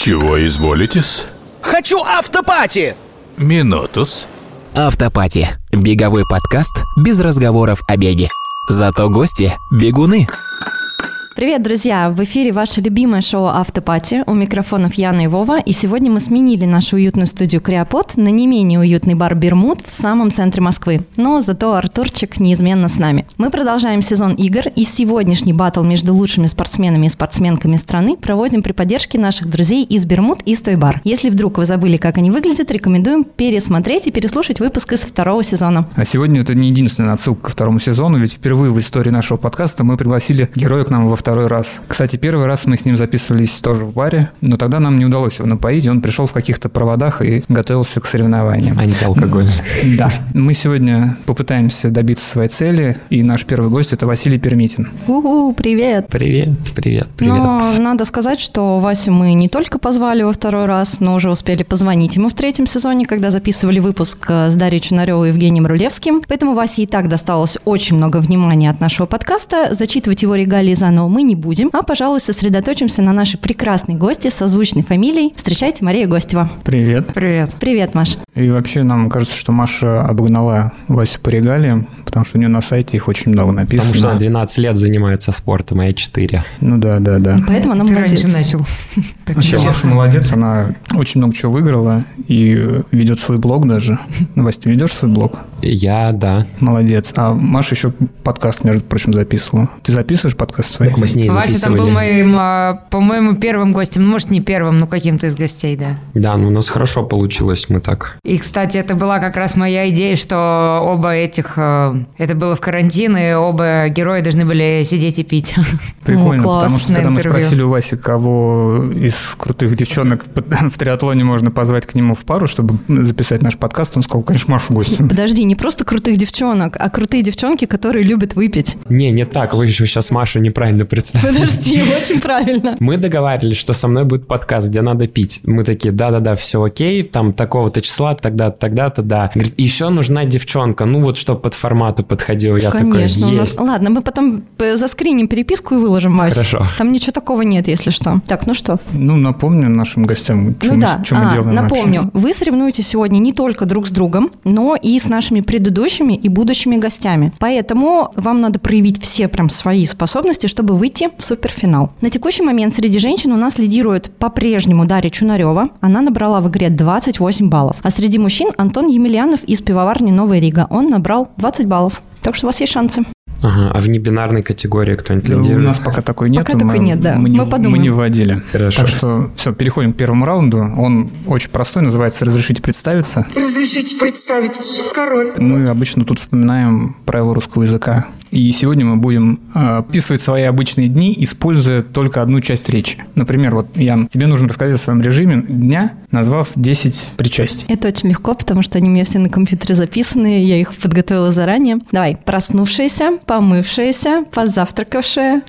Чего изволитесь? Хочу автопати! Минутус. Автопати. Беговой подкаст без разговоров о беге. Зато гости – бегуны. Привет, друзья! В эфире ваше любимое шоу «Автопати». У микрофонов Яна и Вова. И сегодня мы сменили нашу уютную студию «Креопод» на не менее уютный бар «Бермуд» в самом центре Москвы. Но зато Артурчик неизменно с нами. Мы продолжаем сезон игр, и сегодняшний баттл между лучшими спортсменами и спортсменками страны проводим при поддержке наших друзей из «Бермуд» и «Стойбар». Если вдруг вы забыли, как они выглядят, рекомендуем пересмотреть и переслушать выпуск из второго сезона. А сегодня это не единственная отсылка ко второму сезону, ведь впервые в истории нашего подкаста мы пригласили героя к нам во второй раз. Кстати, первый раз мы с ним записывались тоже в баре, но тогда нам не удалось его напоить, он пришел в каких-то проводах и готовился к соревнованиям. Антиалкоголь. Да. Мы сегодня попытаемся добиться своей цели, и наш первый гость – это Василий Пермитин. Привет! Привет. Но надо сказать, что Васю мы не только позвали во второй раз, но уже успели позвонить ему в третьем сезоне, когда записывали выпуск с Дарьей Чунаревой и Евгением Рулевским. Поэтому Васе и так досталось очень много внимания от нашего подкаста. Зачитывать его регалии заново мы не будем, а, пожалуй, сосредоточимся на нашей прекрасной гости с созвучной фамилией. Встречайте, Мария Гостева. Привет. Привет, Маш. И вообще нам кажется, что Маша обогнала Васю по регалиям, потому что у нее на сайте их очень много написано. Потому что она 12 лет занимается спортом, а я 4. Ну да. И поэтому она молодец. Ты раньше начал. Вообще, Маша молодец, она очень много чего выиграла и ведет свой блог даже. Вася, ты ведешь свой блог? Да. Молодец. А Маша еще подкаст, между прочим, записывала. Ты записываешь подкаст свой? Мы с ней Вася записывали. там был моим, по-моему, первым гостем. Ну, может, не первым, но каким-то из гостей, да. Да, у нас хорошо получилось, мы так. И, кстати, это была как раз моя идея, что оба этих... Это было в карантин, и оба героя должны были сидеть и пить. Прикольно, класс. потому что когда мы Интервью. спросили у Васи, кого из крутых девчонок в триатлоне можно позвать к нему в пару, чтобы записать наш подкаст, он сказал, конечно, Машу гостем. Подожди, не просто крутых девчонок, а крутые девчонки, которые любят выпить. Не так, вы еще сейчас Машу неправильно представили. Подожди, очень правильно. Мы договаривались, что со мной будет подкаст, где надо пить. Мы такие, да, все окей, там такого-то числа, тогда-то, да. Говорит, еще нужна девчонка, что под формату подходило. Я Конечно, такой, у нас... Ладно, мы потом заскриним переписку и выложим, Вась. Хорошо. Там ничего такого нет, если что. Так, ну что? Напомню нашим гостям, что мы делаем напомню. вообще. Вы соревнуетесь сегодня не только друг с другом, но и с нашими предыдущими и будущими гостями. Поэтому вам надо проявить все прям свои способности, чтобы выйти в суперфинал. На текущий момент среди женщин у нас лидирует по-прежнему Дарья Чунарева. Она набрала в игре 28 баллов. А среди мужчин Антон Емельянов из пивоварни «Новая Рига». Он набрал 20 баллов. Так что у вас есть шансы. Ага, а в небинарной категории кто-нибудь У лидирует? нас пока такой нет. Пока такой нет, да. Мы Мы подумаем. мы не вводили. Хорошо. Так что все, переходим к первому раунду. Он очень простой, называется «Разрешите представиться». Разрешите представить, король. Мы обычно тут вспоминаем правила русского языка. И сегодня мы будем описывать свои обычные дни, используя только одну часть речи. Например, Ян, тебе нужно рассказать о своем режиме дня, назвав 10 причастий. Это очень легко, потому что они у меня все на компьютере записаны, я их подготовила заранее. Давай. Проснувшаяся, помывшаяся, позавтракавшая,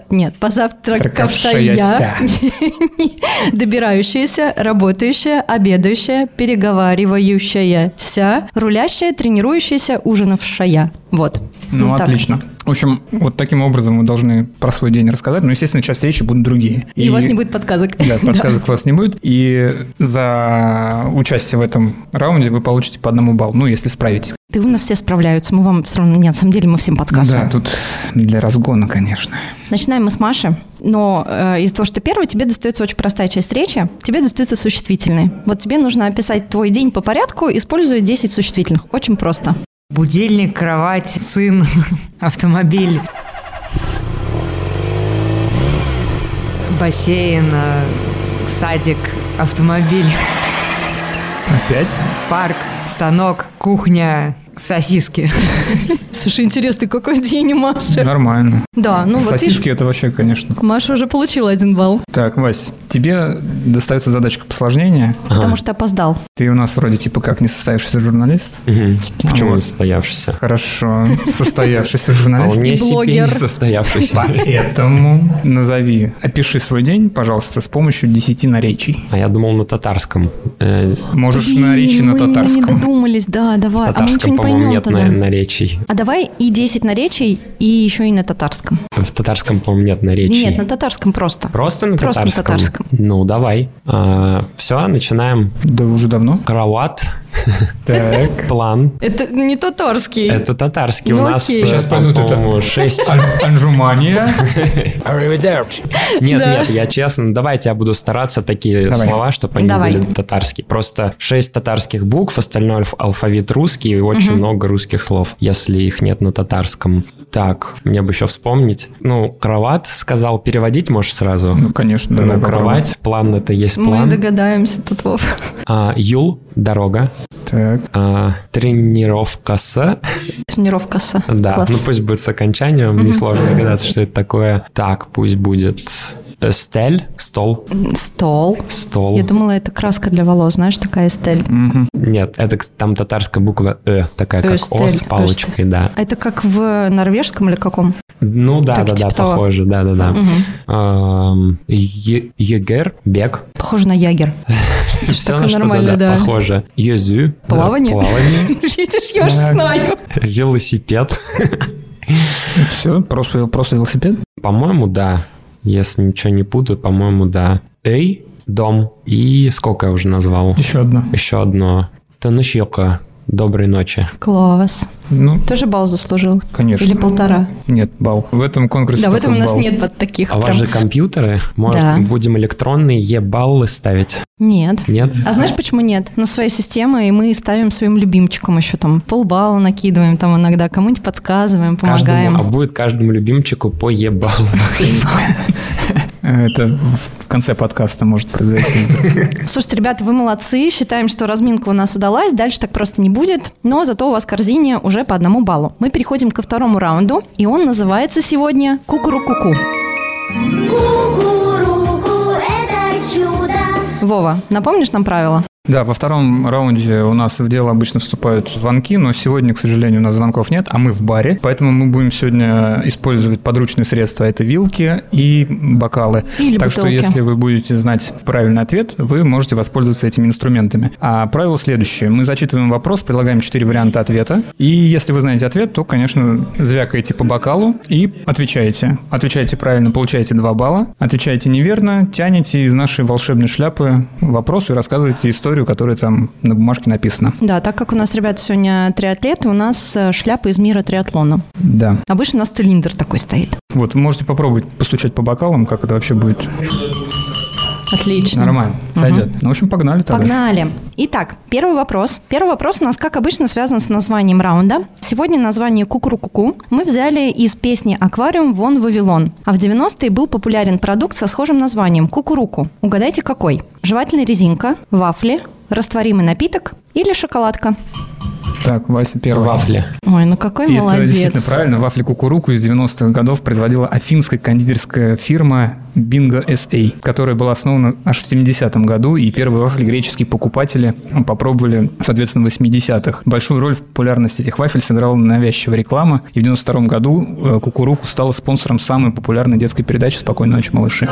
добирающаяся, работающая, обедающая, переговаривающаяся, рулящая, тренирующаяся, ужинавшая. Вот. Так. Отлично. В общем, таким образом вы должны про свой день рассказать, но, естественно, часть речи будут другие. И у вас не будет подсказок. Да, подсказок у вас не будет. И за участие в этом раунде вы получите по 1 баллу, если справитесь. Ты у нас все справляются, мы вам все равно... Нет, на самом деле мы всем подсказываем. Да, тут для разгона, конечно. Начинаем мы с Маши, но из-за того, что ты первый, тебе достается очень простая часть речи, тебе достаются существительные. Тебе нужно описать твой день по порядку, используя 10 существительных. Очень просто. Будильник, кровать, сын, автомобиль, бассейн, садик, автомобиль, Опять? парк, станок, кухня, сосиски. Слушай, интересный какой день у Маши. Нормально. Да, Сосиски это вообще, конечно. Маша уже получила 1 балл. Так, Вась, тебе достается задачка посложнее. Потому что опоздал. Ты у нас вроде как не состоявшийся журналист. Почему Вот. он состоявшийся? Состоявшийся состоявшийся А журналист. он не себе блогер. не состоявшийся. Поэтому опиши свой день, пожалуйста, с помощью 10 наречий. А я думал на татарском. Можешь наречий на Мы не татарском. додумались, да, давай. В татарском, а мы ничего не по-моему, поймем нет тогда. наречий. А давай Давай и 10 наречий, и еще и на татарском. В татарском, по-моему, нет наречий. Нет, на татарском просто. Просто на Просто на татарском? татарском. Ну, давай. Все, начинаем. Да уже давно. Кроват. Так. План. Это не татарский. Это татарский. Ну, У нас, окей. Сейчас пойдут это. по-моему, 6. Анжумания. Нет, Да. нет, я честно, давайте я буду стараться такие Давай. слова, чтобы они Давай. были татарские. Просто 6 татарских букв, остальной алфавит русский и очень много русских слов, если их нет на татарском. Так, мне бы еще вспомнить. Ну, кровать сказал, переводить можешь сразу? Ну, конечно, давай попробуем. Кровать, план это есть Мы план. догадаемся тут, Вов. Юл, дорога. Так. Тренировка с... Тренировка с. Да, Класс. ну пусть будет с окончанием, несложно догадаться, что это такое. Так, пусть будет стель, стол. Стол. Стол. Я думала, это краска для волос, знаешь, такая стель. Нет, это там татарская буква такая как Эстель, О с палочкой, да. А это как в норвежском или каком? Ну да, Так, да, типа да, того. похоже, да, да, да. Егер, бег. Похоже на ягер. Это ж Всё такое на что-то, нормально, да. похоже. Езю. Плавание? Плавание. Видишь, я уже знаю. Велосипед. Все, просто велосипед. По-моему, да. Если ничего не путаю, по-моему, да. Эй, дом. И сколько я уже назвал? Еще одна. Еще одно. Танышьёка. Доброй ночи. Класс. Ну, Тоже балл заслужил? конечно. Или 1,5? Нет, балл. В этом конкурсе Да, в только этом у нас балл. нет вот таких А у вас прям. же компьютеры? Может, Да. будем электронные Е-баллы ставить? Нет. Нет? А знаешь, почему нет? На своей системе, и мы ставим своим любимчикам еще там полбалла накидываем там иногда, кому-нибудь подсказываем, помогаем. А будет каждому любимчику по Е-баллу. Это в конце подкаста может произойти. Слушайте, ребята, вы молодцы. Считаем, что разминка у нас удалась. Дальше так просто не будет. Но зато у вас в корзине уже по 1 баллу. Мы переходим ко второму раунду. И он называется сегодня «Кукуру-ку-ку». Кукуруку, это чудо. Вова, напомнишь нам правила? Да, во втором раунде у нас в дело обычно вступают звонки, но сегодня, к сожалению, у нас звонков нет, а мы в баре, поэтому мы будем сегодня использовать подручные средства. Это вилки и бокалы. Или так бутылки. что, если вы будете знать правильный ответ, вы можете воспользоваться этими инструментами. А правило следующее. Мы зачитываем вопрос, предлагаем 4 варианта ответа. И если вы знаете ответ, то, конечно, звякаете по бокалу и отвечаете. Отвечаете правильно, получаете 2 балла. Отвечаете неверно, тянете из нашей волшебной шляпы вопрос и рассказываете историю, которая там на бумажке написана. Да, так как у нас, ребята, сегодня триатлеты, у нас шляпа из мира триатлона. Да. Обычно у нас цилиндр такой стоит. Вот, вы можете попробовать постучать по бокалам, как это вообще будет. Отлично. Нормально, сойдет. Ну, в общем, погнали тогда. Погнали. Итак, первый вопрос. Первый вопрос у нас, как обычно, связан с названием раунда. Сегодня название «Кукуру-ку-ку» мы взяли из песни «Аквариум вон Вавилон». А в 90-е был популярен продукт со схожим названием «Кукуруку». Угадайте, какой? Жевательная резинка, вафли, растворимый напиток или шоколадка? Так, Вася первый. Вафли. Ой, ну какой И это молодец. действительно правильно. Вафли Кукуруку из 90-х годов производила афинская кондитерская фирма Bingo SA, которая была основана аж в 70-м году, и первые вафли греческие покупатели попробовали, соответственно, в 80-х. Большую роль в популярности этих вафель сыграла навязчивая реклама, и в 92-м году Кукуруку стала спонсором самой популярной детской передачи «Спокойной ночи, малыши».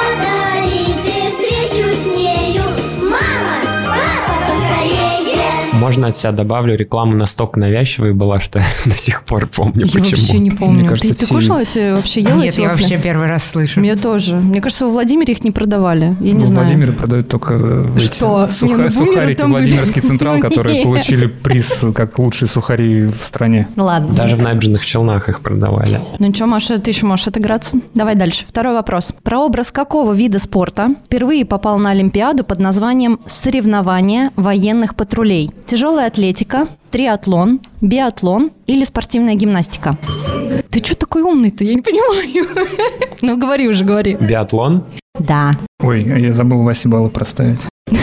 Подарите встречу с нею. Мама, папа, поскорее. Можно от себя добавлю, реклама настолько навязчивая была, что я до сих пор помню, Я почему. вообще не помню. Мне кажется, ты все- кушала эти, вообще ела Нет, эти я вафли? вообще первый раз слышу. Я тоже. Мне кажется, во Владимире их не продавали. Я не Ну, знаю. Владимир продают только эти Что? Не, ну, бумеры сухарики там были. Владимирский Централ, Ну, которые нет. получили приз как лучшие сухари в стране. Ну, ладно. Даже в набережных Челнах их продавали. Ну что, Маша, ты еще можешь отыграться? Давай дальше. Второй вопрос. Прообраз какого вида спорта впервые попал на Олимпиаду под названием «Соревнования военных патрулей»? Тяжелая атлетика, триатлон, биатлон или спортивная гимнастика? Ты что такой умный-то? Я не понимаю. Ну, говори уже, говори. Биатлон. Да. Ой, я забыл Васе баллы проставить.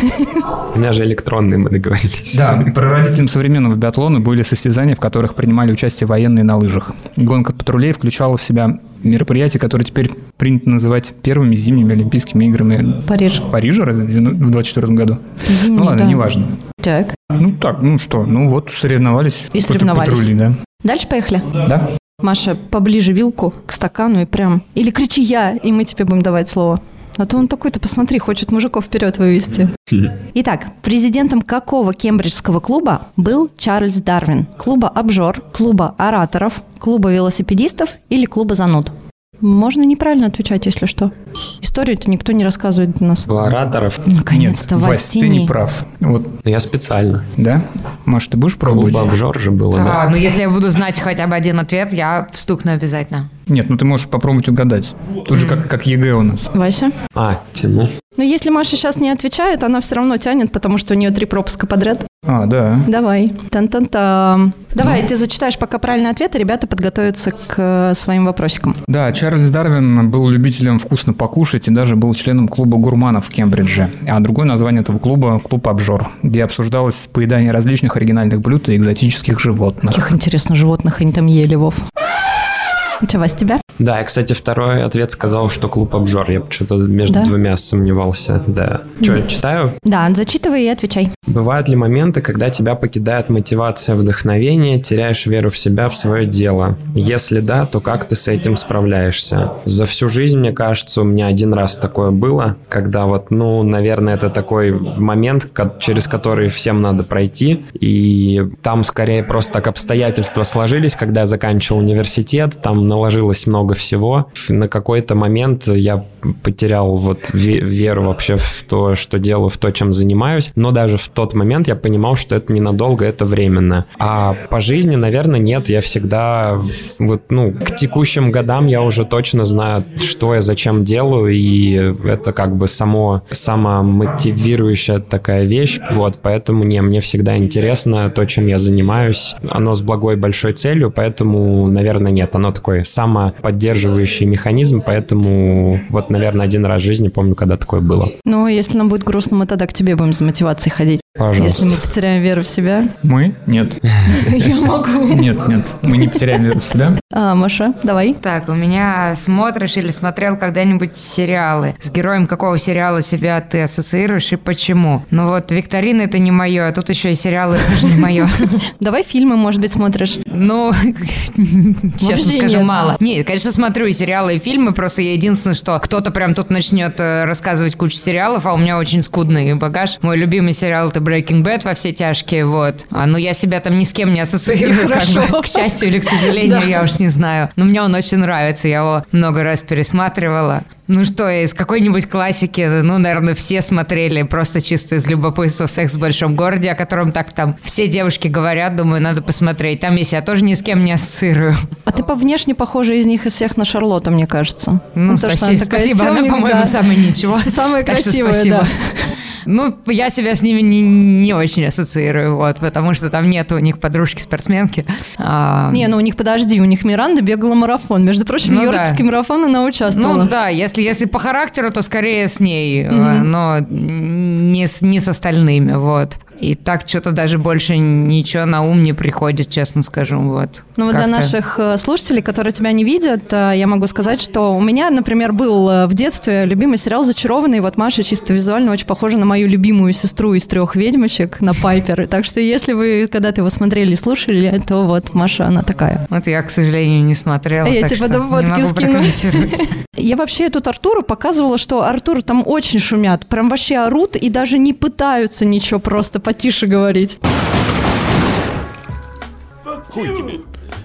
У меня же электронные, мы договорились. Да, прародителем современного биатлона были состязания, в которых принимали участие военные на лыжах. Гонка патрулей включала в себя мероприятия, которые теперь принято называть первыми зимними Олимпийскими играми Париж. Парижа разве в 24 году. Зимний, Ну ладно, да. неважно. Так. Ну так, ну что, ну вот соревновались. И соревновались. Патрули, да. Дальше поехали. Да? Маша, поближе вилку к стакану и прям... Или кричи «я», и мы тебе будем давать слово. А то он такой-то, посмотри, хочет мужиков вперед вывести. Итак, президентом какого кембриджского клуба был Чарльз Дарвин? Клуба «Обжор», клуба ораторов, клуба велосипедистов или клуба зануд? Можно неправильно отвечать, если что. Историю-то никто не рассказывает у нас. У ораторов. Наконец-то, Нет, Вась, Вась, ты не прав. Вот, Я специально. да? Маш, ты будешь пробовать? Клуб «Обжор» же было, да? Ну, если я буду знать хотя бы один ответ, я стукну обязательно. Нет, ну ты можешь попробовать угадать. Тут же как ЕГЭ у нас. Вася? Тяну. Ну, если Маша сейчас не отвечает, она все равно тянет, потому что у нее 3 пропуска подряд. Да. Давай. Тан-тан-там. Давай, ты зачитаешь пока правильный ответ, и ребята подготовятся к своим вопросикам. Да, Чарльз Дарвин был любителем вкусно покушать и даже был членом клуба гурманов в Кембридже. А другое название этого клуба – клуб «Обжор», где обсуждалось поедание различных оригинальных блюд и экзотических животных. Каких, интересно, животных они там ели, Вов? Че, Вась, тебя? Да, я, кстати, второй ответ сказал, что клуб «Обжор». Я что-то между двумя сомневался. Да. Что, читаю? Да, зачитывай и отвечай. Бывают ли моменты, когда тебя покидает мотивация, вдохновение, теряешь веру в себя, в свое дело? Если да, то как ты с этим справляешься? За всю жизнь, мне кажется, у меня один раз такое было, когда наверное, это такой момент, через который всем надо пройти, и там скорее просто так обстоятельства сложились, когда я заканчивал университет, там наложилось много всего. На какой-то момент я потерял веру вообще в то, что делаю, в то, чем занимаюсь, но даже в тот момент я понимал, что это ненадолго, это временно. А по жизни, наверное, нет. Я всегда к текущим годам я уже точно знаю, что я зачем делаю, и это как бы самомотивирующая такая вещь. Поэтому мне всегда интересно то, чем я занимаюсь. Оно с благой большой целью, поэтому, наверное, нет. Оно такой самоподдерживающий механизм, поэтому наверное, один раз в жизни помню, когда такое было. Ну, если нам будет грустно, мы тогда к тебе будем за мотивацией ходить. Пожалуйста. Если мы потеряем веру в себя. Мы? Нет. Я могу. Нет, мы не потеряем веру в себя. Маша, давай. Так, у меня смотришь или смотрел когда-нибудь сериалы? С героем какого сериала себя ты ассоциируешь и почему? Викторина — это не мое, а тут еще и сериалы тоже не мое. Давай фильмы, может быть, смотришь. Честно скажу, мало. Нет, конечно, смотрю и сериалы, и фильмы, просто я единственное, что кто-то прям тут начнет рассказывать кучу сериалов, а у меня очень скудный багаж. Мой любимый сериал — это Breaking Bad, «Во все тяжкие», я себя там ни с кем не ассоциирую, к счастью или к сожалению, я уж не знаю. Но мне он очень нравится, я его много раз пересматривала. Из какой-нибудь классики, наверное, все смотрели просто чисто из любопытства «Секс в большом городе», о котором так там все девушки говорят, думаю, надо посмотреть. Там я себя тоже ни с кем не ассоциирую. А ты внешне похожа из них из всех на Шарлотту, мне кажется. Спасибо, она, по-моему, самая ничего. Самая красивая, да. Я себя с ними не очень ассоциирую, потому что там нет у них подружки-спортсменки. У них, подожди, у них Миранда бегала марафон. Между прочим, Нью-Йоркский марафон она участвовала. Если по характеру, то скорее с ней, но не с остальными, И так что-то даже больше ничего на ум не приходит, честно скажу, Для наших слушателей, которые тебя не видят, я могу сказать, что у меня, например, был в детстве любимый сериал «Зачарованный». Маша чисто визуально очень похожа на мою любимую сестру из «Трех ведьмочек», на Пайпер. Так что если вы когда-то его смотрели и слушали, то Маша, она такая. Я, к сожалению, не смотрела, я так тебе что фотки скину. Я вообще тут Артуру показывала, что Артур там очень шумят, прям вообще орут и даже не пытаются ничего, просто потише говорить. Хуй тебе.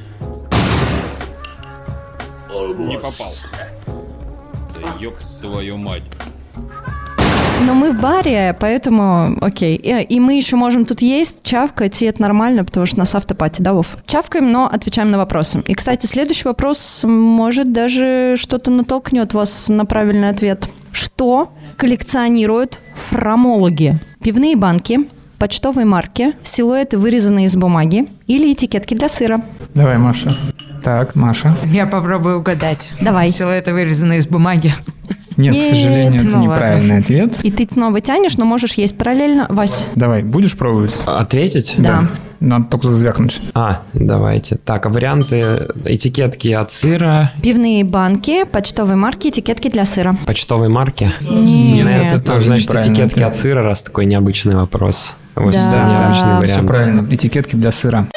Не попал. Да ёб твою мать. Но мы в баре, поэтому окей. И мы еще можем тут есть, чавкать, и это нормально, потому что у нас автопати, да, Вов? Чавкаем, но отвечаем на вопросы. И, кстати, следующий вопрос, может, даже что-то натолкнет вас на правильный ответ. Что коллекционируют фрамологи? Пивные банки, почтовые марки, силуэты, вырезанные из бумаги, или этикетки для сыра? Давай, Маша. Так, Маша. Я попробую угадать. Давай. Силуэты, вырезанные из бумаги. Нет, к сожалению, это неправильный ответ. И ты снова тянешь, но можешь есть параллельно. Вась. Давай, будешь пробовать? Ответить? Да. Надо только звякнуть. Давайте. Так, варианты: этикетки от сыра. Пивные банки, почтовые марки, этикетки для сыра. Почтовые марки? Нет. Это тоже, значит, этикетки от сыра, раз такой необычный вопрос. Необычный вариант. Все правильно, этикетки для сыра.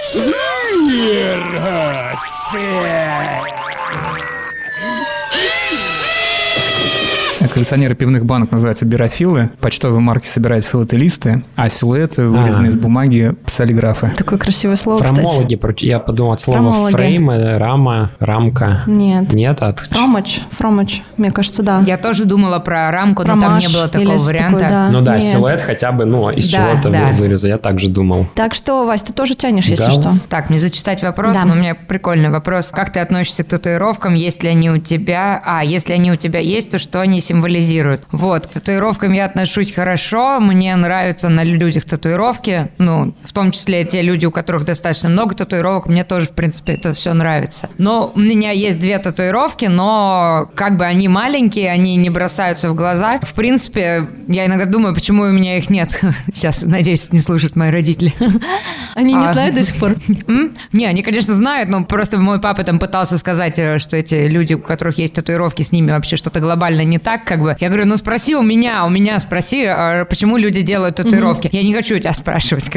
Коллекционеры пивных банок называются бирофилы. Почтовые марки собирают филателисты, а силуэты, вырезанные из бумаги, псаллиграфы. Такое красивое слово, Фрамологи, кстати. я подумал от слова Фрамологи. фрейм, рама, рамка. Нет. Нет, Фромач, мне кажется, да. Я тоже думала про рамку, но там не было такого варианта. Такой, Ну да, Нет. силуэт хотя бы, из чего-то выреза, я так же думал. Так что, Вась, ты тоже тянешь, если Да. что. Так, мне зачитать вопрос, Да. но у меня прикольный вопрос. Как ты относишься к татуировкам, если они у тебя... если они у тебя есть, то что они символизируют? Вот, к татуировкам я отношусь хорошо, мне нравятся на людях татуировки, в том числе те люди, у которых достаточно много татуировок, мне тоже, в принципе, это все нравится. Но у меня есть 2 татуировки, но как бы они маленькие, они не бросаются в глаза. В принципе, я иногда думаю, почему у меня их нет. Сейчас, надеюсь, не слушают мои родители. Они не знают до сих пор? Не, они, конечно, знают, но просто мой папа там пытался сказать, что эти люди, у которых есть татуировки, с ними вообще что-то глобально не так, как бы. Я говорю, спроси у меня спроси, почему люди делают татуировки. Я не хочу у тебя спрашивать.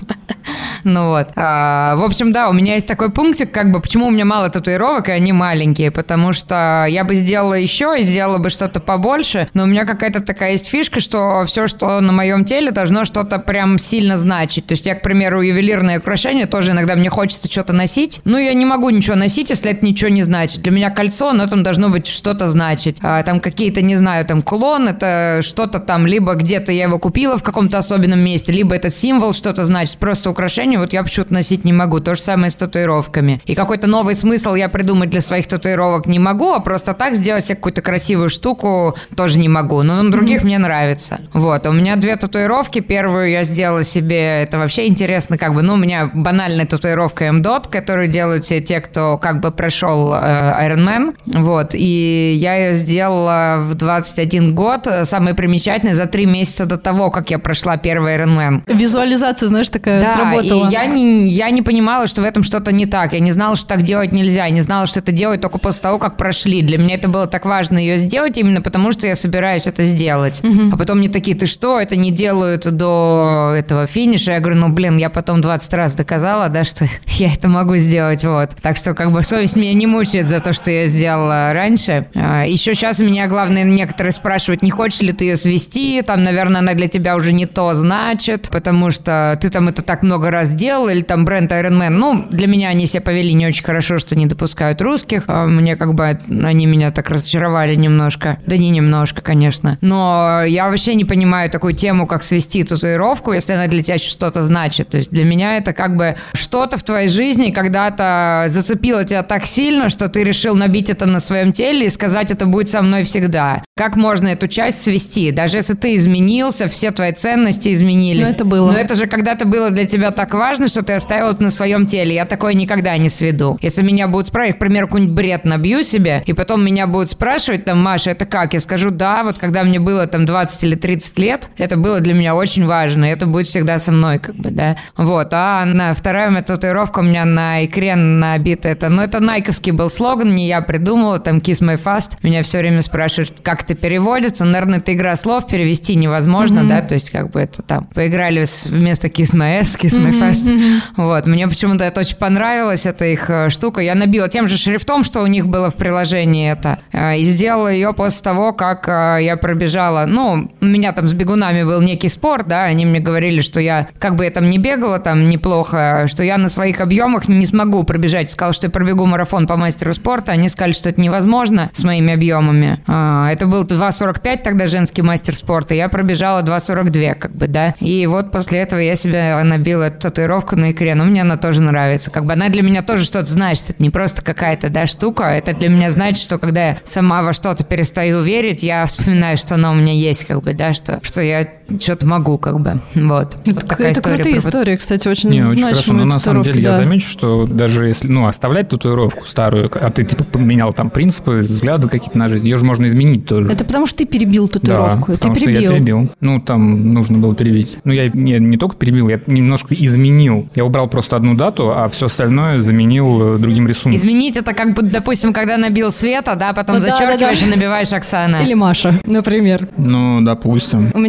В общем, да, у меня есть такой пунктик, как бы, почему у меня мало татуировок, и они маленькие, потому что я бы сделала еще и сделала бы что-то побольше, но у меня какая-то такая есть фишка, что все, что на моем теле, должно что-то прям сильно значить. То есть я, к примеру, ювелирные украшения тоже иногда мне хочется что-то носить, но я не могу ничего носить, если это ничего не значит. Для меня кольцо, но там должно быть что-то значить. Там какие-то, не знаю, там кулон, это что-то там, либо где-то я его купила в каком-то особенном месте, либо этот символ что-то значит. Просто украшение вот я почему-то носить не могу. То же самое с татуировками. И какой-то новый смысл я придумать для своих татуировок не могу, а просто так сделать себе какую-то красивую штуку тоже не могу. Но на других мне нравится. Вот. У меня 2 татуировки. Первую я сделала себе, это вообще интересно, как бы, у меня банальная татуировка МДОТ, которую делают все те, кто как бы прошел Iron Man. Вот. И я ее сделала в 21 год. Самое примечательное, за 3 месяца до того, как я прошла первый Iron Man. Визуализация, знаешь, такая сработала. И я не понимала, что в этом что-то не так. Я не знала, что так делать нельзя. Я не знала, что это делать только после того, как прошли. Для меня это было так важно ее сделать, именно потому что я собираюсь это сделать. А потом мне такие, ты что, это не делают до этого финиша? Я говорю, я потом 20 раз доказала, да, что я это могу сделать, вот. Так что, как бы, совесть меня не мучает за то, что я сделала раньше. Еще сейчас меня, главное, некоторые спрашивают, не хочешь ли ты ее свести? Там, наверное, она для тебя уже не то значит, потому что ты там это так много раз делал, или там бренд Iron Man. Для меня они себя повели не очень хорошо, что не допускают русских. Мне как бы они меня так разочаровали немножко. Да не немножко, конечно. Но я вообще не понимаю такую тему, как свести татуировку, если она для тебя что-то значит. То есть для меня это как бы что-то в твоей жизни когда-то зацепило тебя так сильно, что ты решил набить это на своем теле и сказать, это будет со мной всегда. Как можно эту часть свести? Даже если ты изменился, все твои ценности изменились. Но это было. Но это же когда-то было для тебя так важно, что ты оставил это на своем теле. Я такое никогда не сведу. Если меня будут спрашивать, к примеру, какой-нибудь бред набью себе, и потом меня будут спрашивать, Маша, это как? Я скажу, да, вот когда мне было 20 или 30 лет, это было для меня очень важно, и это будет всегда со мной, как бы, да. Вот, вторая моя татуировка у меня на икре набита это найковский был слоган, не я придумала, Kiss My Fast. Меня все время спрашивают, как это переводится. Наверное, это игра слов, перевести невозможно, да, то есть как бы это поиграли вместо Kiss My Ass, Kiss My Fast. Вот, мне почему-то это очень понравилось, эта их штука. Я набила тем же шрифтом, что у них было в приложении это, и сделала ее после того, как я пробежала. У меня с бегунами был некий спор, да, они мне говорили, что я, как бы я не бегала неплохо, что я на своих объемах не смогу пробежать. Сказала, что я пробегу марафон по мастеру спорта. Они сказали, что это невозможно с моими объемами. Это был 2:45 тогда женский мастер спорта. Я пробежала 2:42, как бы, да. И вот после этого я себе набила эту татуировку на икре. Мне она тоже нравится. Как бы она для меня тоже что-то значит. Это не просто какая-то, да, штука. Это для меня значит, что когда я сама во что-то перестаю верить, я вспоминаю, что оно у меня есть, как бы, да, что я что-то могу, как бы. Вот. Это крутые истории, кстати, очень очень хорошо. Но на самом деле да. я замечу, что даже если, оставлять татуировку старую, а ты поменял принципы, взгляды какие-то на жизнь, ее же можно изменить тоже. Это потому что ты перебил татуировку. Да, ты что я перебил. Там нужно было перебить. Я не только перебил, я немножко изменил. Я убрал просто одну дату, а все остальное заменил другим рисунком. Изменить это как бы, допустим, когда набил Света, да, потом зачеркиваешь и набиваешь Оксана. Или Маша, например. Допустим. У меня просто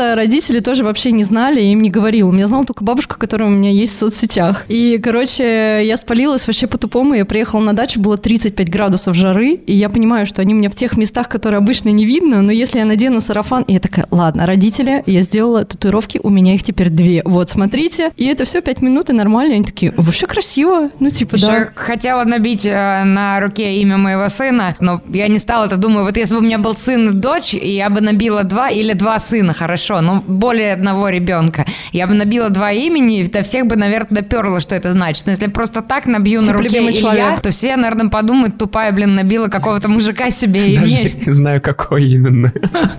что родители тоже вообще не знали, я им не говорила. Меня знала только бабушка, которая у меня есть в соцсетях. И, короче, я спалилась вообще по-тупому. Я приехала на дачу, было 35 градусов жары, и я понимаю, что они у меня в тех местах, которые обычно не видно, но если я надену сарафан, и я такая, ладно, родители, я сделала татуировки, у меня их теперь 2. Вот, смотрите. И это все 5 минут, и нормально. Они такие, вообще красиво. Ну, типа, да. Еще хотела набить на руке имя моего сына, но я не стала это, думаю, вот если бы у меня был сын и дочь, я бы набила 2 или 2 сына, хорошо, но более 1 ребенка. Я бы набила 2 имени, и до всех бы, наверное, доперла, что это значит. Но если просто так набью на руке Илья, то все, наверное, подумают, тупая, набила какого-то мужика себе имя. Не знаю, какой именно.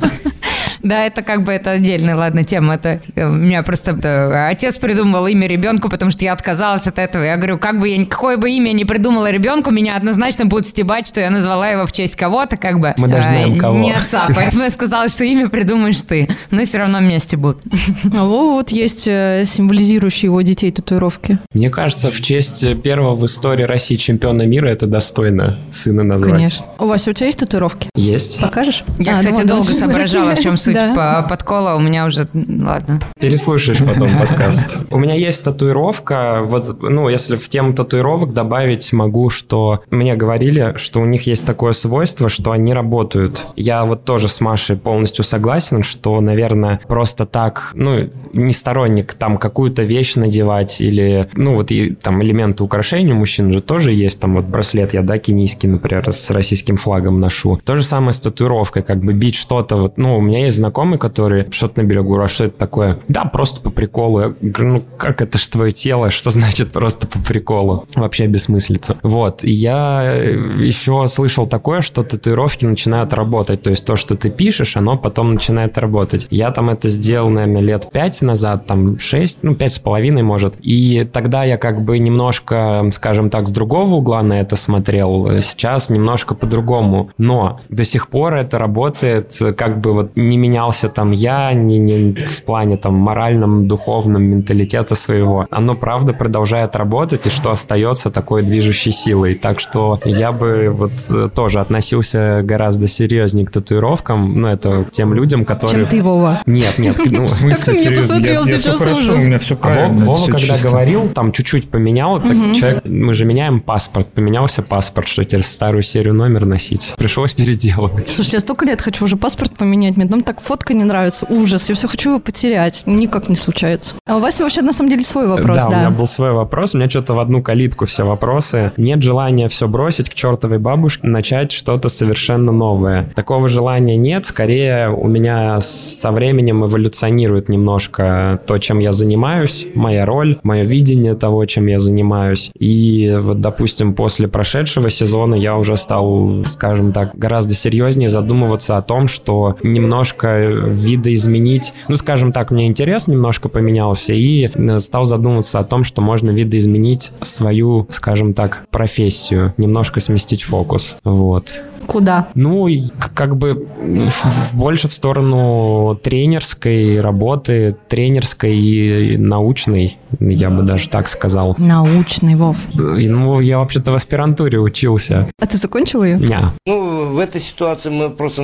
Да, это как бы это отдельная, ладно, тема. Это у меня просто отец придумывал имя ребенку, потому что я отказалась от этого. Я говорю, как бы я какое бы имя не придумала ребенку, меня однозначно будут стебать, что я назвала его в честь кого-то, как бы. Мы даже знаем, кого. Не отца. Поэтому я сказала, что имя придумаешь ты. Но все равно меня стебут. А вот есть символизирующие его детей татуировки. Мне кажется, в честь первого в истории России чемпиона мира это достойно сына назвать. Конечно. Вася, у тебя есть татуировки? Есть. Покажешь? Я, кстати, долго соображала, в чем суть подкола. У меня уже... Ладно. Переслушаешь потом подкаст. У меня есть татуировка. Вот, ну, если в тему татуировок добавить могу, что мне говорили, что у них есть такое свойство, что они работают. Я вот тоже с Машей полностью согласен, что, наверное, просто так, ну, не сторонник там какую-то вещь надевать или, ну, вот и там элементы украшения у мужчин же тоже есть. Там вот браслет я, да, кенийский, например, с российским флагом ношу. То же самое с татуировкой, как бы бить что-то. Вот, ну, у меня есть знакомый, который что-то на берегу, а что это такое? Да, просто по приколу. Я говорю, ну, как это ж твое тело? Что значит просто по приколу? Вообще бессмыслица. Вот. И я еще слышал такое, что татуировки начинают работать. То есть то, что ты пишешь, оно потом начинает работать. Я там это сделал, наверное, лет 5 назад, там 6, ну, 5,5, может. И тогда я как бы немножко, скажем так, с другого угла на это смотрел. Сейчас немножко по-другому. Но до сих пор это работает, как бы вот не менялся там я, не в плане там моральном, духовном, менталитета своего. Оно, правда, продолжает работать, и что остается такой движущей силой. Так что я бы вот тоже относился гораздо серьезнее к татуировкам. Ну, это тем людям, которые... Чем ты, Вова? Нет, ну, в смысле, как ты мне посмотрел сейчас, ужас. У меня все правильно. Вова, когда говорил, там чуть-чуть поменял, так человек, мы же меняем паспорт, поменялся паспорт, что теперь старую серию номер носить. Пришлось переделывать. Слушай, я столько лет хочу уже паспорт поменять, мне там так фотка не нравится, ужас, я все хочу его потерять, никак не случается. А у вас вообще на самом деле свой вопрос, да? Да, у меня был свой вопрос, у меня что-то в одну калитку все вопросы. Нет желания все бросить к чертовой бабушке, начать что-то совершенно новое. Такого желания нет, скорее у меня со временем эволюционирует немножко то, чем я занимаюсь, моя роль, мое видение того, чем я занимаюсь. И вот, допустим, после прошедшего сезона я уже стал, скажем так, гораздо серьезнее задумываться о том, что немножко видоизменить, ну, скажем так, мне интерес немножко поменялся, и стал задумываться о том, что можно видоизменить свою, скажем так, профессию, немножко сместить фокус, вот. Куда? Ну, как бы больше в сторону тренерской работы, тренерской и научной, я бы даже так сказал. Научный, Вов. Ну, я вообще-то в аспирантуре учился. А ты закончил ее? Не. Ну, в этой ситуации мы просто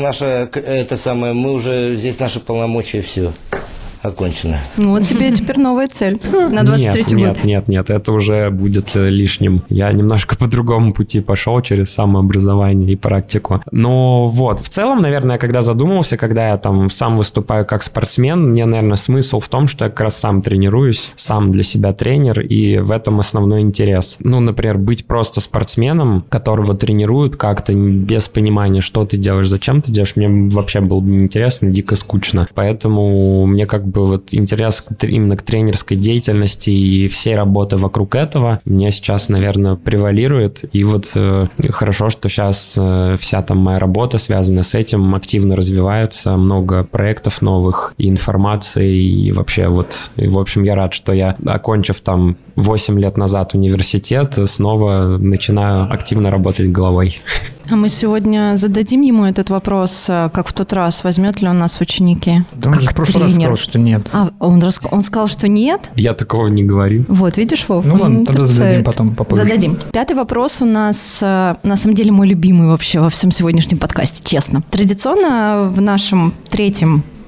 мы уже здесь наши полномочия, все. Окончено. Ну, вот тебе теперь новая цель на 23-й год. Нет, это уже будет лишним. Я немножко по другому пути пошел через самообразование и практику. Но вот, в целом, наверное, когда задумался, когда я там сам выступаю как спортсмен, мне, наверное, смысл в том, что я как раз сам тренируюсь, сам для себя тренер, и в этом основной интерес. Ну, например, быть просто спортсменом, которого тренируют как-то без понимания, что ты делаешь, зачем ты делаешь, мне вообще было бы неинтересно, дико скучно. Поэтому мне как бы вот интерес именно к тренерской деятельности и всей работы вокруг этого мне сейчас, наверное, превалирует. И вот хорошо, что сейчас вся там моя работа связана с этим, активно развивается, много проектов новых и информации, и вообще вот, и, в общем, я рад, что я, окончив там 8 лет назад университет, снова начинаю активно работать головой. А мы сегодня зададим ему этот вопрос, как в тот раз, возьмет ли он нас в ученики? Да он же в прошлый раз сказал, что нет. А, он сказал, что нет? Я такого не говорил. Вот, видишь, Вов? Ну ладно, тогда зададим потом попозже. Зададим. 5-й вопрос у нас, на самом деле, мой любимый вообще во всем сегодняшнем подкасте, честно. Традиционно в нашем 3-м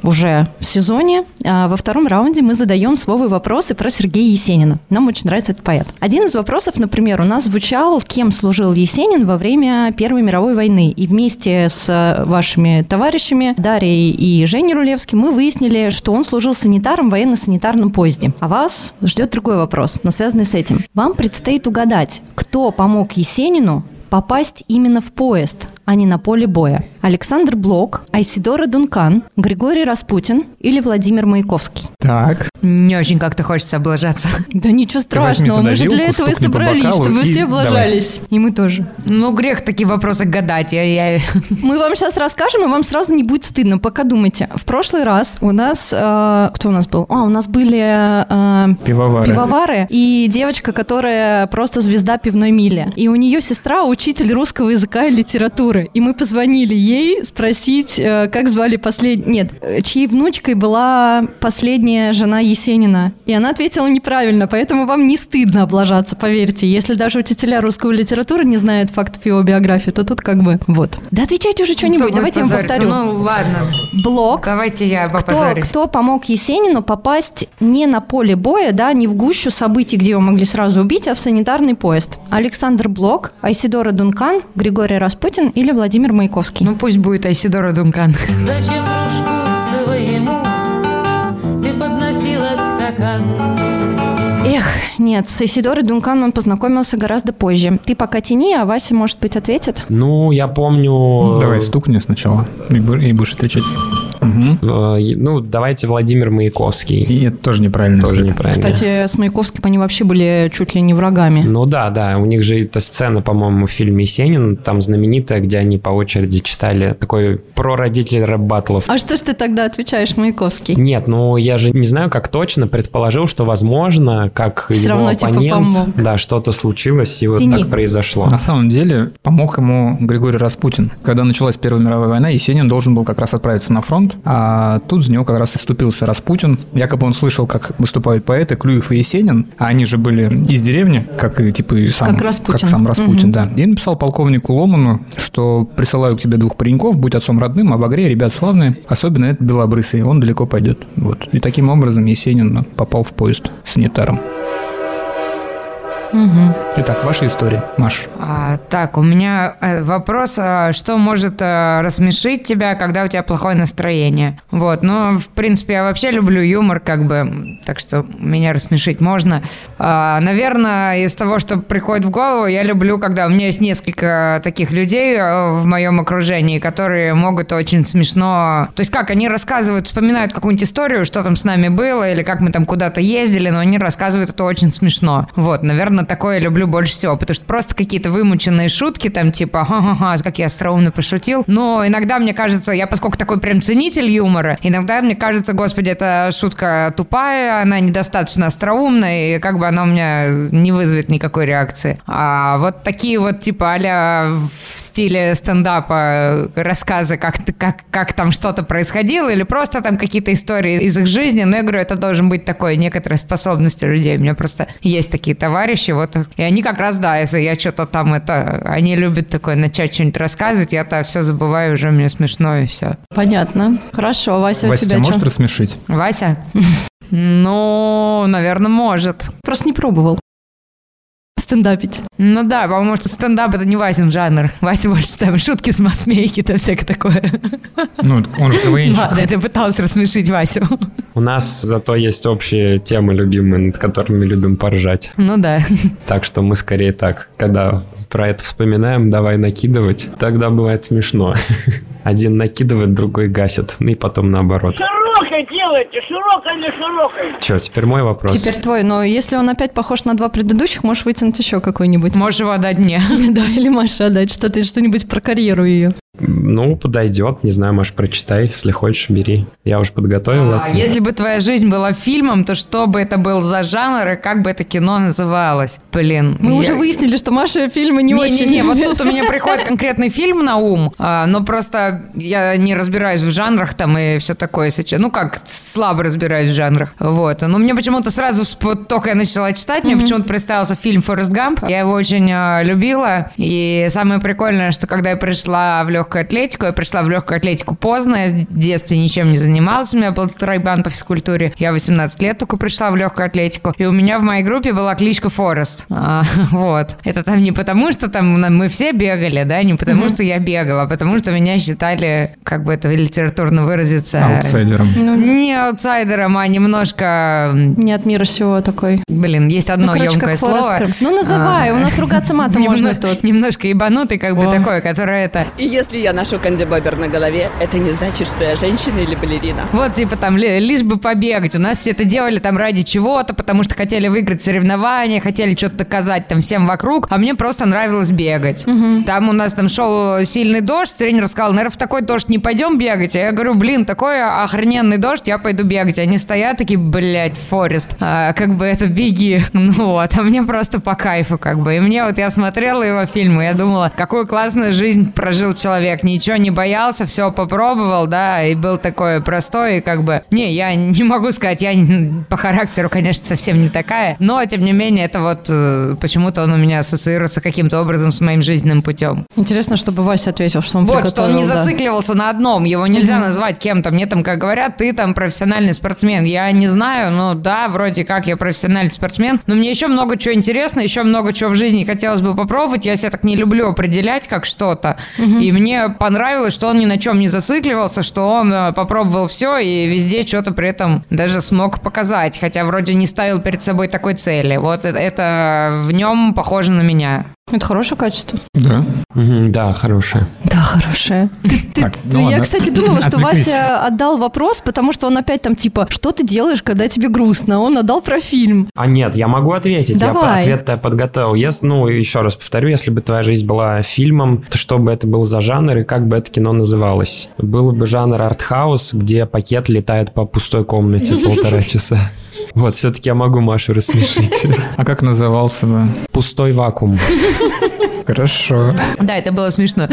уже в сезоне. А во втором раунде мы задаем слово и вопросы про Сергея Есенина. Нам очень нравится этот поэт. Один из вопросов, например, у нас звучал, кем служил Есенин во время Первой мировой войны. И вместе с вашими товарищами Дарьей и Женей Рулевским мы выяснили, что он служил санитаром в военно-санитарном поезде. А вас ждет другой вопрос, но связанный с этим. Вам предстоит угадать, кто помог Есенину попасть именно в поезд, а не на поле боя. Александр Блок, Айсидора Дункан, Григорий Распутин или Владимир Маяковский. Так. Не очень как-то хочется облажаться. Да ничего страшного, мы же для этого и собрались, чтобы все облажались. И мы тоже. Ну, грех такие вопросы гадать. Мы вам сейчас расскажем, и вам сразу не будет стыдно. Пока думайте. В прошлый раз у нас... кто у нас был? У нас были... Пивовары. И девочка, которая просто звезда пивной мили. И у нее сестра учитель русского языка и литературы. И мы позвонили ей спросить, как звали чьей внучкой была последняя жена Есенина. И она ответила неправильно, поэтому вам не стыдно облажаться, поверьте. Если даже учителя русского литературы не знают фактов его биографии, то тут как бы вот. Да отвечайте уже что-нибудь, давайте я вам повторю. Ну ладно. Блок. Давайте я попозорюсь. Кто помог Есенину попасть не на поле боя, да, не в гущу событий, где его могли сразу убить, а в санитарный поезд? Александр Блок, Айсидора Дункан, Григорий Распутин или Владимир Маяковский? Ну пусть будет Айсидора Дункан. Зачем кружку своему ты подносила стакан? Эх, нет, с Айсидорой Дункан он познакомился гораздо позже. Ты пока тяни, а Вася, может быть, ответит? Ну, я помню... Давай стукни сначала, и будешь отвечать. Ну, давайте Владимир Маяковский. И это тоже неправильно. Кстати, с Маяковским они вообще были чуть ли не врагами. Ну да, у них же эта сцена, по-моему, в фильме «Есенин», там знаменитая, где они по очереди читали такой прародитель рэп-баттлов. А что ж ты тогда отвечаешь, Маяковский? Нет, ну я же не знаю, как точно, предположил, что, возможно, как все его равно, оппонент, помог. Да, что-то случилось, и вот так произошло. На самом деле, помог ему Григорий Распутин. Когда началась Первая мировая война, Есенин должен был как раз отправиться на фронт, а тут за него как раз и вступился Распутин. Якобы он слышал, как выступают поэты Клюев и Есенин, а они же были из деревни, как сам Распутин, да. И написал полковнику Ломану, что присылаю к тебе 2 пареньков, будь отцом родным, обогрей, ребят славные, особенно этот белобрысый, он далеко пойдет. Вот. И таким образом Есенин попал в поезд санитаром. Итак, ваша история, Маш. Так, у меня вопрос, что может рассмешить тебя, когда у тебя плохое настроение? Вот, ну, в принципе, я вообще люблю юмор, как бы, так что меня рассмешить можно. Наверное, из того, что приходит в голову, я люблю, когда у меня есть несколько таких людей в моем окружении, которые могут очень смешно... То есть как, они рассказывают, вспоминают какую-нибудь историю, что там с нами было, или как мы там куда-то ездили, но они рассказывают это очень смешно. Вот, наверное, такое люблю больше всего, потому что просто какие-то вымученные шутки, там типа ха-ха-ха, как я остроумно пошутил. Но иногда мне кажется, я поскольку такой прям ценитель юмора, иногда мне кажется, господи, эта шутка тупая, она недостаточно остроумная, и как бы она у меня не вызовет никакой реакции. А вот такие вот типа а-ля в стиле стендапа рассказы, как там что-то происходило, или просто там какие-то истории из их жизни, но я говорю, это должен быть такой некоторой способностью людей. У меня просто есть такие товарищи, вот, и они как раз, да, если я что-то там они любят такое начать что-нибудь рассказывать, я-то все забываю, уже мне смешно и все. Понятно. Хорошо, Вася, у тебя может рассмешить? Вася? Ну, наверное, может. Просто не пробовал стендапить. Ну да, по-моему, что стендап — это не Васин жанр. Вася больше там шутки с массмейки, там всякое такое. Ну, он же КВНщик. Ладно, это пытался рассмешить Васю. У нас зато есть общие темы любимые, над которыми любим поржать. Ну да. Так что мы скорее так, когда про это вспоминаем, давай накидывать, тогда бывает смешно. Один накидывает, другой гасит, и потом наоборот. Широкой делайте, широкой или широкой. Че, теперь мой вопрос. Теперь твой, но если он опять похож на 2 предыдущих, можешь вытянуть еще какой-нибудь. Можешь его отдать мне. Да, или Маше отдать, что-нибудь про карьеру ее. Ну, подойдет, не знаю, Маш, прочитай, если хочешь, бери. Я уже подготовил это. Если бы твоя жизнь была фильмом, то что бы это был за жанр и как бы это кино называлось? Блин. Мы уже выяснили, что Маша фильмы не очень. Не, вот тут у меня приходит конкретный фильм на ум, но просто я не разбираюсь в жанрах там и все такое. Ну, как, слабо разбираюсь в жанрах. Вот. Но мне почему-то сразу, вот только я начала читать, мне почему-то представился фильм «Форрест Гамп». Я его очень любила. И самое прикольное, что когда я пришла в легкую атлетику поздно. Я в детстве ничем не занималась. У меня был тройбан по физкультуре. Я 18 лет только пришла в легкую атлетику. И у меня в моей группе была кличка Форест. Вот. Это там не потому, что там мы все бегали, да, не потому, что я бегала, а потому что меня считали, как бы это литературно выразиться... Аутсайдером. Не аутсайдером, а немножко... Не от мира сего такой. Блин, есть одно емкое слово. Ну, называй, у нас ругаться матом можно тут. Немножко ебанутый, как бы такое, которое это... И если я ношу кандибобер на голове, это не значит, что я женщина или балерина. Вот, типа там, лишь бы побегать. У нас все это делали там ради чего-то, потому что хотели выиграть соревнования, хотели что-то доказать там всем вокруг, а мне просто нравилось бегать. Там у нас там шел сильный дождь, тренер сказал, наверное, в такой дождь не пойдем бегать. А я говорю, блин, такой охрененный дождь, я пойду бегать. Они стоят такие, блядь, Форест, как бы это беги. Ну вот, а мне просто по кайфу как бы. И мне вот, я смотрела его фильм, и я думала, какую классную жизнь прожил человек. Ничего не боялся, все попробовал, да, и был такой простой, и как бы... Не, я не могу сказать, я по характеру, конечно, совсем не такая, но, тем не менее, это вот почему-то он у меня ассоциируется каким-то образом с моим жизненным путем. Интересно, чтобы Вася ответил, что он вот, что он не зацикливался на одном, его нельзя назвать кем-то. Мне там, как говорят, ты там профессиональный спортсмен. Я не знаю, но да, вроде как я профессиональный спортсмен, но мне еще много чего интересно, еще много чего в жизни хотелось бы попробовать. Я себя так не люблю определять как что-то. И мне понравилось, что он ни на чем не зацикливался, что он попробовал все и везде что-то при этом даже смог показать, хотя вроде не ставил перед собой такой цели. Вот это в нем похоже на меня. Это хорошее качество? Да. Да, хорошее. Да, хорошее. Я, кстати, думала, что Вася отдал вопрос, потому что он опять там типа, что ты делаешь, когда тебе грустно? Он отдал про фильм. А нет, я могу ответить. Давай. Ответ-то я подготовил. Еще раз повторю, если бы твоя жизнь была фильмом, то что бы это был за жанр и как бы это кино называлось? Было бы жанр артхаус, где пакет летает по пустой комнате 1,5 часа. Вот, все-таки я могу Машу рассмешить. А как назывался бы? «Пустой вакуум». Хорошо. Да, это было смешно.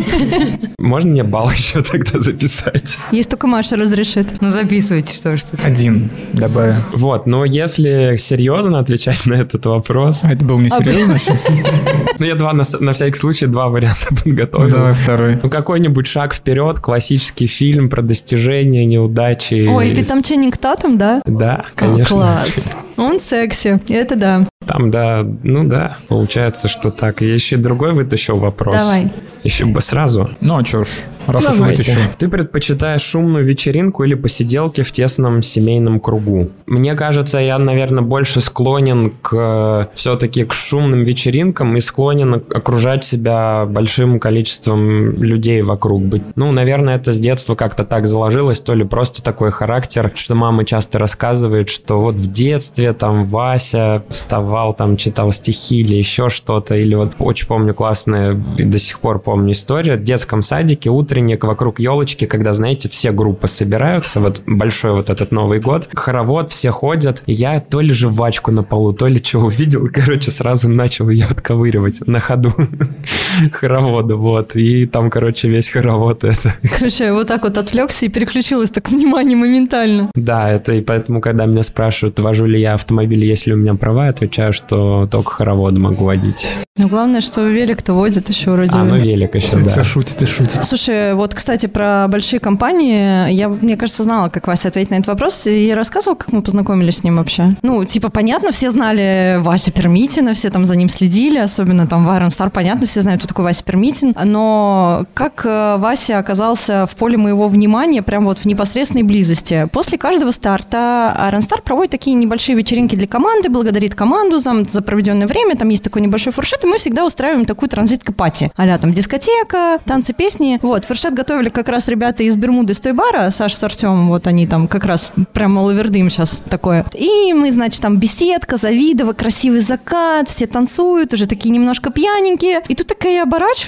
Можно мне балл еще тогда записать? Есть только Маша разрешит. Ну, записывайте, что ж тут. 1 добавим. Вот, но если серьезно отвечать на этот вопрос... А это был не серьезно сейчас? Ну, я на всякий случай 2 варианта подготовил. Ну, давай второй. Ну, какой-нибудь «Шаг вперед», классический фильм про достижения, неудачи. Ой, ты там Ченнинг Татум, да? Да, конечно. Класс. Он секси, это да. Там, да, получается, что так. Я еще и другой вытащил вопрос. Давай. Еще бы сразу. Ну, а что ж, раз уж вытащил. Ты предпочитаешь шумную вечеринку или посиделки в тесном семейном кругу? Мне кажется, я, наверное, больше склонен все-таки к шумным вечеринкам и склонен окружать себя большим количеством людей вокруг. Ну, наверное, это с детства как-то так заложилось, то ли просто такой характер, что мама часто рассказывает, что вот в детстве там Вася вставал, там читал стихи или еще что-то, или вот очень помню классная, до сих пор помню историю, в детском садике утренник вокруг елочки, когда, знаете, все группы собираются, вот большой вот этот Новый год, хоровод, все ходят, и я то ли жвачку на полу, то ли что увидел, и, короче, сразу начал ее отковыривать на ходу хоровода, вот, и там, короче, весь хоровод это. Короче, вот так вот отвлекся и переключилось так внимание моментально. Да, это и поэтому, когда меня спрашивают, вожу ли я автомобиль, есть ли у меня права, я отвечаю, что только хороводы могу водить. Ну, главное, что велик-то водит еще вроде. Ну велик еще, да. Все шутит и шутит. Слушай, вот, кстати, про большие компании, я, мне кажется, знала, как Вася ответить на этот вопрос, и я рассказывала, как мы познакомились с ним вообще. Ну, типа, понятно, все знали Васю Пермитина, все там за ним следили, особенно там в Iron Star, понятно, все знают, кто такой Вася Пермитин, но как Вася оказался в поле моего внимания, прям вот в непосредственной близости. После каждого старта Iron Star проводит такие небольшие вечеринки для команды, благодарит команду за проведенное время, там есть такой небольшой фуршет, и мы всегда устраиваем такую транзит-пати. А-ля там дискотека, танцы, песни. Вот, фуршет готовили как раз ребята из Бермуды с той бара, Саша с Артемом, вот они там как раз прям лавердым сейчас такое. И мы, значит, там беседка, Завидово, красивый закат, все танцуют, уже такие немножко пьяненькие. И тут такая я оборачиваюсь,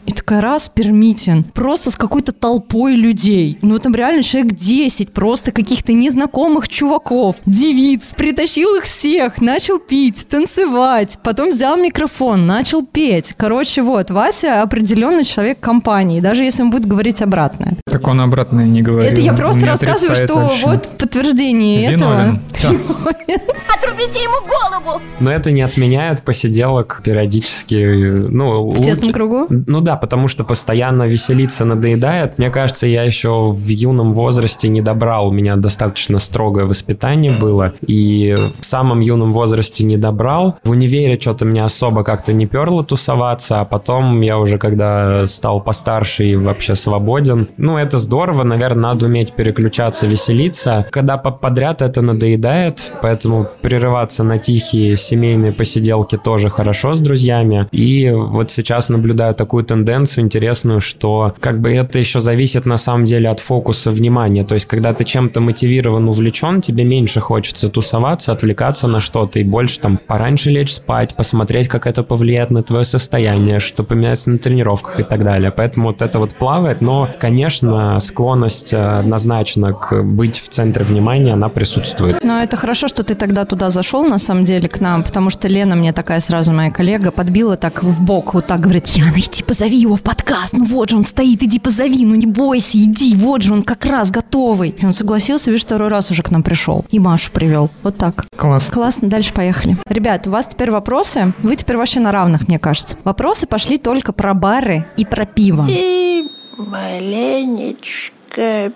И такая раз, Пермитин, просто с какой-то толпой людей. Ну, там реально человек 10, просто каких-то незнакомых чуваков, девиц. Притащил их всех, начал пить, танцевать. Потом взял микрофон, начал петь. Короче, вот, Вася определенный человек компании, даже если он будет говорить обратное. Так он обратное не говорил. Это я просто рассказываю, что вообще. вот в подтверждение Виновен. этого. Отрубите ему голову! Но это не отменяет посиделок периодически, ну... В тесном кругу? Ну да, потому что постоянно веселиться надоедает. Мне кажется, я еще в юном возрасте не добрал. У меня достаточно строгое воспитание было. И в самом юном возрасте не добрал. В универе что-то меня особо как-то не перло тусоваться. А потом я уже, когда стал постарше и вообще свободен, ну это здорово. Наверное, надо уметь переключаться, веселиться. Когда подряд это надоедает, поэтому прерываться на тихие семейные посиделки тоже хорошо с друзьями. И вот сейчас наблюдаю такую тенденцию интересную, что как бы это еще зависит на самом деле от фокуса внимания. То есть, когда ты чем-то мотивирован, увлечен, тебе меньше хочется тусоваться, отвлекаться на что-то и больше там пораньше лечь спать, посмотреть, как это повлияет на твое состояние, что поменяется на тренировках и так далее. Поэтому вот это вот плавает, но, конечно, склонность однозначно быть в центре внимания, она присутствует. Но это хорошо, что ты тогда туда зашел, на самом деле, к нам, потому что Лена мне такая сразу, моя коллега, подбила так в бок, вот так говорит: Яна, иди позови его в подкаст, ну вот же он стоит, иди позови, ну не бойся, иди, вот же он как раз готовый. И он согласился, видишь, второй раз уже к нам пришел. И Машу привел. Вот так. Класс. Классно, дальше поехали. Ребят, у вас теперь вопросы, вы теперь вообще на равных, мне кажется. Вопросы пошли только про бары и про пиво. И маленечко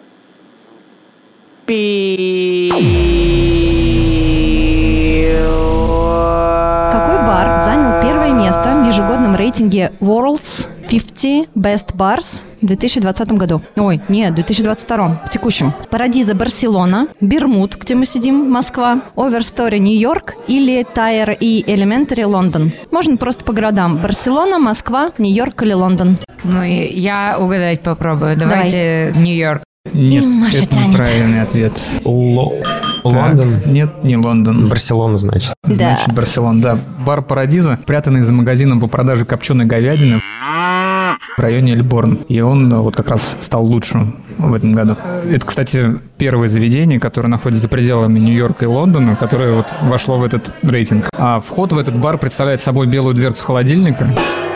Какой бар занял первое место в ежегодном рейтинге World's 50 Best Bars в 2020 году? Ой, нет, в 2022, в текущем. Парадиза Барселона, Бермуд, где мы сидим, Москва, Оверстори Нью-Йорк или Тайер и Элементари Лондон. Можно просто по городам: Барселона, Москва, Нью-Йорк или Лондон. Ну, и я угадать попробую. Давайте Нью-Йорк. Нет, Маша это тянет. неправильный ответ. Лондон? Нет, не Лондон. Барселона, значит. Значит, Барселона, да. Бар Парадиза, прятанный за магазином по продаже копченой говядины в районе Эльборн. И он вот как раз стал лучшим в этом году. Это, кстати, первое заведение, которое находится за пределами Нью-Йорка и Лондона, которое вот вошло в этот рейтинг. А вход в этот бар представляет собой белую дверцу холодильника,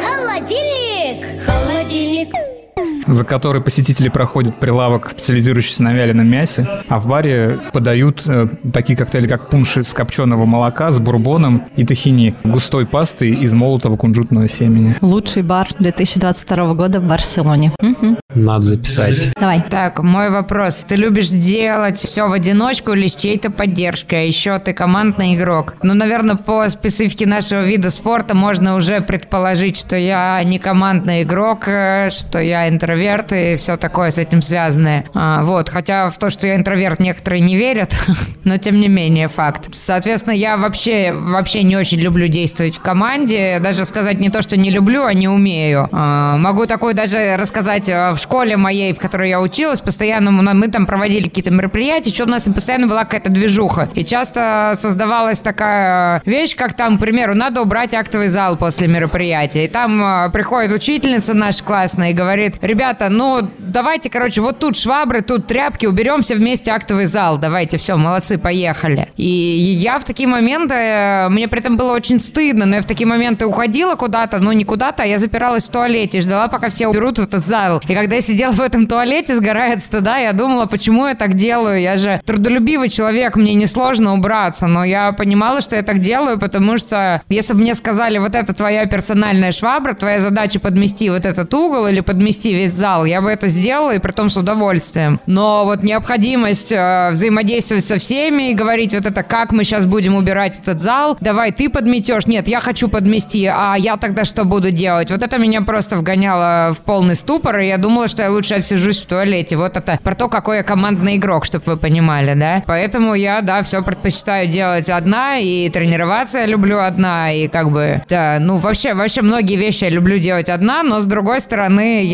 за которой посетители проходят прилавок, специализирующийся на вяленом мясе, а в баре подают такие коктейли, как пунш из копченого молока с бурбоном и тахини, густой пастой из молотого кунжутного семени. Лучший бар 2022 года в Барселоне. Угу. Надо записать. Давай. Так, мой вопрос. Ты любишь делать все в одиночку или с чьей-то поддержкой? А еще ты командный игрок. Ну, наверное, по специфике нашего вида спорта можно уже предположить, что я не командный игрок, что я интроверт и все такое с этим связанное. Вот. Хотя в то, что я интроверт, некоторые не верят, но тем не менее факт. Соответственно, я вообще не очень люблю действовать в команде. Даже сказать не то, что не люблю, а не умею. Могу такое даже рассказать. В школе моей, в которой я училась, постоянно мы там проводили какие-то мероприятия, что у нас постоянно была какая-то движуха. И часто создавалась такая вещь, как там, к примеру, надо убрать актовый зал после мероприятия. И там приходит учительница наша классная и говорит: ребята, ну давайте, короче, вот тут швабры, тут тряпки, уберем все вместе актовый зал. Давайте, все, молодцы, поехали. И я в такие моменты, мне при этом было очень стыдно, но я в такие моменты уходила куда-то, ну не куда-то, а я запиралась в туалете и ждала, пока все уберут этот зал. И когда я сидела в этом туалете, сгорая от стыда, я думала, почему я так делаю? Я же трудолюбивый человек, мне несложно убраться, но я понимала, что я так делаю, потому что если бы мне сказали: вот это твоя персональная швабра, твоя задача подмести вот этот угол или подмести весь зал, я бы это сделала, и притом с удовольствием. Но вот необходимость взаимодействовать со всеми и говорить вот это: как мы сейчас будем убирать этот зал, давай ты подметешь, нет, я хочу подмести, а я тогда что буду делать? Вот это меня просто вгоняло в полный ступор, и я думала, что я лучше отсижусь в туалете. Вот это про то, какой я командный игрок, чтобы вы понимали, да? Поэтому я, да, все предпочитаю делать одна, и тренироваться я люблю одна, и как бы, да, ну вообще многие вещи я люблю делать одна, но с другой стороны, если какая-то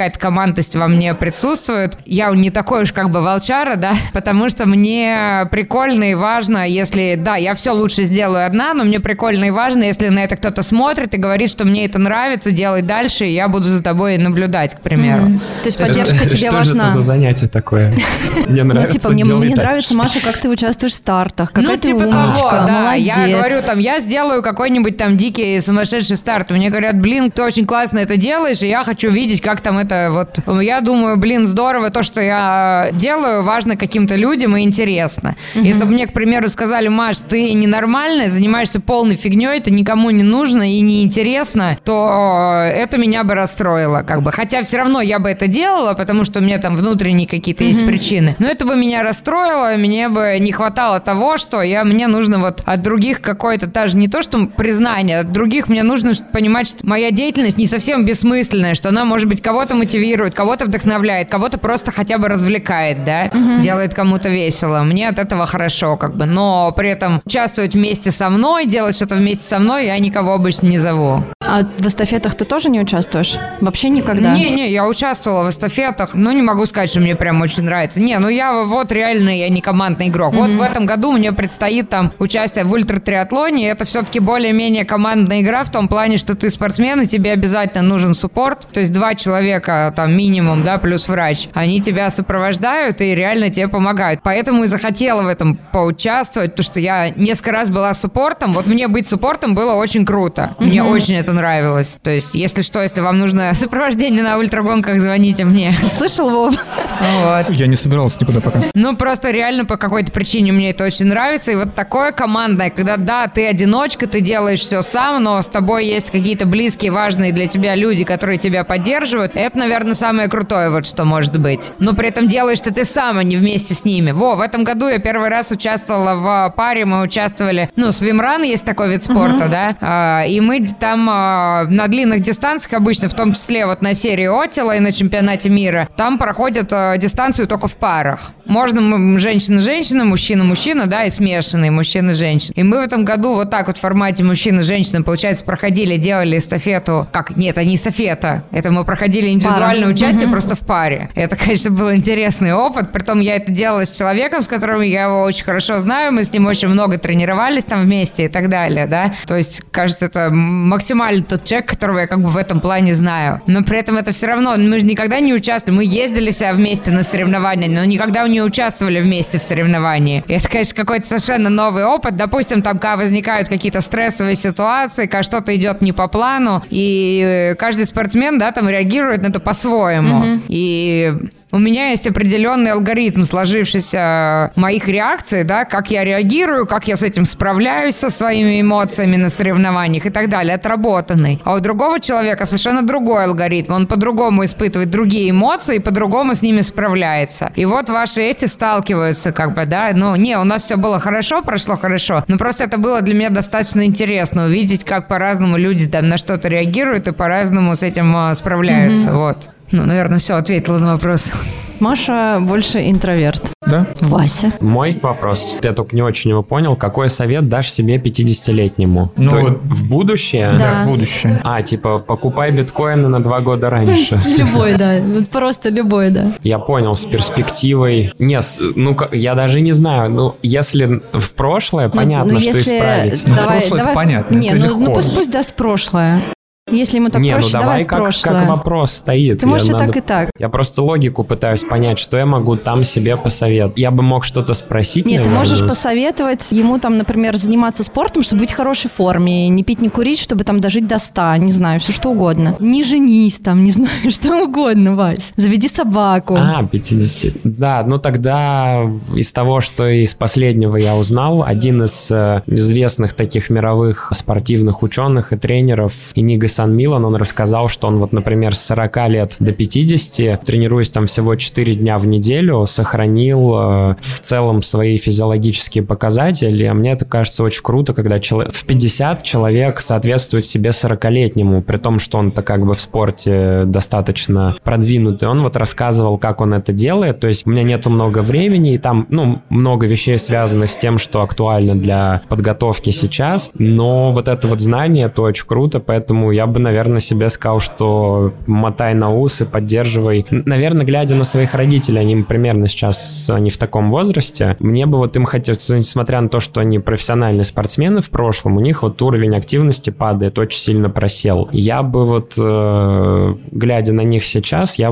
какая-то командность во мне присутствует. Я не такой уж как бы волчара, да, потому что мне прикольно и важно, если, да, я все лучше сделаю одна, но мне прикольно и важно, если на это кто-то смотрит и говорит, что мне это нравится, делай дальше, и я буду за тобой наблюдать, к примеру. То есть поддержка тебе важна. Что же это за занятие такое? Мне нравится, мне нравится, Маша, как ты участвуешь в стартах, какая ты умничка, да, молодец. Я говорю, там, я сделаю какой-нибудь там дикий сумасшедший старт. Мне говорят, блин, ты очень классно это делаешь, и я хочу видеть, как там это вот. Я думаю, блин, здорово, то, что я делаю, важно каким-то людям и интересно. Если бы мне, к примеру, сказали, Маш, ты ненормальная, занимаешься полной фигней, это никому не нужно и не интересно, то это меня бы расстроило, как бы. Хотя все равно я бы это делала, потому что у меня там внутренние какие-то есть причины. Но это бы меня расстроило, мне бы не хватало того, что мне нужно вот от других какое-то, даже не то, что признание, от других мне нужно понимать, что моя деятельность не совсем бессмысленная, что она, может быть, кого-то мотивирует, кого-то вдохновляет, кого-то просто хотя бы развлекает, да, делает кому-то весело. Мне от этого хорошо, как бы, но при этом участвовать вместе со мной, делать что-то вместе со мной я никого обычно не зову. А в эстафетах ты тоже не участвуешь? Вообще никогда? Не, я участвовала в эстафетах, но не могу сказать, что мне прям очень нравится. Я вот реально, я не командный игрок. Вот в этом году мне предстоит там участие в ультратриатлоне. Это все-таки более-менее командная игра в том плане, что ты спортсмен, и тебе обязательно нужен суппорт. То есть 2 человека там минимум, да, плюс врач. Они тебя сопровождают и реально тебе помогают. Поэтому и захотела в этом поучаствовать, потому что я несколько раз была суппортом. Вот мне быть суппортом было очень круто. Мне очень это нравилось. То есть, если что, если вам нужно сопровождение на ультрагонках, звоните мне. Слышал, Вов? Вот. Я не собирался никуда пока. Просто реально по какой-то причине мне это очень нравится. И вот такое командное, когда, да, ты одиночка, ты делаешь все сам, но с тобой есть какие-то близкие, важные для тебя люди, которые тебя поддерживают. Это, наверное, самое крутое, вот что может быть. Но при этом делаешь ты сам, а не вместе с ними. В этом году я первый раз участвовала в паре, мы участвовали, свимран есть такой вид спорта, да, и мы там на длинных дистанциях обычно, в том числе вот на серии Отила и на чемпионате мира, там проходят дистанцию только в парах. Можно женщина-женщина, мужчина-мужчина, да, и смешанные мужчина-женщина. И мы в этом году вот так вот в формате мужчина-женщина, получается, проходили, делали эстафету. Нет, это не эстафета. Это мы проходили индивидуальное участие просто в паре. Это, конечно, был интересный опыт. Притом я это делала с человеком, с которым я его очень хорошо знаю. Мы с ним очень много тренировались там вместе и так далее, да. То есть, кажется, это максимально тот человек, которого я как бы в этом плане знаю. Но при этом это все равно, мы же никогда не участвовали. Мы ездили все вместе на соревнования, но никогда не участвовали вместе в соревновании. И это, конечно, какой-то совершенно новый опыт. Допустим, там, когда возникают какие-то стрессовые ситуации, когда что-то идет не по плану, и каждый спортсмен, да, там реагирует на это по-своему. И у меня есть определенный алгоритм, сложившийся моих реакций, да, как я реагирую, как я с этим справляюсь, со своими эмоциями на соревнованиях и так далее, отработанный. А у другого человека совершенно другой алгоритм, он по-другому испытывает другие эмоции и по-другому с ними справляется. И вот ваши эти сталкиваются, как бы, да, у нас все было хорошо, прошло хорошо, но просто это было для меня достаточно интересно увидеть, как по-разному люди там на что-то реагируют и по-разному с этим справляются, вот. Наверное, все, ответила на вопрос. Маша больше интроверт. Да. Вася. Мой вопрос. Я только не очень его понял. Какой совет дашь себе 50-летнему? В будущее? Да, в будущее. Покупай биткоины на 2 года раньше. Любой, да. Просто любой, да. Я понял, с перспективой. Я даже не знаю. Если в прошлое, понятно, что исправить. Прошлое это понятно. Пусть даст прошлое. Если ему так проще, давай в прошлое. Как вопрос стоит. Ты можешь и так, и так. Я просто логику пытаюсь понять, что я могу там себе посоветовать. Я бы мог что-то спросить, Нет, наверное. ты можешь посоветовать ему там, например, заниматься спортом, чтобы быть в хорошей форме, не пить, не курить, чтобы там дожить до 100, не знаю, все что угодно. Не женись там, не знаю, что угодно, Вась. Заведи собаку. 50. Да, тогда из того, что из последнего я узнал, один из известных таких мировых спортивных ученых и тренеров, Иниго Сан Милан, он рассказал, что он например, с 40 лет до 50, тренируясь там всего 4 дня в неделю, сохранил в целом свои физиологические показатели. А мне это кажется очень круто, когда в 50 человек соответствует себе 40-летнему, при том, что он-то как бы в спорте достаточно продвинутый. Он рассказывал, как он это делает. То есть у меня нету много времени, и там, много вещей, связанных с тем, что актуально для подготовки сейчас, но это знание, это очень круто, поэтому я бы, наверное, себе сказал, что мотай на ус и поддерживай. Наверное, глядя на своих родителей, они примерно сейчас, они в таком возрасте, мне бы вот им хотелось, несмотря на то, что они профессиональные спортсмены в прошлом, у них вот уровень активности падает, очень сильно просел. Я бы вот, глядя на них сейчас, я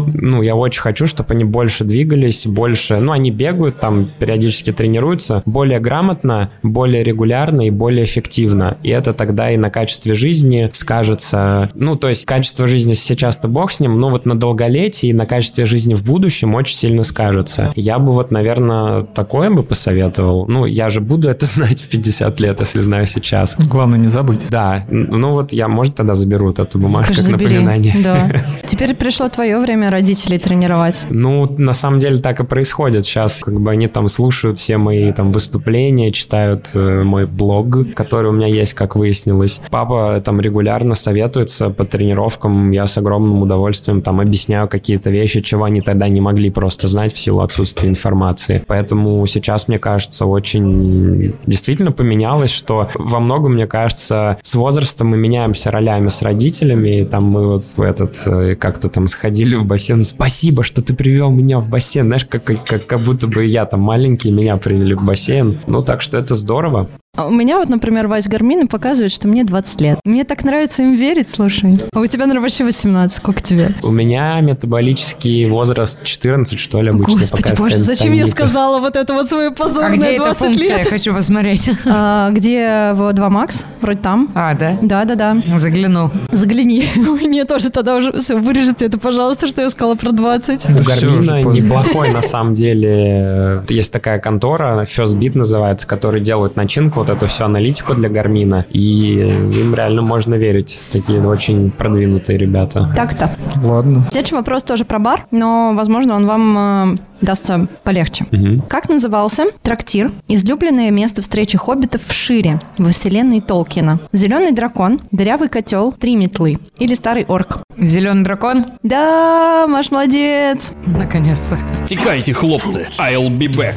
очень хочу, чтобы они больше двигались, больше, они бегают, там периодически тренируются, более грамотно, более регулярно и более эффективно. И это тогда и на качестве жизни скажется, то есть качество жизни сейчас-то бог с ним, но вот на долголетии и на качестве жизни в будущем очень сильно скажется. Я бы вот, наверное, такое бы посоветовал. Я же буду это знать в 50 лет, если знаю сейчас. Главное не забыть. Да. Я, может, тогда заберу вот эту бумажку как напоминание. Да. Теперь пришло твое время родителей тренировать. На самом деле так и происходит. Сейчас они там слушают все мои там выступления, читают мой блог, который у меня есть, как выяснилось. Папа там регулярно советуется по тренировкам. Я с огромным удовольствием там объясняю какие-то вещи, чего они тогда не могли просто знать в силу отсутствия информации. Поэтому сейчас, мне кажется, очень действительно поменялось, что во многом, мне кажется, с возрастом мы меняемся ролями с родителями. И там мы вот как-то там сходили в бассейн. Спасибо, что ты привел меня в бассейн. Знаешь, как будто бы я там маленький, меня привели в бассейн. Так что это здорово. У меня вот, например, Вась Гармин показывает, что мне 20 лет. Мне так нравится им верить, слушай. А у тебя, наверное, вообще 18. Сколько тебе? У меня метаболический возраст 14, что ли, обычно. Господи, боже, зачем я сказала вот это вот свою позорное 20 лет? А где эта функция? Я хочу посмотреть. Где VO2 Max? Вроде там. А, да? Да. Загляну. Загляни. Мне тоже тогда уже все, вырежите это, пожалуйста, что я сказала про 20. У Гармина неплохой, на самом деле. Есть такая контора, First Beat называется, которые делают начинку, вот эту всю аналитику для Гармина, и им реально можно верить. Такие очень продвинутые ребята. Так-то. Ладно. Следующий вопрос тоже про бар, но, возможно, он вам дастся полегче. Угу. Как назывался трактир, излюбленное место встречи хоббитов в Шире, во вселенной Толкина? Зеленый дракон, дырявый котел, 3 метлы или старый орк? Зеленый дракон? Да, Маш, молодец. Наконец-то. Текайте, хлопцы, I'll be back.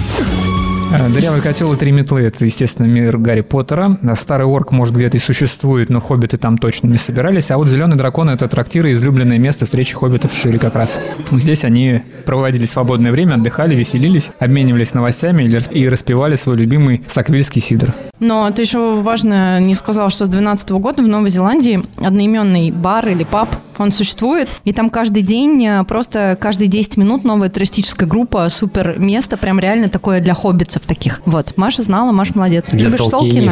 Дырявый котел и 3 метлы – это, естественно, мир Гарри Поттера. Старый орк, может, где-то и существует, но хоббиты там точно не собирались. А вот Зеленый дракон – это трактир и излюбленное место встречи хоббитов в Шире как раз. Здесь они проводили свободное время, отдыхали, веселились, обменивались новостями и распевали свой любимый саквильский сидр. Но ты еще важно не сказал, что с 2012 года в Новой Зеландии одноименный бар или паб, он существует, и там каждый день, просто каждые 10 минут новая туристическая группа, супер место, прям реально такое для хоббитцев таких. Вот, Маша знала, Маша молодец. Для Любишь Толкина?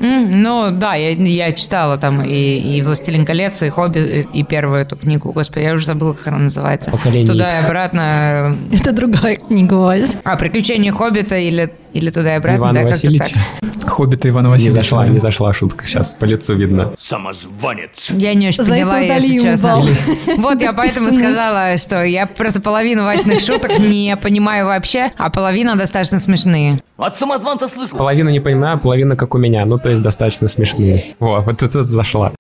Да, я читала там и «Властелин колец», и «Хоббит», и первую эту книгу. Господи, я уже забыла, как она называется. «Поколение Туда Икс». и обратно. Это другая книга, Вась. «Приключения Хоббита» или «Туда и обратно», Ивана да, Васильевича. как-то так. Хоббита Ивана Васильевича. Не зашла шутка, сейчас по лицу видно. Самозванец. Я не очень За поняла, это если удали честно. ему Вот я поэтому сказала, что я просто половину Васиных шуток не понимаю вообще, а половина достаточно смешные. От самозванца слышу. Половину не понимаю, половина как у меня, то есть достаточно смешные. Вот это зашла.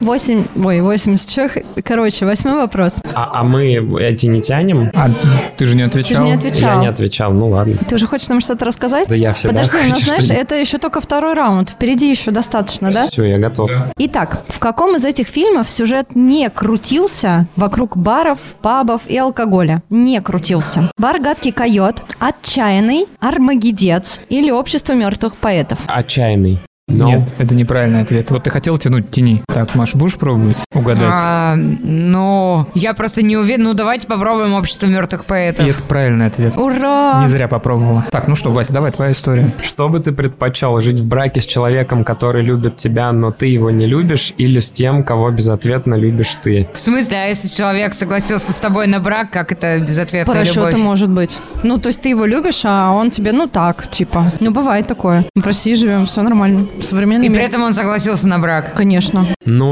80 человек. Короче, 8-й вопрос. А мы эти не тянем? А ты же не отвечал? Ты же не отвечал. Я не отвечал, ладно. Ты уже хочешь нам что-то рассказать? Да я всегда Подожди, у нас, хочу знаешь, что-нибудь. это еще только 2-й раунд. Впереди еще достаточно, да? Все, я готов. Итак, в каком из этих фильмов сюжет не крутился вокруг баров, пабов и алкоголя? Не крутился. «Бар гадкий койот», «Отчаянный», «Армагеддец» или «Общество мертвых поэтов». Отчаянный. Нет, это неправильный ответ. Вот ты хотел тянуть, тяни. Так, Маш, будешь пробовать угадать? Я просто не уверен. Давайте попробуем «Общество мертвых поэтов». И это правильный ответ. Ура! Не зря попробовала. Так, ну что, Вася, давай твоя история. Что бы ты предпочел, жить в браке с человеком, который любит тебя, но ты его не любишь, или с тем, кого безответно любишь ты? В смысле, а если человек согласился с тобой на брак, как это безответная По расчету любовь? может быть. То есть ты его любишь, а он тебе, так, типа. Бывает такое. В России живем, все нормально. Современный И мир. при этом он согласился на брак? Конечно.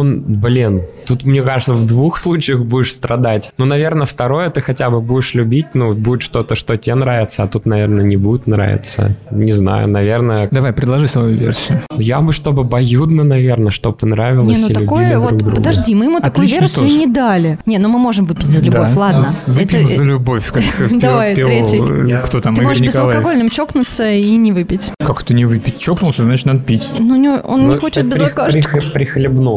Тут, мне кажется, в 2 случаях будешь страдать. Наверное, второе ты хотя бы будешь любить, будет что-то, что тебе нравится, а тут, наверное, не будет нравиться. Не знаю, наверное... Давай, предложи свою версию. Я бы, чтобы обоюдно, наверное, чтобы нравилось и любили друг друга. Подожди, мы ему такую Отличный версию тост. не дали. Мы можем выпить за любовь, Да. ладно. Выпьем за любовь, как Давай, пел третий. кто там, Ты Игорь можешь Николаев. безалкогольным чокнуться и не выпить. Как это не выпить? Чокнулся, значит, надо пить. Он не хочет безалкашечку. Прихлебну.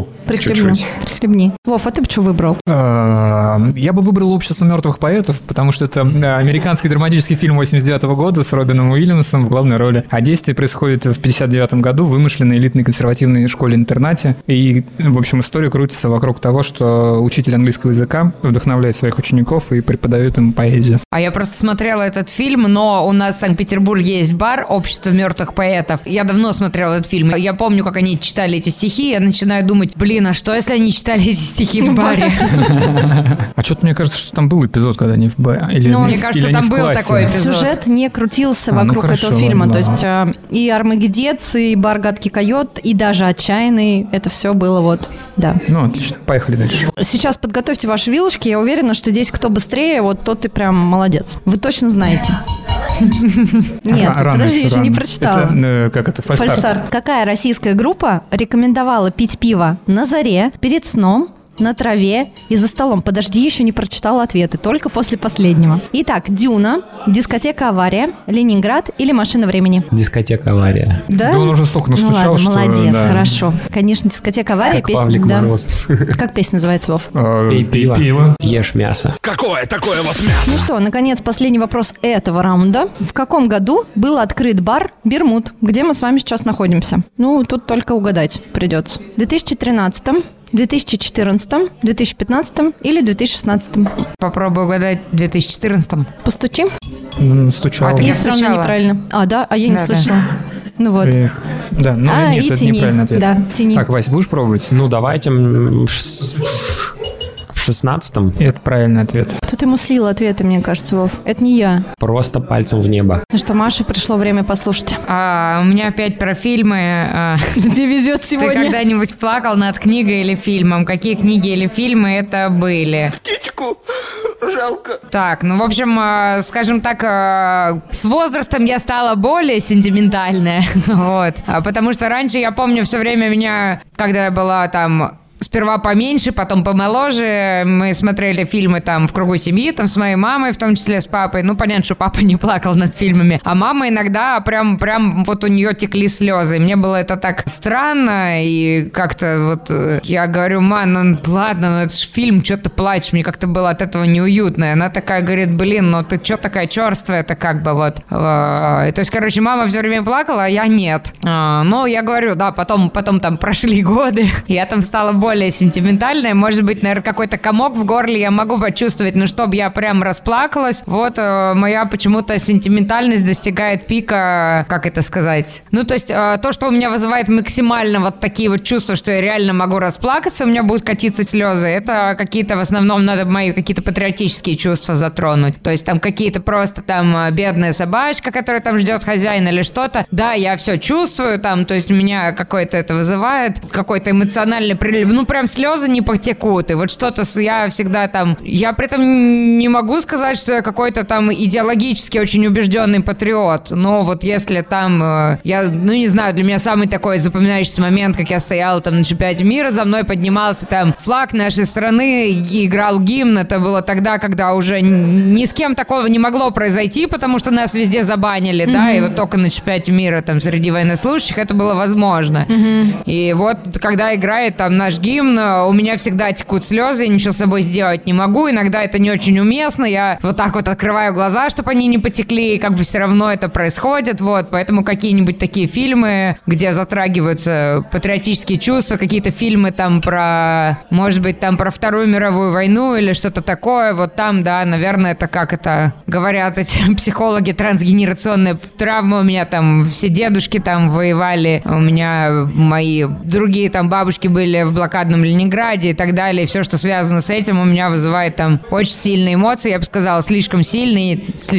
прихлебнул. Чуть-чуть. Прихлебни. Вов, а ты бы что выбрал? Я бы выбрал «Общество мертвых поэтов», потому что это американский драматический фильм 89 года с Робином Уильямсом в главной роли. А действие происходит в 59 году в вымышленной элитной консервативной школе-интернате. И, в общем, история крутится вокруг того, что учитель английского языка вдохновляет своих учеников и преподает им поэзию. А я просто смотрела этот фильм, но у нас в Санкт-Петербурге есть бар «Общество мертвых поэтов». Я давно смотрела этот фильм. Я помню, как они читали эти стихи. Я начинаю думать, а что, если они читали эти стихи в баре? А что-то мне кажется, что там был эпизод, когда они в баре. Мне кажется, там был такой эпизод. Сюжет не крутился вокруг этого фильма. То есть и «Армагеддец», и «Бар гадкий койот», и даже «Отчаянный». Это все было вот, да. Ну, отлично. Поехали дальше. Сейчас подготовьте ваши вилочки. Я уверена, что здесь кто быстрее, вот тот и прям молодец. Вы точно знаете. Нет, подожди, я еще не прочитала. Как это? Фальстарт. Какая российская группа рекомендовала пить пиво на заре, перед сном, на траве и за столом? Подожди, еще не прочитала ответы, только после последнего. Итак, «Дюна», «Дискотека Авария», «Ленинград» или «Машина времени»? «Дискотека Авария». Да? Да он уже столько настучал, что... молодец, да. Хорошо. Конечно, «Дискотека Авария», как песня... Павлик да. Морозов. Как песня называется, Вов? Пей пиво, ешь мясо. Какое такое вот мясо? Ну что, наконец, последний вопрос этого раунда. В каком году был открыт бар «Бермуд», где мы с вами сейчас находимся? Ну, тут только угадать придется. В 2013-м, 2014, 2015 или 2016? Попробую угадать в 2014. Постучи. Стучал. А ты Я все равно неправильно. А, да? А я не слышала. Ну вот. Да, но нет, это неправильный ответ. Да, тяни. Так, Вась, будешь пробовать? Ну, давайте в 16-м. Это правильный ответ. Кто-то ему слил ответы, мне кажется, Вов. Это не я. Просто пальцем в небо. Ну что, Маше пришло время послушать. У меня опять про фильмы. Где везет сегодня? Ты когда-нибудь плакал над книгой или фильмом? Какие книги или фильмы это были? Птичку жалко. Так, ну, в общем, скажем так, с возрастом я стала более сентиментальная. Вот. Потому что раньше, я помню, все время меня, когда я была там... Сперва поменьше, потом помоложе. Мы смотрели фильмы там в кругу семьи, там с моей мамой, в том числе с папой. Ну, понятно, что папа не плакал над фильмами. А мама иногда прям вот у нее текли слезы. И мне было это так странно. И как-то вот я говорю, мам, ну ладно, ну это же фильм, что ты плачешь? Мне как-то было от этого неуютно. И она такая говорит, блин, ну ты что такая черствая-то как бы вот. То есть, короче, мама все время плакала, а я нет. Ну, я говорю, да, потом там прошли годы. Я там стала более сентиментальная. Может быть, наверное, какой-то комок в горле я могу почувствовать, но чтобы я прям расплакалась, вот моя почему-то сентиментальность достигает пика, как это сказать? Ну, то есть то, что у меня вызывает максимально вот такие вот чувства, что я реально могу расплакаться, у меня будут катиться слезы, это какие-то в основном надо мои какие-то патриотические чувства затронуть. То есть там какие-то просто там бедная собачка, которая там ждет хозяина или что-то. Да, я все чувствую там, то есть у меня какое-то это вызывает, какой-то эмоциональный прилив. Ну, прям слезы не потекут. И вот что-то я всегда там... Я при этом не могу сказать, что я какой-то там идеологически очень убежденный патриот. Но вот если там... Я, ну, не знаю, для меня самый такой запоминающийся момент, как я стояла там на чемпионате мира, за мной поднимался там флаг нашей страны, играл гимн. Это было тогда, когда уже ни с кем такого не могло произойти, потому что нас везде забанили, да, и вот только на чемпионате мира там среди военнослужащих это было возможно. И вот, когда играет там наш гимн, у меня всегда текут слезы, я ничего с собой сделать не могу, иногда это не очень уместно, я вот так вот открываю глаза, чтобы они не потекли, и как бы все равно это происходит, вот, поэтому какие-нибудь такие фильмы, где затрагиваются патриотические чувства, какие-то фильмы там про, может быть, там про Вторую мировую войну или что-то такое, вот там, да, наверное, это как это говорят эти психологи, трансгенерационная травма, у меня там все дедушки там воевали, у меня мои другие там бабушки были в блокадном Ленинграде и так далее. И все, что связано с этим, у меня вызывает там очень сильные эмоции. Я бы сказала, слишком сильные.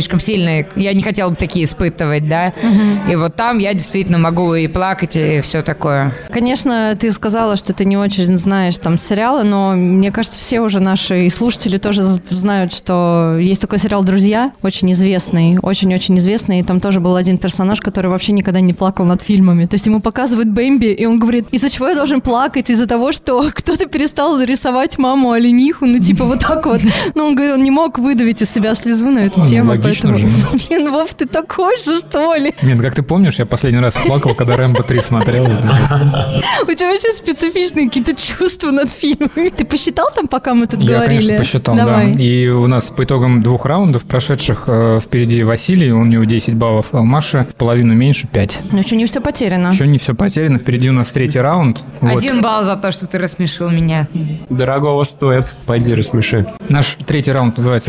Я не хотела бы такие испытывать, да. И вот там я действительно могу и плакать, и все такое. Конечно, ты сказала, что ты не очень знаешь там сериалы, но мне кажется, все уже наши слушатели тоже знают, что есть такой сериал «Друзья», очень известный, очень-очень известный. И там тоже был один персонаж, который вообще никогда не плакал над фильмами. То есть ему показывают Бэмби, и он говорит, из-за чего я должен плакать? Из-за того, что что кто-то перестал рисовать маму олениху, ну типа вот так вот. Ну он говорит, он не мог выдавить из себя слезу на эту тему, логично поэтому... же. Блин, Вов, ты такой же, что ли? Нет, как ты помнишь, я последний раз плакал, когда «Рэмбо 3» смотрел. У тебя вообще специфичные какие-то чувства над фильмами. Ты посчитал там, пока мы тут Я, говорили? конечно, посчитал, Давай. да. И у нас по итогам 2 раундов прошедших впереди Василий, у него 10 баллов, а у Маши в половину меньше 5. Но еще не все потеряно. Еще не все потеряно, впереди у нас 3-й раунд. Вот. 1 балл за то, что ты рассмешил меня. Дорогого стоит. Пойди рассмеши. Наш 3-й раунд называется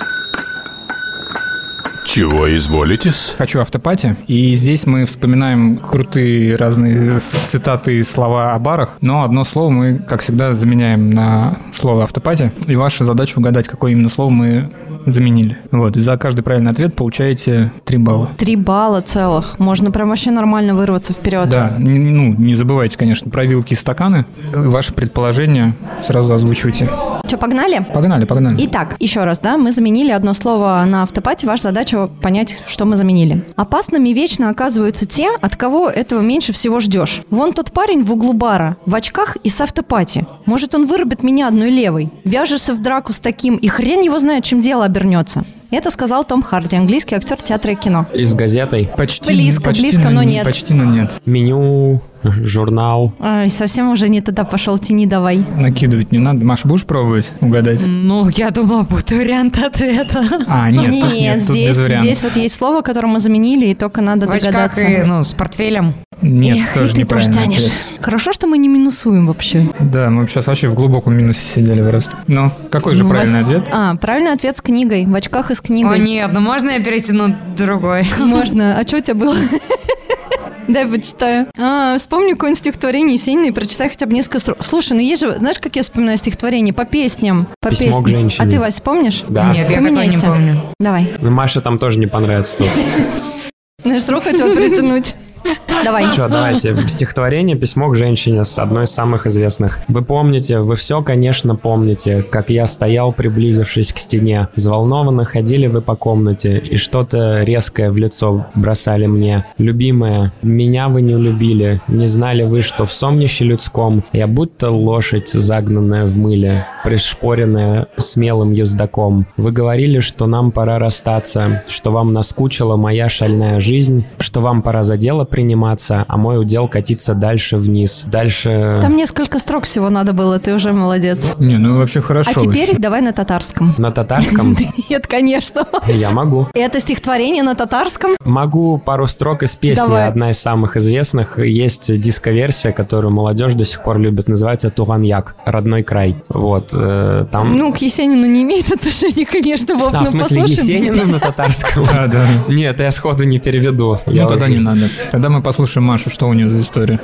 Чего изволитесь? «Хочу автопати». И здесь мы вспоминаем крутые разные цитаты и слова о барах, но одно слово мы, как всегда, заменяем на слово «автопати». И ваша задача угадать, какое именно слово мы заменили. Вот. И за каждый правильный ответ получаете 3 балла. 3 балла целых. Можно прям вообще нормально вырваться вперед. Да, не забывайте, конечно, про вилки и стаканы. Ваши предположения сразу озвучивайте. Что, погнали? Погнали. Итак, еще раз, да, мы заменили одно слово на автопате. Ваша задача понять, что мы заменили. Опасными вечно оказываются те, от кого этого меньше всего ждешь. Вон тот парень в углу бара, в очках и с автопати. Может, он вырубит меня одной левой. Вяжешься в драку с таким, и хрен его знает, чем дело обернется. Это сказал Том Харди, английский актер театра и кино. И с газетой. Близко, но нет. Почти, но нет. Меню, журнал. Ой, совсем уже не туда пошел, тяни давай. Накидывать не надо. Маш, будешь пробовать угадать? Ну, я думала, будет вариант ответа. Нет, тут без вариантов. Здесь вот есть слово, которое мы заменили, и только надо в очках догадаться. и, с портфелем. Нет, тоже ты тоже неправильный тянешь. ответ. Хорошо, что мы не минусуем вообще. Да, мы сейчас вообще в глубоком минусе сидели просто. Ну, какой же правильный ответ? Правильный ответ с книгой, в очках и с книгой. О, нет, можно я перетяну другой? Можно. А что у тебя было? Дай почитаю. Вспомни какое-нибудь стихотворение Есенина и прочитай хотя бы несколько строк. Слушай, ну есть же, знаешь, как я вспоминаю стихотворение? По песням. «Письмо к женщине». А ты, Вась, помнишь? Да. Нет, я такое не помню. Давай. Маше там тоже не понравится тут. Знаешь, срок хотел притянуть. Давай. Что, давайте. Стихотворение «Письмо к женщине» с одной из самых известных. Вы помните, вы все, конечно, помните, как я стоял, приблизившись к стене. Взволнованно ходили вы по комнате и что-то резкое в лицо бросали мне. Любимая, меня вы не любили, не знали вы, что в сомнище людском я будто лошадь, загнанная в мыле, пришпоренная смелым ездаком. Вы говорили, что нам пора расстаться, что вам наскучила моя шальная жизнь, что вам пора за дело приниматься, а мой удел катиться дальше вниз. Дальше... Там несколько строк всего надо было, ты уже молодец. Не, ну вообще хорошо. А теперь давай на татарском. На татарском? Нет, конечно. Я могу. Это стихотворение на татарском? Могу пару строк из песни, Давай. одна из самых известных. Есть диско-версия, которую молодежь до сих пор любит, называется «Туганьяк», «Родной край». Вот, там... Ну, к Есенину не имеет отношения, конечно, Вов, в смысле, Есенина на татарском? Да. Нет, я сходу не переведу. Ну, тогда не надо. Тогда мы послушаем Машу, что у нее за история.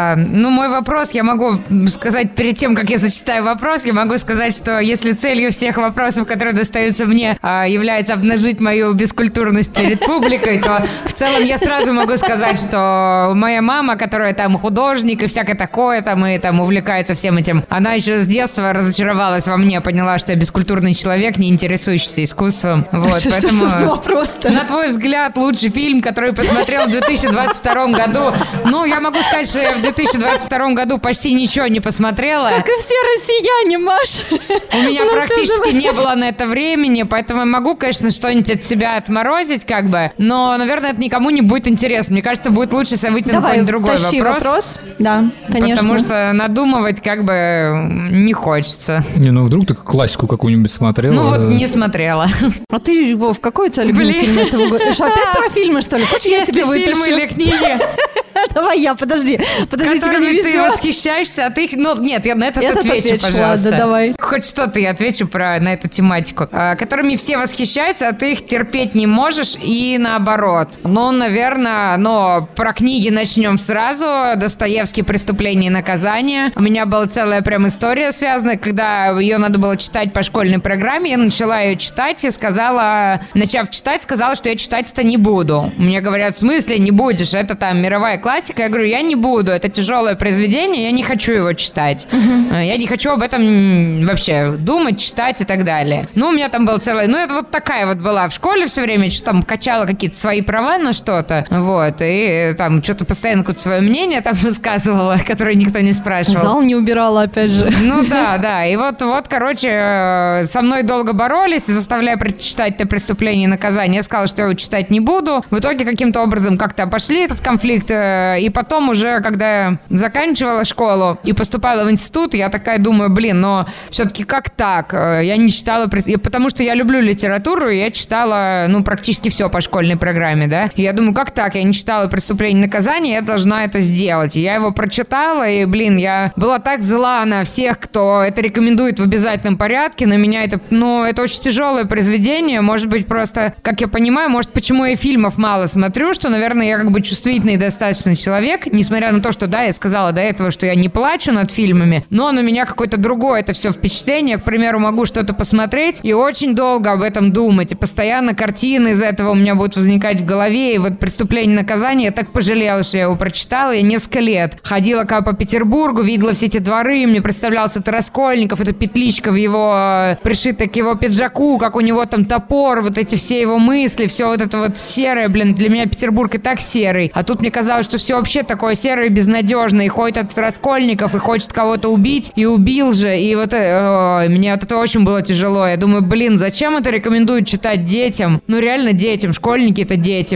Мой вопрос, я могу сказать перед тем, как я зачитаю вопрос, я могу сказать, что если целью всех вопросов, которые достаются мне, является обнажить мою бескультурность перед публикой, то в целом я сразу могу сказать, что моя мама, которая там художник и всякое такое, там и там увлекается всем этим, она еще с детства разочаровалась во мне, поняла, что я бескультурный человек, не интересующийся искусством. Вот, поэтому... Что за вопрос-то? На твой взгляд, лучший фильм, который посмотрел в 2022 году. Ну, я могу сказать, что я в 2022 году почти ничего не посмотрела. Как и все россияне, Маш. У меня практически не было на это времени, поэтому я могу, конечно, что-нибудь от себя отморозить, как бы, но, наверное, это никому не будет интересно. Мне кажется, будет лучше, если выйти на какой-нибудь другой вопрос. Да, конечно. Потому что надумывать как бы не хочется. Не, ну вдруг ты классику какую-нибудь смотрела? Ну вот не смотрела. А ты, Вов, какой у тебя любимый фильм этого года? Что, опять про фильмы, что ли? Хочешь, я тебе вытащу? Фильмы или книги? Давай я, подожди, тебя не Которыми ты везет. восхищаешься, а ты их... Ну, нет, я на этот отвечу, отвечу, пожалуйста. ладно, давай. Хоть что-то я отвечу на эту тематику. Которыми все восхищаются, а ты их терпеть не можешь, и наоборот. Ну, наверное, про книги начнем сразу. Достоевский «Преступление и наказание». У меня была целая прям история связанная, когда ее надо было читать по школьной программе. Я начала ее читать и начав читать, сказала, что я читать это не буду. Мне говорят, в смысле не будешь? Это там мировая классика, классика. Я говорю, я не буду, это тяжелое произведение, я не хочу его читать. Я не хочу об этом вообще думать, читать и так далее. Ну, у меня там был целый... Ну, это вот такая вот была в школе все время, что там качала какие-то свои права на что-то, вот, и там что-то постоянно какое-то свое мнение там высказывала, которое никто не спрашивал. Зал не убирала, опять же. Ну, да. И вот, короче, со мной долго боролись, заставляя прочитать «Это преступление и наказание». Я сказала, что я его читать не буду. В итоге каким-то образом как-то обошли этот конфликт. И потом уже, когда я заканчивала школу и поступала в институт, я такая думаю, но все-таки как так? Я не читала... Потому что я люблю литературу, и я читала, практически все по школьной программе, да. И я думаю, как так? Я не читала «Преступление и наказание», я должна это сделать. И я его прочитала, и, я была так зла на всех, кто это рекомендует в обязательном порядке. На меня это очень тяжелое произведение. Может быть, просто, как я понимаю, почему я фильмов мало смотрю, что, наверное, я как бы чувствительный достаточно человек, несмотря на то, что, да, я сказала до этого, что я не плачу над фильмами, но на меня какое-то другое это все впечатление. К примеру, могу что-то посмотреть и очень долго об этом думать. И постоянно картины из этого у меня будут возникать в голове. И вот «Преступление и наказание» я так пожалела, что я его прочитала. Я несколько лет ходила по Петербургу, видела все эти дворы, мне представлялся это Раскольников, эта петличка в его пришита к его пиджаку, как у него там топор, вот эти все его мысли, все вот это вот серое, для меня Петербург и так серый. А тут мне казалось, что все вообще такое серое и безнадежное. И ходит этот Раскольников, и хочет кого-то убить, и убил же. И вот мне от этого очень было тяжело. Я думаю, зачем это рекомендуют читать детям? Реально детям. Школьники — это дети,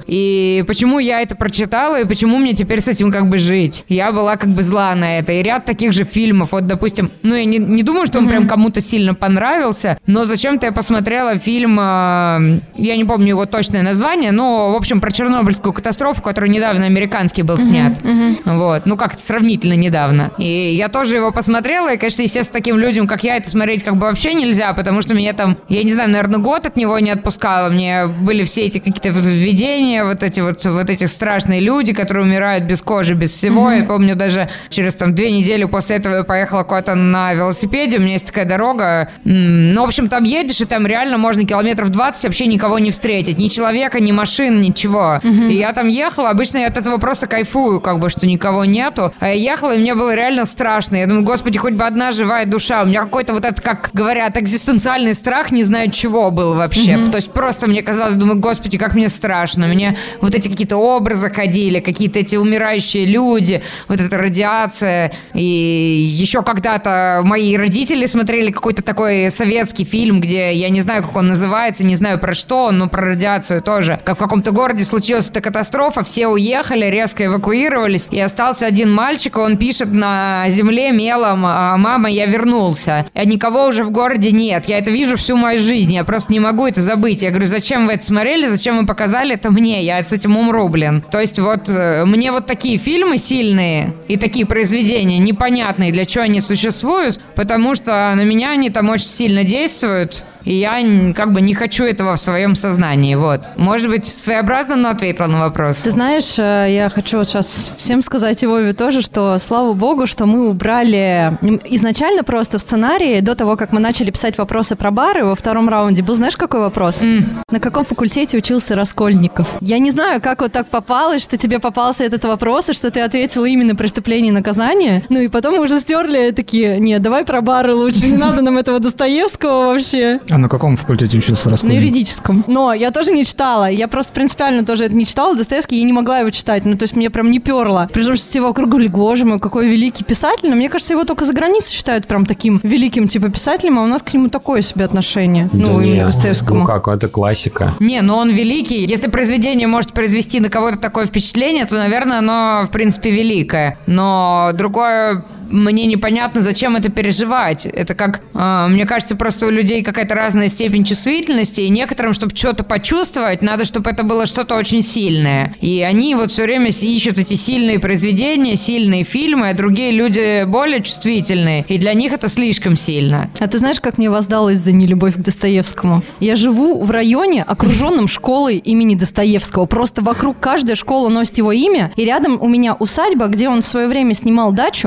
И почему я это прочитала, и почему мне теперь с этим жить? Я была зла на это. И ряд таких же фильмов. Вот, допустим, я не думаю, что он прям кому-то сильно понравился, но зачем-то я посмотрела фильм, я не помню его точное название, но, в общем, про Чернобыльскую катастрофу, который недавно американский был снят. Вот. Как-то сравнительно недавно. И я тоже его посмотрела, и, конечно, естественно, таким людям, как я, это смотреть вообще нельзя, потому что меня там, я не знаю, наверное, год от него не отпускало. Мне были все эти какие-то видения, вот эти страшные люди, которые умирают без кожи, без всего. Я помню, даже через 2 недели после этого я поехала куда-то на велосипеде, у меня есть такая дорога. В общем, там едешь, и там реально можно километров 20 вообще никого не встретить. Ни человека, ни машин, ничего. И я там ехала, обычно я от этого просто кайфую, что никого нету. А я ехала, и мне было реально страшно. Я думаю, господи, хоть бы одна живая душа. У меня какой-то вот этот, как говорят, экзистенциальный страх, не знаю чего был вообще. То есть просто мне казалось, думаю, господи, как мне страшно. Мне вот эти какие-то образы ходили, какие-то эти умирающие люди, вот эта радиация. И еще когда-то мои родители смотрели какой-то такой советский фильм, где я не знаю, как он называется, не знаю про что, но про радиацию тоже. Как в каком-то городе случилась эта катастрофа, все уехали, резко эвакуировались, и остался один мальчик, и он пишет на земле мелом: «Мама, я вернулся». А никого уже в городе нет. Я это вижу всю мою жизнь, я просто не могу это забыть. Я говорю, зачем вы это смотрели, зачем вы показали это мне? Я с этим умру, То есть вот мне вот такие фильмы сильные и такие произведения непонятные, для чего они существуют, потому что на меня они там очень сильно действуют, и я не хочу этого в своем сознании, вот. Может быть, своеобразно, но ответила на вопрос. Ты знаешь, я хочу сейчас всем сказать, и Вове тоже, что слава богу, что мы убрали изначально просто в сценарии, до того, как мы начали писать вопросы про бары, во втором раунде был, знаешь, какой вопрос? На каком факультете учился Раскольников? Я не знаю, как вот так попалось, что тебе попался этот вопрос, и что ты ответила именно «Преступление и наказание». И потом мы уже стерли такие, нет, давай про бары лучше, не надо нам этого Достоевского вообще. А на каком факультете учился Раскольников? На юридическом. Но я тоже не читала, я просто принципиально тоже это не читала, Достоевский, я не могла его читать, то есть мне прям не перло. Причем, что все вокруг говорили, боже мой, какой великий писатель, но мне кажется, его только за границей считают прям таким великим писателем, а у нас к нему такое себе отношение, именно к Достоевскому. Как, это классика. Не, он великий. Если произведение может произвести на кого-то такое впечатление, то, наверное, оно, в принципе, великое. Но другое... Мне непонятно, зачем это переживать. Это как, мне кажется, просто у людей какая-то разная степень чувствительности, и некоторым, чтобы что-то почувствовать, надо, чтобы это было что-то очень сильное. И они вот все время ищут эти сильные произведения, сильные фильмы, а другие люди более чувствительные, и для них это слишком сильно. А ты знаешь, как мне воздалась за нелюбовь к Достоевскому? Я живу в районе, окруженном школой имени Достоевского. Просто вокруг каждая школа носит его имя, и рядом у меня усадьба, где он в свое время снимал дачу, и там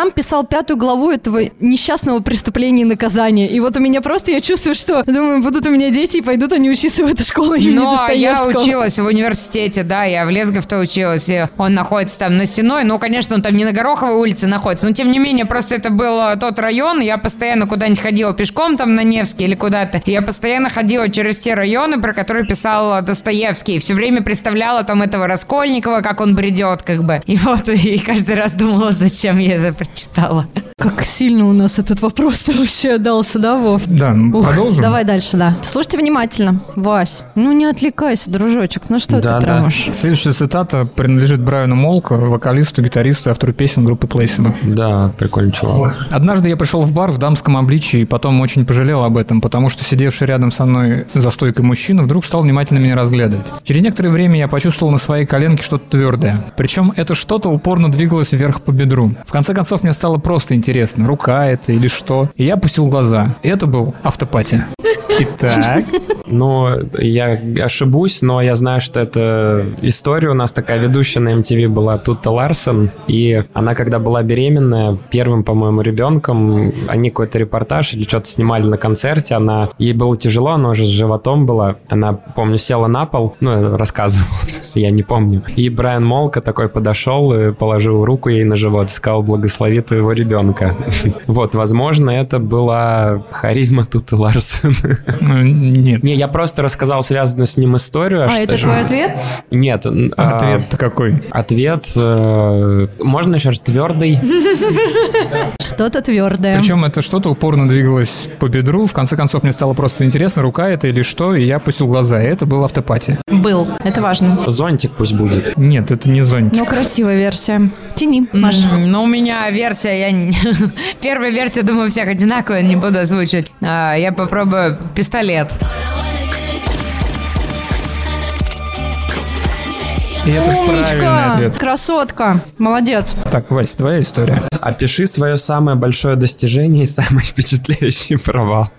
сам писал 5 главу этого несчастного преступления и наказания. И вот у меня просто, я чувствую, что, думаю, будут у меня дети, и пойдут они учиться в эту школу имени Достоевского. Я училась в университете, да, я в Лесгов-то училась, и он находится там на Сенной, ну, конечно, он там не на Гороховой улице находится, но, тем не менее, просто это был тот район, я постоянно куда-нибудь ходила пешком там на Невский или куда-то, и я постоянно ходила через те районы, про которые писал Достоевский, и все время представляла там этого Раскольникова, как он бредет, как бы, и вот, и каждый раз думала, зачем я это прочитала. Как сильно у нас этот вопрос-то вообще отдался, да, Вов? Да, продолжим. Давай дальше, да. Слушайте внимательно. Вась, ну не отвлекайся, дружочек, ну что ты травишь? Следующая цитата принадлежит Брайану Молко, вокалисту, гитаристу и автору песен группы Placebo. Да, прикольный чувак. Однажды я пришел в бар в дамском обличии и потом очень пожалел об этом, потому что сидевший рядом со мной за стойкой мужчина вдруг стал внимательно меня разглядывать. Через некоторое время я почувствовал на своей коленке что-то твердое. Причем это что-то упорно двигалось вверх по бедру. В конце концов, мне стало просто интересно, рука это или что. И я опустил глаза. И это был автопати. Итак... Ну, я ошибусь, но я знаю, что это история. У нас такая ведущая на MTV была Тутта Ларсон, и она, когда была беременная, первым, по-моему, ребенком, они какой-то репортаж или что-то снимали на концерте, ей было тяжело, она уже с животом была, она, помню, села на пол, ну, рассказывала, я не помню, и Брайан Молко такой подошел и положил руку ей на живот и сказал: «Благослови твоего ребенка». Вот, возможно, это была харизма Тутты Ларсон. Нет. Не, я просто рассказал связанную с ним историю. А это твой ответ? Нет. Ответ-то какой? Ответ, можно еще раз, твердый. Что-то твердое. Причем это что-то упорно двигалось по бедру. В конце концов, мне стало просто интересно, рука это или что, и я опустил глаза. И это был автопати. Был. Это важно. Зонтик пусть будет. Нет, это не зонтик. Ну, красивая версия. Тяни, Маша. Ну, у меня версия, первая версия, думаю, у всех одинаковая, не буду озвучивать. Я попробую пистолет. И это правильный ответ. Красотка. Молодец. Так, Вась, твоя история. Опиши свое самое большое достижение и самый впечатляющий провал.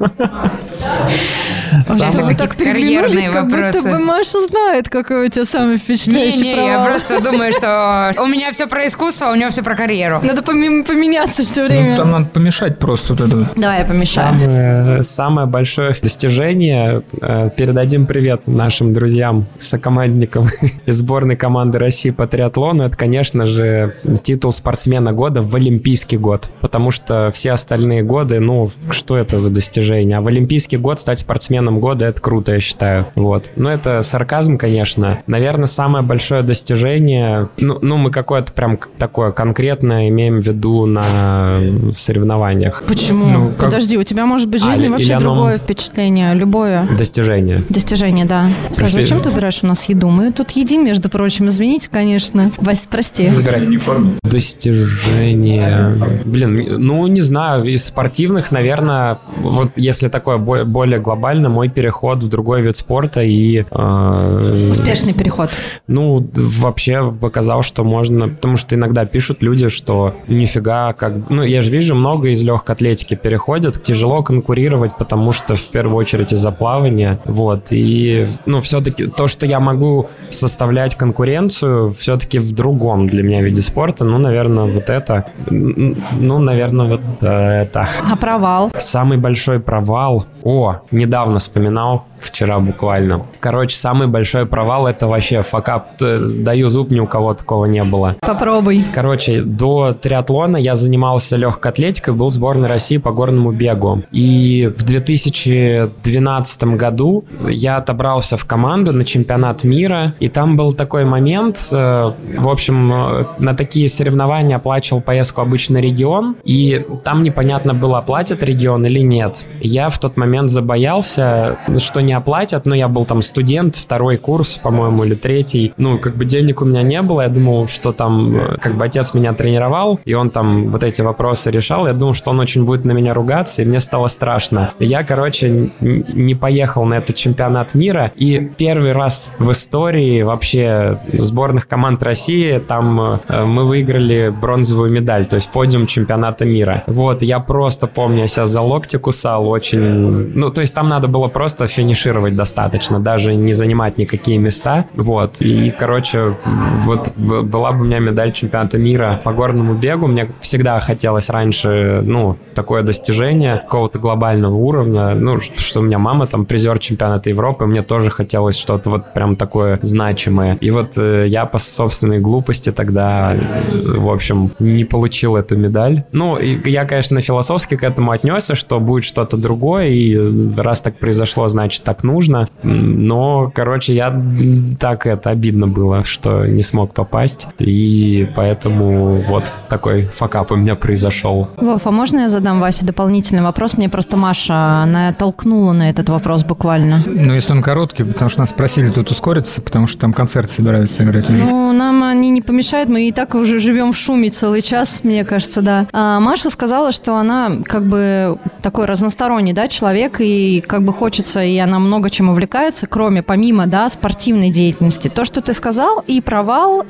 Вы так переглянулись, как будто бы Маша знает, какой у тебя самый впечатляющий провал. Я просто думаю, что у меня все про искусство, а у него все про карьеру. Надо поменяться все время. Ну, там надо помешать просто вот это. Давай я помешаю. Самое большое достижение. Передадим привет нашим друзьям, сокомандникам из сборной команды России по триатлону. Это, конечно же, титул спортсмена года в Олимпийский год. Потому что все остальные годы, ну, что это за достижение? А в Олимпийский год стать спортсменом года — это круто, я считаю. Вот. Но это сарказм, конечно. Наверное, самое большое достижение, ну мы какое-то прям такое конкретное имеем в виду на соревнованиях. Почему? Ну, подожди, у тебя может быть в жизни вообще другое впечатление, любое. Достижение. Достижение, да. Саш, зачем ты убираешь у нас еду? Мы тут едим, между прочим, извините, конечно. Вась, прости. Достижение. Блин, ну не знаю, из спортивных, наверное, вот если такое более глобально, мой переход в другой вид спорта и... Успешный переход. Ну, вообще показал, что можно... Потому что иногда пишут люди, что нифига, как... Ну, я же вижу, много из легкой атлетики переходят. Тяжело конкурировать, потому что в первую очередь из-за плавания. Вот. И, ну, все-таки то, что я могу составлять конкуренцию, все-таки в другом для меня виде спорта. Ну, наверное, вот это. Ну, наверное, вот это. А провал? Самый большой провал... недавно вспоминал, вчера буквально. Короче, самый большой провал — это вообще факап. Даю зуб, ни у кого такого не было. Попробуй. Короче, до триатлона я занимался легкой атлетикой, был в сборной России по горному бегу. И в 2012 году я отобрался в команду на чемпионат мира, и там был такой момент, в общем, на такие соревнования оплачивал поездку обычно регион, и там непонятно было, оплатят регион или нет. Я в тот момент забоялся, что не оплатят, но я был там студент, второй курс, по-моему, или третий. Ну, как бы денег у меня не было, я думал, что там, как бы отец меня тренировал, и он там вот эти вопросы решал, я думал, что он очень будет на меня ругаться, и мне стало страшно. И я, короче, не поехал на этот чемпионат мира, и первый раз в истории вообще сборных команд России там мы выиграли бронзовую медаль, то есть подиум чемпионата мира. Вот, я просто помню, я себя за локти кусал очень... Ну, то есть там надо было просто финишировать финишировать достаточно, даже не занимать никакие места. Вот. И, короче, вот была бы у меня медаль чемпионата мира по горному бегу. Мне всегда хотелось раньше, такое достижение какого-то глобального уровня. Что у меня мама там призер чемпионата Европы, мне тоже хотелось что-то вот прям такое значимое. И вот я по собственной глупости тогда, в общем, не получил эту медаль. И я, конечно, философски к этому отнесся, что будет что-то другое, и раз так произошло, значит, так нужно. Но, короче, обидно было, что не смог попасть, и поэтому вот такой факап у меня произошел. Вов, а можно я задам Васе дополнительный вопрос? Мне просто Маша натолкнула на этот вопрос буквально. Если он короткий, потому что нас просили тут ускориться, потому что там концерт собираются играть. Нам они не помешают, мы и так уже живем в шуме целый час, мне кажется, да. А Маша сказала, что она как бы такой разносторонний, да, человек, и как бы хочется, и она много чем увлекается, помимо, да, спортивной деятельности. То, что ты сказал, и провал,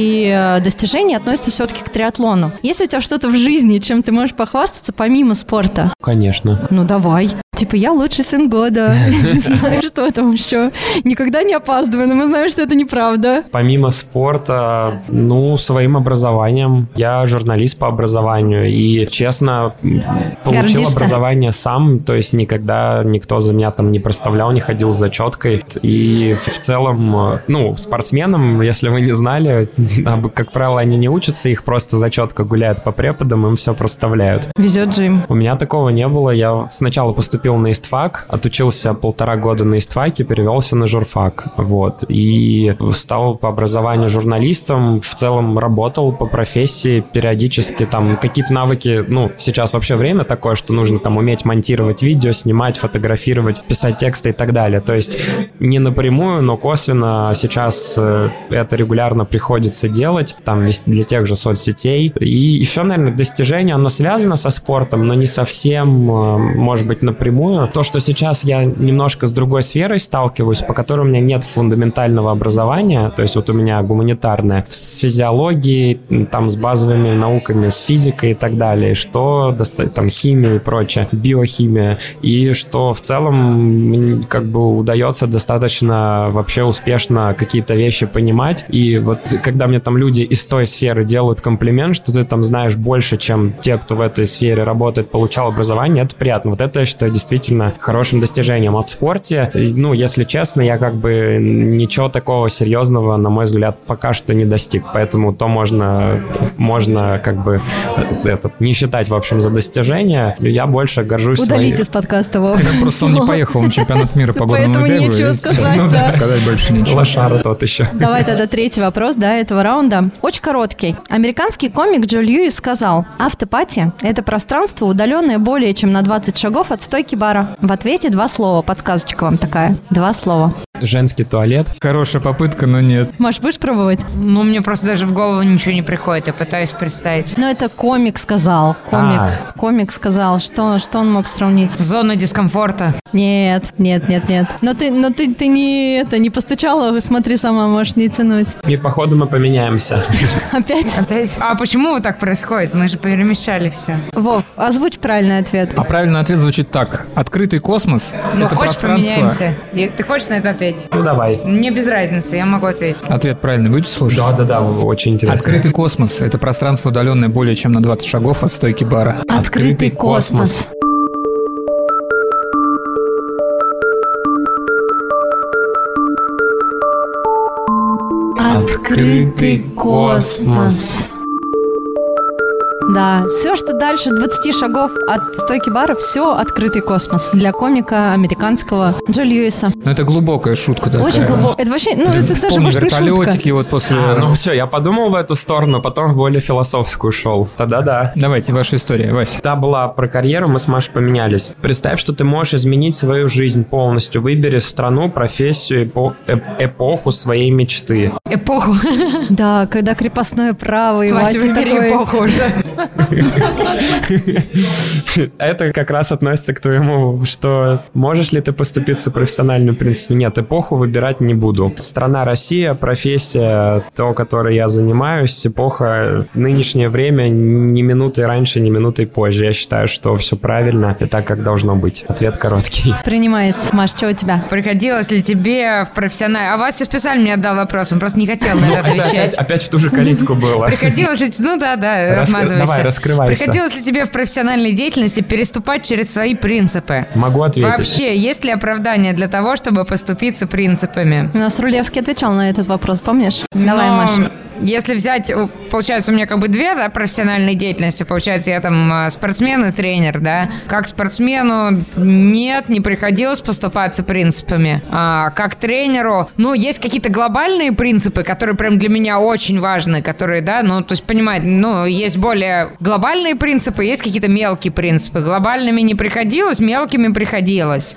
и достижения относятся все-таки к триатлону. Есть ли у тебя что-то в жизни, чем ты можешь похвастаться помимо спорта? Конечно. Давай. Я лучший сын года. Не знаю, что там еще. Никогда не опаздываю, но мы знаем, что это неправда. Помимо спорта, своим образованием. Я журналист по образованию и, честно, получил образование сам, то есть никогда никто за меня там не проставлял, не ходил с зачеткой. И в целом, спортсменам, если вы не знали, как правило, они не учатся, их просто зачетка гуляет по преподам, им все проставляют. Везет же им. У меня такого не было. Я сначала поступил на истфак, отучился 1,5 года на истфаке, перевелся на журфак. Вот. И стал по образованию журналистом. В целом работал по профессии периодически. Там какие-то навыки, сейчас вообще время такое, что нужно там уметь монтировать видео, снимать, фотографировать, писать тексты и так далее. То есть не напрямую, но косвенно сейчас это регулярно приходится делать, там для тех же соцсетей. И еще, наверное, достижение, оно связано со спортом, но не совсем, может быть, напрямую. То, что сейчас я немножко с другой сферой сталкиваюсь, по которой у меня нет фундаментального образования, то есть вот у меня гуманитарное, с физиологией, там, с базовыми науками, с физикой и так далее, что там химия и прочее, биохимия, и что в целом как бы удается достаточно вообще успешно какие-то вещи понимать, и вот когда мне там люди из той сферы делают комплимент, что ты там знаешь больше, чем те, кто в этой сфере работает, получал образование, это приятно. Вот это я считаю действительно хорошим достижением. А в спорте, если честно, я как бы ничего такого серьезного, на мой взгляд, пока что не достиг. Поэтому то можно как бы не считать, в общем, за достижение. Я больше горжусь Удалить из подкаста, Вов. Просто он не поехал на чемпионат мира по горному бегу. Поэтому нечего сказать, да. Сказать больше ничего. Лошара тот еще. Давай тогда третий вопрос, этого раунда. Очень короткий. Американский комик Джо Льюис сказал: автопати – это пространство, удаленное более чем на 20 шагов от стойки бара. В ответе 2 слова. Подсказочка вам такая. 2 слова. Женский туалет. Хорошая попытка, но нет. Маш, будешь пробовать? Мне просто даже в голову ничего не приходит. Я пытаюсь представить. Это комик сказал. Комик сказал. Что он мог сравнить? Зону дискомфорта. Нет. Но ты не постучала, смотри сама, можешь не тянуть. И походу мы поменяемся. Опять? А почему так происходит? Мы же перемещали все. Вов, озвучь правильный ответ. А правильный ответ звучит так. Открытый космос – это хочешь, пространство... поменяемся? Ты хочешь на это ответить? Давай. Мне без разницы, я могу ответить. Ответ правильный. Будете слушать? Да, очень интересно. Открытый космос – это пространство, удаленное более чем на 20 шагов от стойки бара. Открытый космос. Открытый космос. Да, все, что дальше 20 шагов от стойки бара, все открытый космос для комика американского Джо Льюиса. Это глубокая шутка такая. Очень глубокая. Это вообще, это даже может не шутка. Вертолетики вот после... все, я подумал в эту сторону, потом в более философскую ушел. Тогда да. Давайте, ваша история, Вася. Та была про карьеру, мы с Машей поменялись. Представь, что ты можешь изменить свою жизнь полностью. Выбери страну, профессию, эпоху своей мечты. Эпоху? Да, когда крепостное право и Вася, выбери эпоху уже. Это как раз относится к твоему, что можешь ли ты поступиться профессиональным принципом? Нет, эпоху выбирать не буду. Страна Россия, профессия, то, которой я занимаюсь, эпоха, нынешнее время ни минуты раньше, ни минутой позже. Я считаю, что все правильно и так, как должно быть. Ответ короткий. Принимается. Маш, что у тебя? Приходилось ли тебе в профессиональной... А Вася специально мне отдал вопрос, он просто не хотел на это отвечать. Опять в ту же калитку было. Приходилось ли... Ну да, отмазывайся. Давай, раскрывайся. Приходилось ли тебе в профессиональной деятельности переступать через свои принципы? Могу ответить. Вообще, есть ли оправдание для того, чтобы поступиться принципами? У нас Рулевский отвечал на этот вопрос, помнишь? Давай, Маша. Если взять, получается, у меня как бы две профессиональные деятельности. Получается, я там спортсмен и тренер, да. Как спортсмену нет, не приходилось поступаться принципами. А как тренеру, есть какие-то глобальные принципы, которые прям для меня очень важны, которые, да, то есть, понимаете, есть более глобальные принципы, есть какие-то мелкие принципы. Глобальными не приходилось, мелкими приходилось.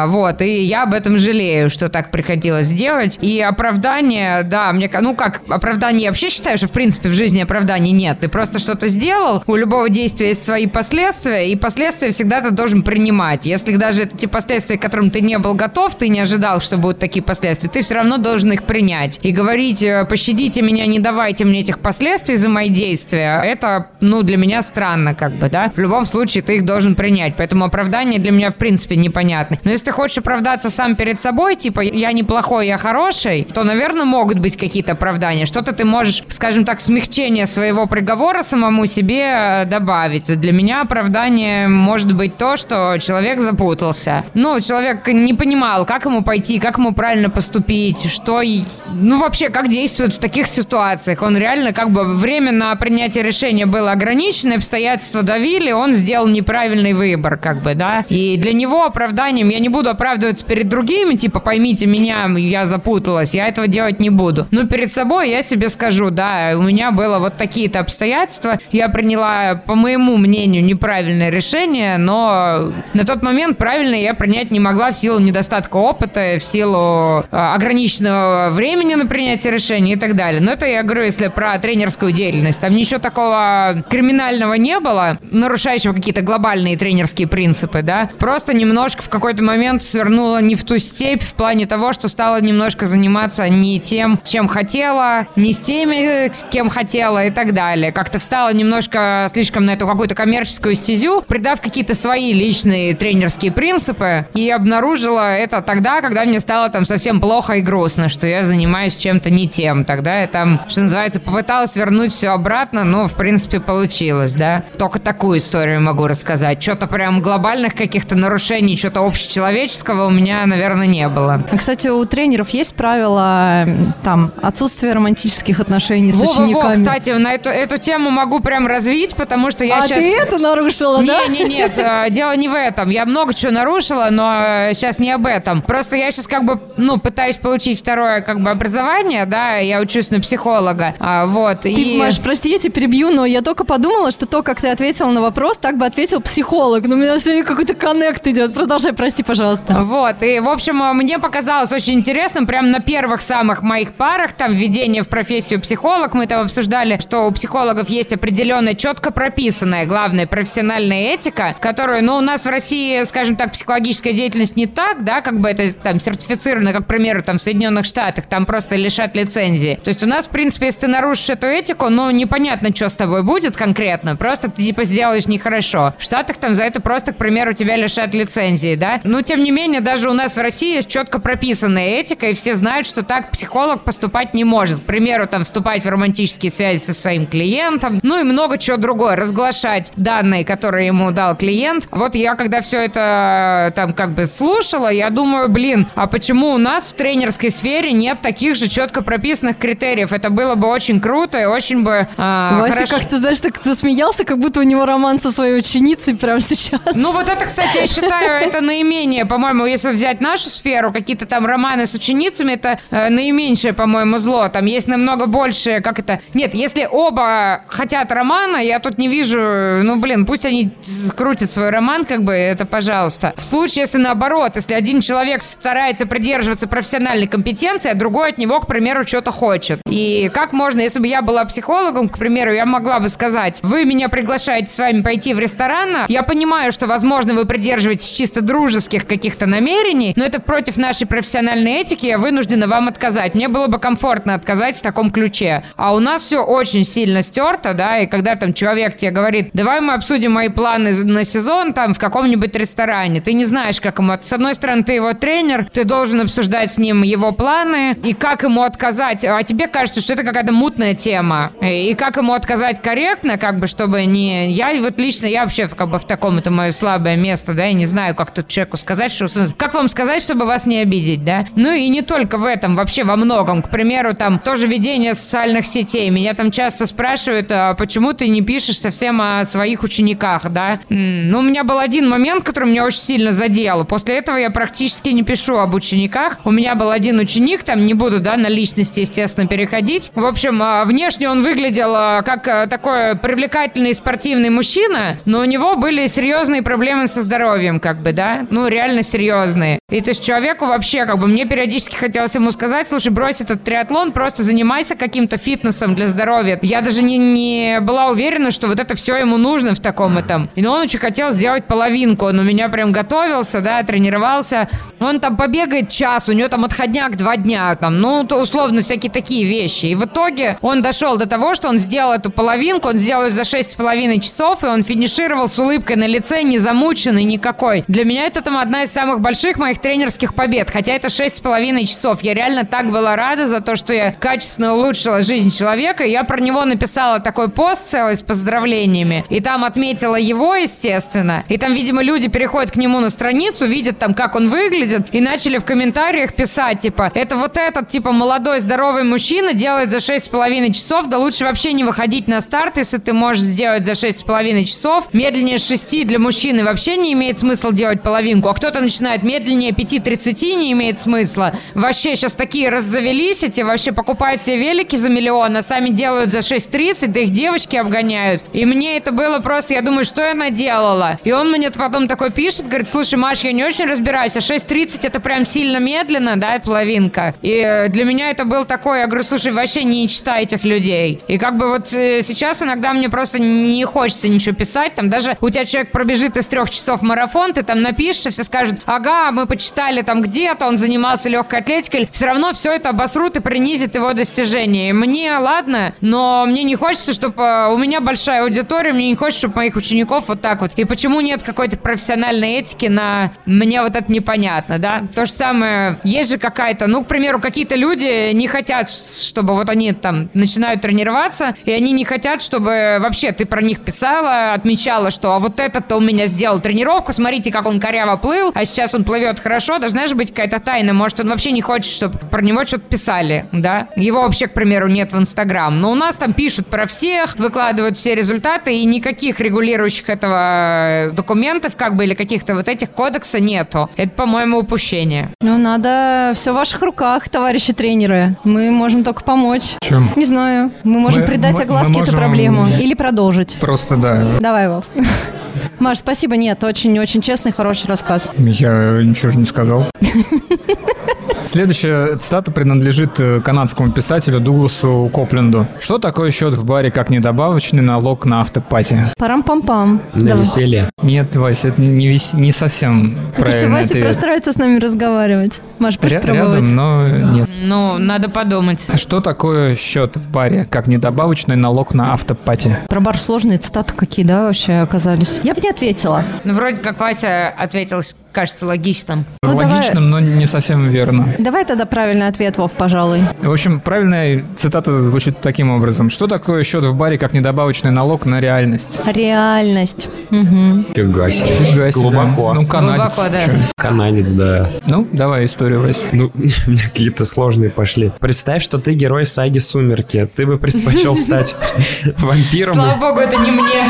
И я об этом жалею, что так приходилось делать. И оправдание, да, оправдание я вообще считаю, что в принципе в жизни оправданий нет. Ты просто что-то сделал, у любого действия есть свои последствия, и последствия всегда ты должен принимать. Если даже это те последствия, к которым ты не был готов, ты не ожидал, что будут такие последствия, ты все равно должен их принять. И говорить: пощадите меня, не давайте мне этих последствий за мои действия, это, для меня странно, да. В любом случае ты их должен принять. Поэтому оправдание для меня в принципе непонятно. Но если ты хочешь оправдаться сам перед собой, типа я неплохой, я хороший, то, наверное, могут быть какие-то оправдания. Что-то ты можешь, скажем так, смягчение своего приговора самому себе добавить. Для меня оправдание может быть то, что человек запутался. Человек не понимал, как ему пойти, как ему правильно поступить, что, вообще, как действует в таких ситуациях. Он реально, время на принятие решения было ограничено, обстоятельства давили, он сделал неправильный выбор, да. И для него оправданием, я не буду оправдываться перед другими, типа, поймите меня, я запуталась, я этого делать не буду. Но перед собой я себе скажу: да, у меня было вот такие-то обстоятельства, я приняла, по моему мнению, неправильное решение, но на тот момент правильно я принять не могла в силу недостатка опыта, в силу ограниченного времени на принятие решений и так далее. Но это я говорю, если про тренерскую деятельность. Там ничего такого криминального не было, нарушающего какие-то глобальные тренерские принципы, да. Просто немножко в какой-то момент свернула не в ту степь в плане того, что стала немножко заниматься не тем, чем хотела, не с теми, с кем хотела и так далее. Как-то встала немножко слишком на эту какую-то коммерческую стезю, придав какие-то свои личные тренерские принципы, и обнаружила это тогда, когда мне стало там совсем плохо и грустно, что я занимаюсь чем-то не тем. Тогда я там, что называется, попыталась вернуть все обратно, но в принципе получилось, да. Только такую историю могу рассказать. Что-то прям глобальных каких-то нарушений, что-то общечеловеческого у меня, наверное, не было. Кстати, у тренеров есть правила отсутствия романтических отношений с учениками? Кстати, на эту тему могу прям развить, потому что я сейчас... ты это нарушила, да? Нет, дело не в этом. Я много чего нарушила, но сейчас не об этом. Просто я сейчас пытаюсь получить второе образование, да, я учусь на психолога, Маш, прости, я тебя перебью, но я только подумала, что то, как ты ответила на вопрос, так бы ответил психолог. Но у меня сегодня какой-то коннект идет. Продолжай, прости, пожалуйста. И, в общем, мне показалось очень интересным, прям на первых самых моих парах, введение в профессию психолог, мы там обсуждали, что у психологов есть определенная, четко прописанная, главная, профессиональная этика, которую, у нас в России, скажем так, психологическая деятельность не так, да, это сертифицировано, как, к примеру, в Соединенных Штатах, там просто лишат лицензии. То есть у нас, в принципе, если ты нарушишь эту этику, непонятно, что с тобой будет конкретно, просто ты, сделаешь нехорошо. В Штатах за это просто, к примеру, тебя лишат лицензии, да. Но, тем не менее, даже у нас в России есть четко прописанная этика, и все знают, что так психолог поступать не может. К примеру, вступать в романтические связи со своим клиентом, и много чего другое, разглашать данные, которые ему дал клиент. Я, когда все это слушала, я думаю, а почему у нас в тренерской сфере нет таких же четко прописанных критериев? Это было бы очень круто и очень бы Вася, хорошо. как ты, знаешь, так засмеялся, как будто у него роман со своей ученицей прямо сейчас. Это, кстати, я считаю, это наименее, по-моему, если взять нашу сферу, какие-то романы с ученицами, это наименьшее, по-моему, зло. Там есть намного больше, как это... Нет, если оба хотят романа, я тут не вижу... Пусть они крутят свой роман, как бы, это пожалуйста. В случае, если наоборот, если один человек старается придерживаться профессиональной компетенции, а другой от него, к примеру, что-то хочет. И как можно, если бы я была психологом, к примеру, я могла бы сказать: вы меня приглашаете с вами пойти в ресторан, я понимаю, что, возможно, вы придерживаетесь чисто дружеских каких-то намерений, но это против нашей профессиональной этики, я вынуждена вам отказать. Мне было бы комфортно отказать в таком ключе. А у нас все очень сильно стерто, да, и когда там человек тебе говорит: давай мы обсудим мои планы на сезон там в каком-нибудь ресторане, ты не знаешь, как ему... С одной стороны, ты его тренер, ты должен обсуждать с ним его планы, и как ему отказать, а тебе кажется, что это какая-то мутная тема, и как ему отказать корректно, как бы, чтобы не... Я вот лично, я вообще как бы в таком, это мое слабое место, да, я не знаю, как тут человеку сказать, что... Как вам сказать, чтобы вас не обидеть, да? Ну и не только в этом, вообще во многом. К примеру, там тоже ведение социальных сетей. Меня там часто спрашивают: а почему ты не пишешь совсем о своих учениках, да? У меня был один момент, который меня очень сильно задел. После этого я практически не пишу об учениках. У меня был один ученик, там не буду, да, на личности, естественно, переходить. В общем, внешне он выглядел как такой привлекательный спортивный мужчина, но у него были серьезные проблемы со здоровьем, как бы, да? Реально серьезные. И то есть человеку вообще, как бы, мне периодически хотелось ему сказать: слушай, брось этот триатлон, просто занимайся каким-то фитнесом для здоровья. Я даже не была уверена, что вот это все ему нужно в таком этом. Но он очень хотел сделать половинку. Он у меня прям готовился, да, тренировался. Он там побегает час, у него там отходняк 2 дня, там, условно, всякие такие вещи. И в итоге он дошел до того, что он сделал эту половинку, он сделал ее за 6,5 часов, и он финишировал с улыбкой на лице, не замученный никакой. Для меня это там одна из самых больших моих тренерских побед, хотя это 6,5 часов. Я реально так была рада за то, что я качественно улучшила жизнь человека. Я про него написала такой пост целый с поздравлениями, и там отметила его, естественно. И там, видимо, люди переходят к нему на страницу, видят там, как он выглядит, и начали в комментариях писать, типа: это вот этот, типа, молодой здоровый мужчина делает за 6,5 часов, да лучше вообще не выходить на старт, если ты можешь сделать за 6,5 часов. Медленнее 6 для мужчины вообще не имеет смысла делать половинку, а кто-то начинает медленнее 5:30, не имеет смысла. Вообще сейчас такие раззавелись эти, вообще покупают все велики за 1 миллион, а сами делают за 6:30, да их девочки обгоняют. И мне это было просто, я думаю, что я наделала? И он мне потом такой пишет, говорит: слушай, Маш, я не очень разбираюсь, а 6:30 это прям сильно медленно, да, половинка. И для меня это был такой, я говорю: слушай, вообще не читай этих людей. И как бы вот сейчас иногда мне просто не хочется ничего писать, там даже у тебя человек пробежит из 3 часов марафон, ты там напишешь, и все скажут: ага, мы почитали там где-то, он занимался легкой атлетикой, все равно все это обосрут и принизит его достижения. И мне, ладно, но мне не хочется, чтобы у меня большая аудитория, мне не хочется, чтобы моих учеников вот так вот. И почему нет какой-то профессиональной этики мне вот это непонятно, да? То же самое, есть же какая-то, к примеру, какие-то люди не хотят, чтобы вот они там начинают тренироваться, и они не хотят, чтобы вообще ты про них писала, отмечала, что а вот этот-то у меня сделал тренировку, смотрите, как он коряво плыл, а сейчас он плывет хорошо, должна же быть какая-то тайна, может, он вообще не хочет, чтобы про него что-то писали, да? Его вообще, к примеру, нет в Инстаграм, но у нас там пишут про всех, выкладывают все результаты, и никаких регулирующих этого документов, как бы, или каких-то вот этих кодекса нету. Это, по-моему, упущение. Надо все в ваших руках, товарищи тренеры. Мы можем только помочь. Чем? Не знаю. Мы можем придать огласке эту проблему. Или продолжить. Просто да. Давай, Вов. Маш, спасибо. Нет, очень-очень честный, хороший рассказ. Я ничего же не сказал. Следующая цитата принадлежит канадскому писателю Дугласу Копленду. Что такое счет в баре, как недобавочный налог на автопати? Парам-пам-пам. На веселье. Нет, Вася, это не совсем правильный Вася ответ. просто нравится с нами разговаривать. Маш, будешь пробовать? Рядом, но нет. Надо подумать. Что такое счет в баре, как недобавочный налог на автопати? Про бар сложные цитаты какие, да, вообще оказались? Я бы не ответила. Вроде как Вася ответил, кажется, логичным. Логичным, но не совсем верно. Давай тогда правильный ответ, Вов, пожалуй. В общем, правильная цитата звучит таким образом. Что такое счет в баре, как недобавочный налог на реальность? Реальность. Угу. Фига себе. Фига себе. Глубоко. Канадец. Глубоко, да. Чё? Канадец, да. Давай историю, Вась. У меня какие-то сложные пошли. Представь, что ты герой саги «Сумерки». Ты бы предпочел стать вампиром? Слава богу, это не мне.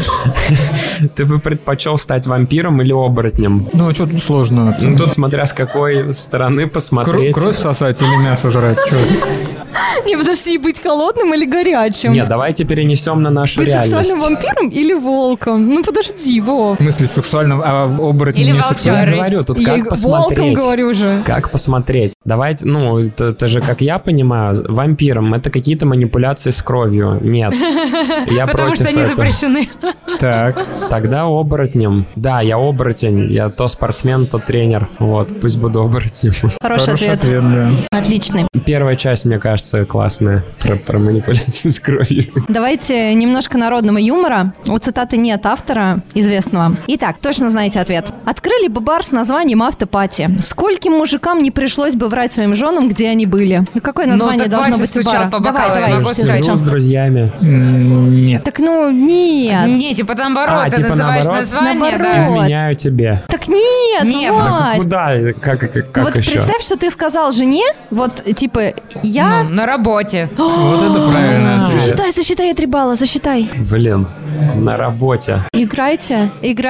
Ты бы предпочел стать вампиром или оборотнем? Что тут сложно? Тут смотря с какой стороны посмотреть. Кровь сосать или мясо жрать? Что? Не, подожди, быть холодным или горячим? Нет, давайте перенесем на нашу Быть реальность. сексуальным вампиром или волком? Ну подожди, Вов. В смысле сексуальным, а оборотень Или не волчарой. сексуальный? Я говорю, тут Я как посмотреть. волком говорю же. Как посмотреть? Давайте, ну, это же, как я понимаю, вампиром это какие-то манипуляции с кровью. Нет. Я Потому против что они этого. запрещены. Так. Тогда оборотнем. Да, я оборотень. Я то спортсмен, то тренер. Вот, пусть буду оборотнем. Хороший ответ. да. Отличный. Первая часть, мне кажется, классная. Про манипуляции с кровью. Давайте немножко народного юмора. У цитаты нет автора известного. Итак, точно знаете ответ. Открыли бы бар с названием «Автопати». Скольким мужикам не пришлось бы врать своим женам, где они были? Ну, какое название так должно Вася быть у стучал бара? по бокалу, я могу Давай, сказать. Сижу с друзьями. Нет. Так ну, нет. Не, типа наоборот, ты типа называешь наоборот? название, да. Наоборот. Изменяю тебе. Так нет, Нет, ну Вась. Куда? Как Вот еще? представь, что ты сказал жене, вот типа я... Ну, на работе. Вот это правильный ответ. Засчитай 3 балла, засчитай. Блин, на работе. Играйте.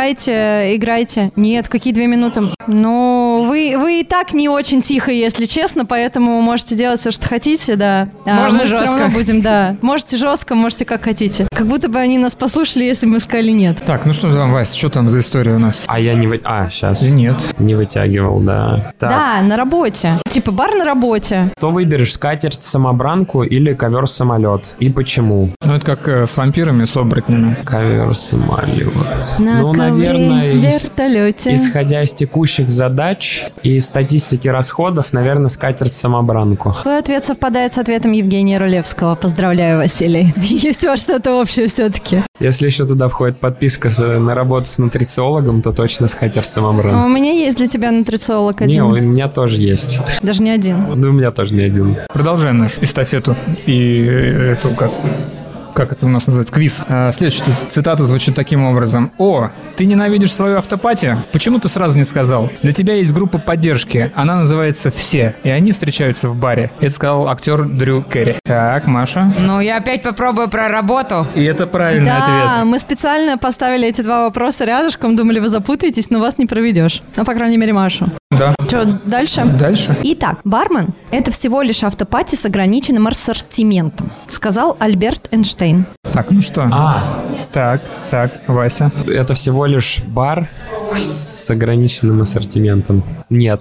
Нет, какие 2 минуты? Ну, вы и так не очень тихо, если честно, поэтому можете делать все, что хотите, да. Можно мы жестко. все равно будем, да. Можете жестко, можете как хотите. Как будто бы они нас послушали, если бы мы сказали нет. Так, ну что там, Вась, что там за история у нас? А я не сейчас. Нет. Не вытягивал, да. Так. Да, на работе. Типа бар на работе. Кто выберешь, скатерть-самобранку или ковер-самолет? И почему? Ну, это как с вампирами, с оборотнями. Ковер-самолет. На Ну, ковре, наверное, вертолете. исходя из текущих задач и статистики расходов, наверное, скатерть-самобранку. Твой ответ совпадает с ответом Евгения Рулевского. Поздравляю, Василий. Есть у вас что-то общее все-таки. Если еще туда входит подписка на работу с нутрициологом, то точно скатерть-самобранку. У меня есть для тебя нутрициолог Не, один. у меня тоже есть. Даже не один. Да у меня тоже не один. Продолжаем нашу эстафету и эту, как это у нас называется, квиз. Следующая цитата звучит таким образом. «О, ты ненавидишь свою автопати? Почему ты сразу не сказал? Для тебя есть группа поддержки. Она называется «Все», и они встречаются в баре». Это сказал актер Дрю Керри. Так, Маша. Ну, я опять попробую про работу. И это правильный Да, ответ. мы специально поставили эти 2 вопроса рядышком, думали, вы запутаетесь, но вас не проведешь. Ну, по крайней мере, Машу. Да. Что, дальше? Дальше. Итак, бармен – это всего лишь автопати с ограниченным ассортиментом, сказал Альберт Эйнштейн. Так, ну что? Так, Вася. Это всего лишь бар с ограниченным ассортиментом. Нет,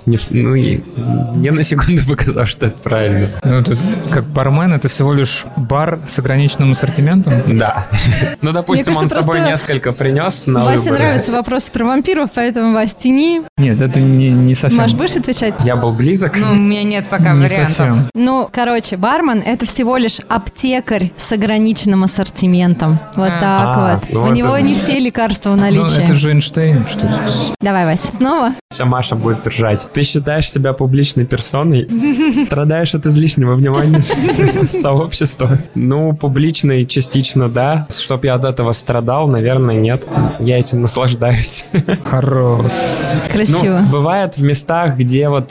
мне на секунду показалось, что это правильно. Ну, это, как бармен, это всего лишь бар с ограниченным ассортиментом? Да. Ну, допустим, Мне он с кажется, собой просто несколько принес на Васе выборы. нравятся вопросы про вампиров, поэтому, Вась, тяни. Нет, это не совсем. Маш, будешь отвечать? Я был близок. Ну, у меня нет пока Не вариантов. совсем. Ну, короче, бармен – это всего лишь аптекарь с ограниченным ассортиментом. Вот так вот. ну У это- него не все лекарства в Ну, наличии. это же Эйнштейн. Что тут? Давай, Вася, снова? Вся Маша будет ржать. Ты считаешь себя публичной персоной? Страдаешь от излишнего внимания сообщества? Ну, публичной частично, да. Чтоб я от этого страдал, наверное, нет. Я этим наслаждаюсь. Хорош. Красиво. Ну, бывает в местах, где вот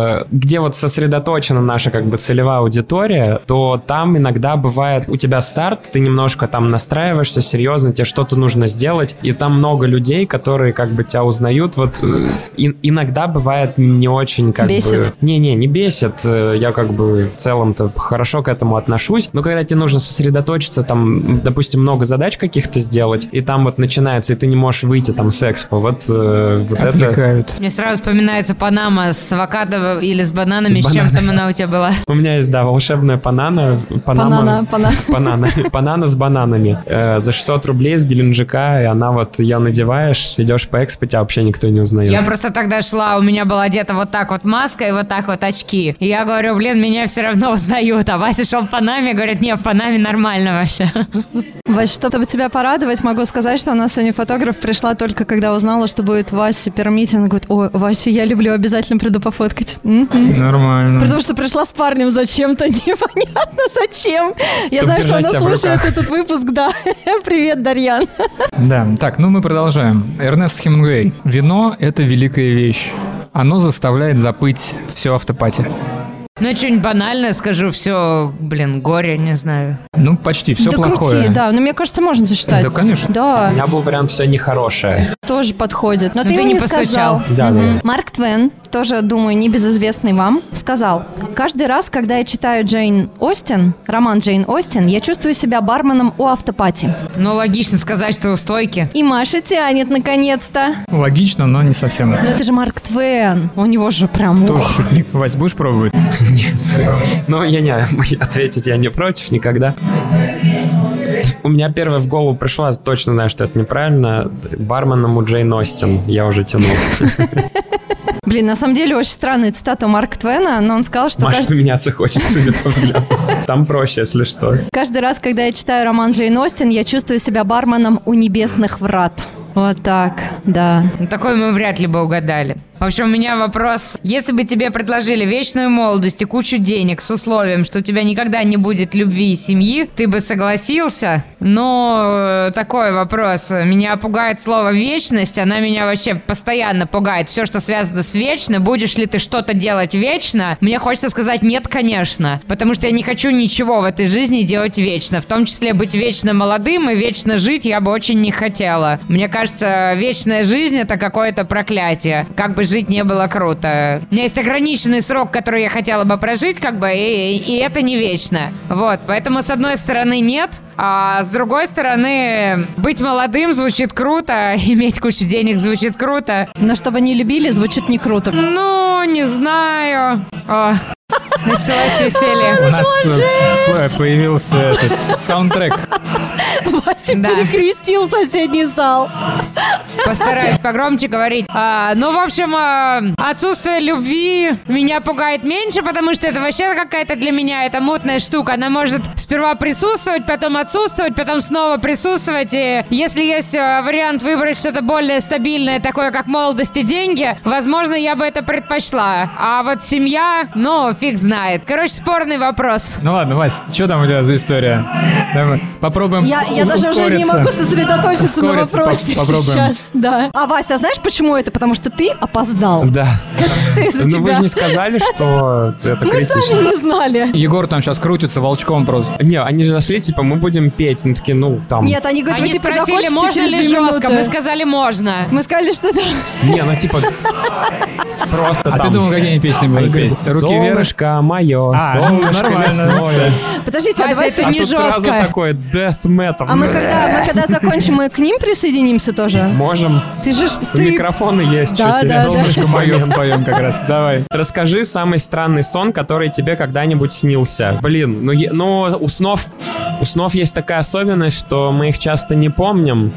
сосредоточена наша как бы целевая аудитория, то там иногда бывает у тебя старт, ты немножко там настраиваешься серьезно, тебе что-то нужно сделать, и там много людей, которые как бы тебя узнают. Вот иногда бывает не очень как Бесит? бы... Не бесит. Я как бы в целом-то хорошо к этому отношусь. Но когда тебе нужно сосредоточиться, там, допустим, много задач каких-то сделать, и там вот начинается, и ты не можешь выйти там с экспо. Вот это... Отвлекают. Мне сразу вспоминается Панама с авокадо или с бананами. С С чем бананами. там она у тебя была? У меня есть, да, волшебная банана. Банана. Банана с бананами. За 600 рублей с Геленджика, и она вот, ее надеваешь, идешь по экспо, тебя вообще никто не узнает. Я просто тогда шла, у меня была одета вот так вот маска и вот так вот очки. И я говорю, блин, меня все равно узнают. А Вася шел в Панаме, говорит, не, в Панаме нормально вообще. Вась, чтобы тебя порадовать, могу сказать, что у нас сегодня фотограф пришла только когда узнала, что будет Вася пермитинг. Говорит, ой, Васю я люблю, обязательно приду пофоткать. Нормально. Потому что пришла с парнем зачем-то, непонятно зачем. Я Чтоб знаю, что она держать себя в слушает руках. этот выпуск, да. Привет, Дарьян. Да, так, ну мы продолжаем. Эрнест Хемингуэй. Вино – это великая вещь. Оно заставляет забыть все автопати. Ну, что-нибудь банальное скажу, все, блин, горе, не знаю. Ну, почти все да плохое. крути, да. Но мне кажется, можно засчитать. Да, конечно. У Да, меня был вариант «все нехорошее». тоже подходит. Но Но ты ты его не не постучал. сказал. Да, да. Марк Твен тоже, думаю, небезызвестный вам, сказал: каждый раз, когда я читаю роман Джейн Остин, я чувствую себя барменом у автопати. Ну, логично сказать, что у стойки. И Маша тянет, наконец-то. Логично, но не совсем. Но это же Марк Твен. У него же прям... Тоже шутник. Вась, будешь пробовать? Нет. Ну, ответить я не против никогда. У меня первое в голову пришло, я точно знаю, что это неправильно. Барменом у Джейн Остин. Я уже тянул. Блин, на самом деле очень странная цитата у Марка Твена, но он сказал, что... Маша меняться хочет, судя по взгляду. Там проще, если что. Каждый раз, когда я читаю роман Джейн Остин, я чувствую себя барменом у небесных врат. Вот так, да. Такой мы вряд ли бы угадали. В общем, у меня вопрос. Если бы тебе предложили вечную молодость и кучу денег с условием, что у тебя никогда не будет любви и семьи, ты бы согласился? Но такой вопрос. Меня пугает слово «вечность». Она меня вообще постоянно пугает. Все, что связано с «вечно». Будешь ли ты что-то делать вечно? Мне хочется сказать «нет, конечно». Потому что я не хочу ничего в этой жизни делать вечно. В том числе быть вечно молодым и вечно жить я бы очень не хотела. Мне кажется, вечная жизнь – это какое-то проклятие. Как бы жить не было круто. У меня есть ограниченный срок, который я хотела бы прожить, и это не вечно. Вот, поэтому с одной стороны нет, а с другой стороны быть молодым звучит круто, иметь кучу денег звучит круто. Но чтобы не любили, звучит не круто. Ну, не знаю. Началось веселье. У нас появился этот саундтрек. Вася перекрестил соседний зал. Постараюсь погромче говорить. Ну, в общем, отсутствие любви меня пугает меньше, потому что это вообще какая-то для меня это мутная штука. Она может сперва присутствовать, потом отсутствовать, потом снова присутствовать. И если есть вариант выбрать что-то более стабильное, такое как молодость и деньги, возможно, я бы это предпочла. А вот семья, ну, фиг знает. Короче, спорный вопрос. Ну ладно, Вась, что там у тебя за история? Давай попробуем Я даже уже не могу сосредоточиться на вопросе сейчас. Да. А, Вася, знаешь, почему это? Потому что ты опоздал. Да. Это все из-за тебя. Ну вы же не сказали, что это критично. Мы сами не знали. Егор там сейчас крутится волчком просто. Не, они же зашли, типа, мы будем петь. Ну, такие, ну, там... Нет, они говорят, они вы типа спросили, захочете можно через ли 2 жестко? минуты? Мы сказали, можно. Мы сказали, что да. Не, ну, типа, просто там... А ты думал, какие песни будут петь? Руки вверх. Солнышко мое, солнышко весной. Подождите, Вася, давайте... это не тут жестко. сразу такой death metal. А мы когда закончим, мы к ним присоединимся тоже? Можем. Ты же... Микрофоны есть. Да, что тебе да, солнышко да. мое Споем как раз. Давай. Расскажи самый странный сон, который тебе когда-нибудь снился. Блин, ну у снов есть такая особенность, что мы их часто не помним.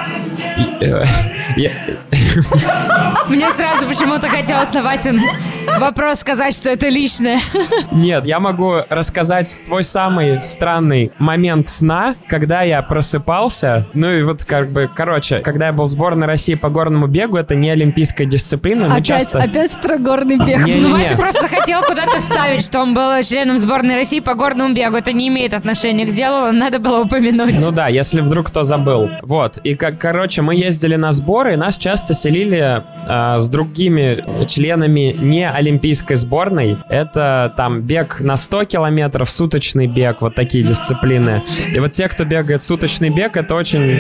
Мне сразу почему-то хотелось на Васин вопрос сказать, что это личное. Нет, я могу рассказать свой самый странный момент сна, когда я просыпался. Ну и вот короче, когда я был в сборной России по горному бегу, это не олимпийская дисциплина. Опять про горный бег. Ну, Вася просто хотел куда-то вставить, что он был членом сборной России по горному бегу. Это не имеет отношения к делу, надо было упомянуть. Ну да, если вдруг кто забыл. Вот, и короче, мы ездили на сборы, и нас часто селили с другими членами не олимпийской сборной. Это там бег на 100 километров, суточный бег, вот такие дисциплины. И вот те, кто бегает суточный бег, это очень...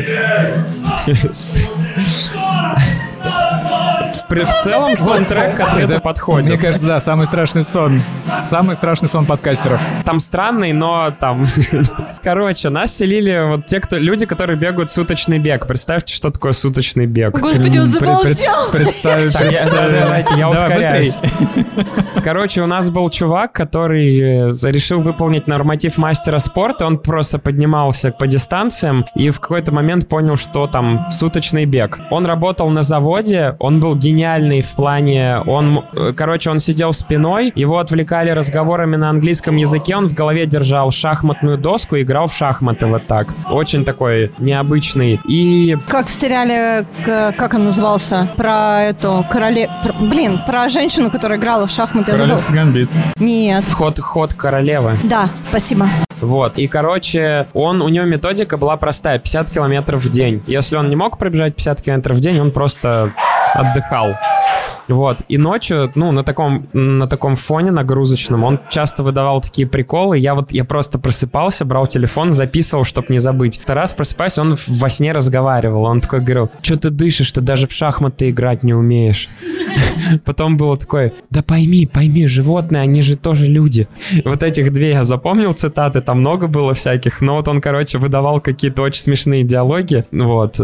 В целом сон-трек к ответу подходит. Мне кажется, да, самый страшный сон. Самый страшный сон подкастеров. Там странный, но там... Короче, нас селили вот люди, которые бегают суточный бег. Представьте, что такое суточный бег. Господи, он замолчал. Давайте, я ускоряюсь. Короче, у нас был чувак, который решил выполнить норматив мастера спорта. Он просто поднимался по дистанциям и в какой-то момент понял, что там суточный бег. Он работал на заводе, он был гениальный в плане... Он сидел спиной, его отвлекали разговорами на английском языке, он в голове держал шахматную доску и играл в шахматы вот так. Очень такой необычный. И... Как в сериале, как он назывался? Про эту про женщину, которая играла в шахматы. Королевский гамбит. Нет. Ход королевы. Да, спасибо. Вот, и, короче, у него методика была простая, 50 километров в день. Если он не мог пробежать 50 километров в день, он просто отдыхал. Вот, и ночью, на таком фоне нагрузочном, он часто выдавал такие приколы. Я просто просыпался, брал телефон, записывал, чтобы не забыть. Второй раз просыпаюсь, он во сне разговаривал. Он такой говорил: что ты дышишь, ты даже в шахматы играть не умеешь. Потом было такое: да пойми, животные, они же тоже люди. Вот этих две я запомнил цитаты, там много было всяких, но вот он, короче, выдавал какие-то очень смешные диалоги, вот,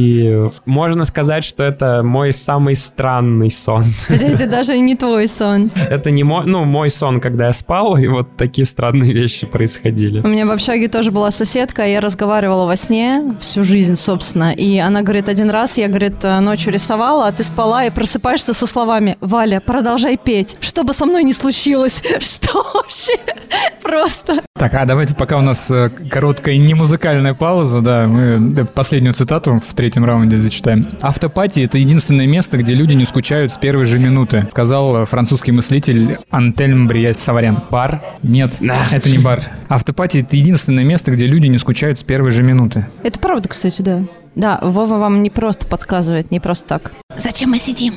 и можно сказать, что это мой самый странный сон. Это даже не твой сон. Это не мой сон, когда я спал, и вот такие странные вещи происходили. У меня в общаге тоже была соседка, я разговаривала во сне всю жизнь, собственно, и она говорит, один раз я, говорит, ночью рисовала, а ты спала и просыпаешься со словами: Валя, продолжай петь, что бы со мной ни случилось. Что вообще? Просто. Так, а давайте, пока у нас короткая немузыкальная пауза, да, мы последнюю цитату в третьем раунде зачитаем. Автопати — это единственное место, где люди не скучают с первой же минуты, сказал французский мыслитель Антельм Бриять-Саварян. Бар? Нет, это не бар. Автопати — это единственное место, где люди не скучают с первой же минуты. Это правда, кстати, да. Да, Вова вам не просто подсказывает, не просто так. Зачем мы сидим?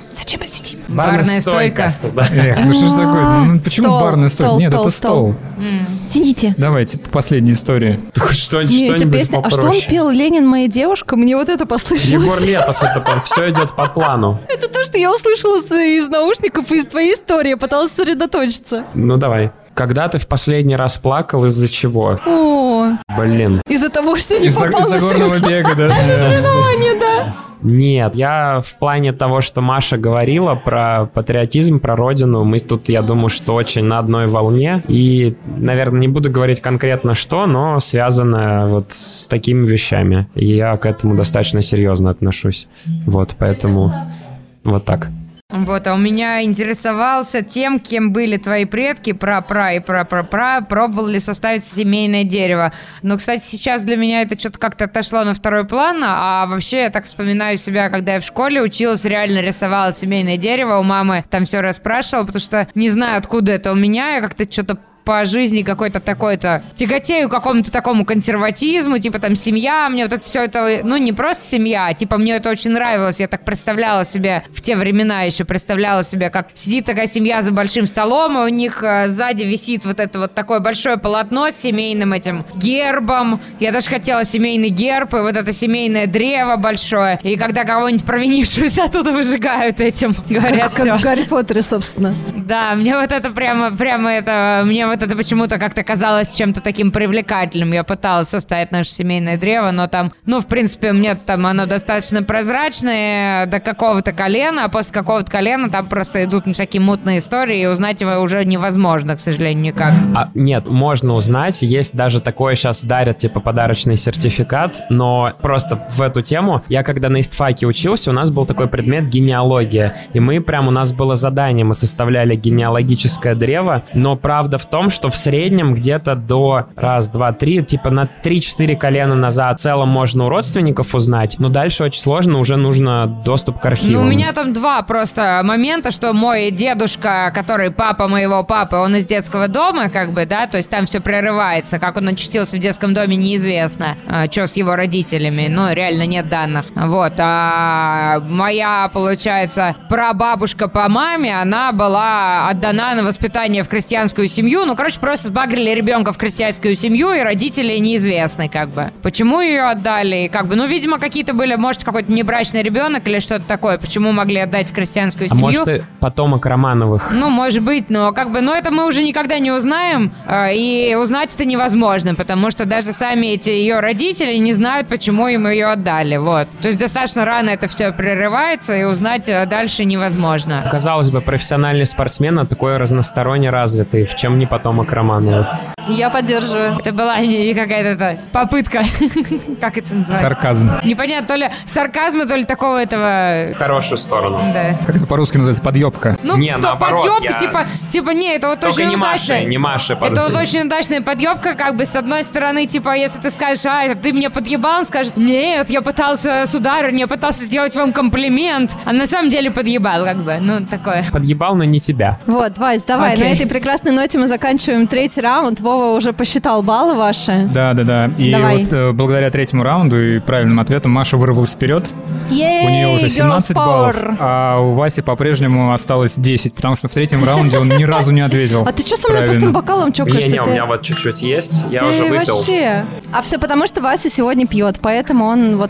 Барная стойка. Эх, ну что ж такое? Ну почему барная стойка? Нет, это стол. Тяните. Давайте, по последней истории. Эта песня, а что он пел? «Ленин, моя девушка»? Мне вот это послышалось. Егор Летов, это все идет по плану. Это то, что я услышала из наушников и из твоей истории, я пыталась сосредоточиться. Ну давай. Когда ты в последний раз плакал, из-за чего? О, Блин. Из-за того, что не попал на горного бега, да? соревнования, да. Нет, я в плане того, что Маша говорила про патриотизм, про родину, мы тут, я думаю, что очень на одной волне. И, наверное, не буду говорить конкретно что, но связано вот с такими вещами. И я к этому достаточно серьезно отношусь. Вот, поэтому вот так. Вот, а у меня интересовался тем, кем были твои предки, пра-пра и пра-пра-пра, пробовал ли составить семейное дерево. Но, кстати, сейчас для меня это что-то как-то отошло на второй план, а вообще я так вспоминаю себя, когда я в школе училась, реально рисовала семейное дерево, у мамы там все расспрашивала, потому что не знаю, откуда это у меня, я как-то что-то по жизни какой-то такой-то тяготею к какому-то такому консерватизму, типа там семья, мне вот это все это, ну не просто семья, типа мне это очень нравилось, я так представляла себе в те времена еще, представляла себе, как сидит такая семья за большим столом, и у них сзади висит вот это вот такое большое полотно с семейным этим гербом, я даже хотела семейный герб, и вот это семейное древо большое, и когда кого-нибудь провинившегося оттуда выжигают этим, говорят, все. Как в Гарри Поттере, собственно. Да, мне вот это прямо это, мне вот это почему-то как-то казалось чем-то таким привлекательным. Я пыталась составить наше семейное древо, но там, ну, в принципе, мне там оно достаточно прозрачное до какого-то колена, а после какого-то колена там просто идут всякие мутные истории, и узнать его уже невозможно, к сожалению, никак. Нет, можно узнать, есть даже такое, сейчас дарят, типа, подарочный сертификат, но просто в эту тему, я когда на истфаке учился, у нас был такой предмет генеалогия, и мы прям, у нас было задание, мы составляли генеалогическое древо, но правда в том, что в среднем где-то до 1, 2, 3, типа на 3-4 колена назад в целом можно у родственников узнать, но дальше очень сложно, уже нужно доступ к архивам. Ну, у меня там два просто момента, что мой дедушка, который папа моего папы, он из детского дома, как бы, да, то есть там все прерывается, как он очутился в детском доме, неизвестно, что с его родителями, ну, реально нет данных, вот, а моя, получается, прабабушка по маме, она была отдана на воспитание в крестьянскую семью, ну, короче, просто сбагрили ребенка в крестьянскую семью, и родители неизвестны, как бы. Почему ее отдали? Как бы, ну, видимо, какие-то были, может, какой-то внебрачный ребенок или что-то такое. Почему могли отдать в крестьянскую семью? А может, и потомок Романовых? Ну, может быть, но как бы, ну, это мы уже никогда не узнаем, и узнать это невозможно, потому что даже сами эти ее родители не знают, почему им ее отдали, вот. То есть достаточно рано это все прерывается, и узнать дальше невозможно. Казалось бы, профессиональный спортсмен, а такой разносторонне развитый, в чем не потомок Романовых? Я поддерживаю. Это была не какая-то попытка. Как это называется? Сарказм. Непонятно, то ли сарказма, то ли такого этого... В хорошую сторону. Да. Как это по-русски называется? Подъебка. Ну, не, наоборот, подъебка, типа, не, это вот только очень не удачно. Не Маша. Это вот очень удачная подъебка, как бы, с одной стороны, типа, если ты скажешь, это ты меня подъебал, он скажет, нет, я пытался, сударыня, я пытался сделать вам комплимент, а на самом деле подъебал, как бы, ну, такое. Подъебал, но не тебя. Вот, Вась, давай, на этой прекрасной ноте мы заканчиваем третий раунд. Вова уже посчитал баллы ваши. Да. И давай. вот благодаря третьему раунду и правильным ответам Маша вырвалась вперед. У нее уже 17 баллов, а у Васи по-прежнему осталось 10, потому что в третьем раунде он ни разу не ответил. А ты что со мной пустым бокалом чокаешься? Не, у меня вот чуть-чуть есть, я ты уже выпил. Вообще. А все потому, что Вася сегодня пьет, поэтому он вот так.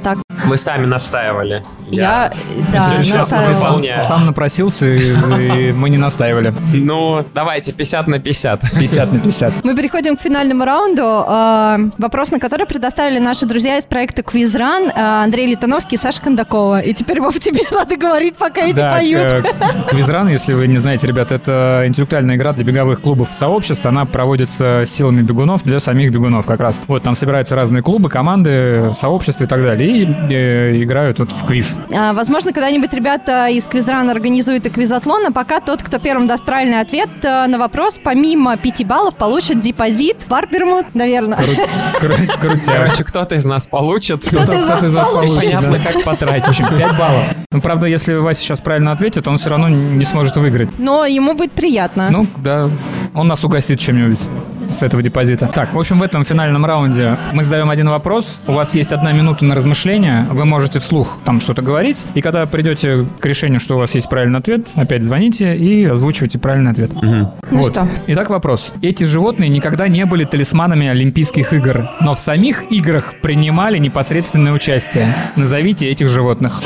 Вы сами настаивали. Да, настаивала. Сам напросился, и мы не настаивали. Ну, давайте 50 на 50. 50 на 50. Мы переходим к финальному раунду. Вопрос, на который предоставили наши друзья из проекта «Квизран», Андрей Литвиновский и Саша Кондакова. И теперь, Вов, тебе надо говорить, пока эти поют. «Квизран», если вы не знаете, ребят, это интеллектуальная игра для беговых клубов и сообществ. Она проводится силами бегунов для самих бегунов как раз. Вот, там собираются разные клубы, команды, сообщества и так далее. И играют тут в квиз. Возможно, когда-нибудь ребята из «Квизрана» организуют и квизатлон, а пока тот, кто первым даст правильный ответ на вопрос, помимо 5 баллов, получит депозит. Бар Бермуд, наверное. Короче, кто-то из нас получит. Кто-то из вас получит. Понятно, как потратить. В общем, 5 баллов. Ну, правда, если Вася сейчас правильно ответит, он все равно не сможет выиграть. Но ему будет приятно. Ну, да. Он нас угостит чем-нибудь с этого депозита. Так, в общем, в этом финальном раунде мы задаем один вопрос. У вас есть 1 минута на размышление. Вы можете вслух там что-то говорить. И когда придете к решению, что у вас есть правильный ответ, опять звоните и озвучивайте правильный ответ. Ну вот. что? Итак, вопрос. Эти животные никогда не были талисманами Олимпийских игр, но в самих играх принимали непосредственное участие. Назовите этих животных.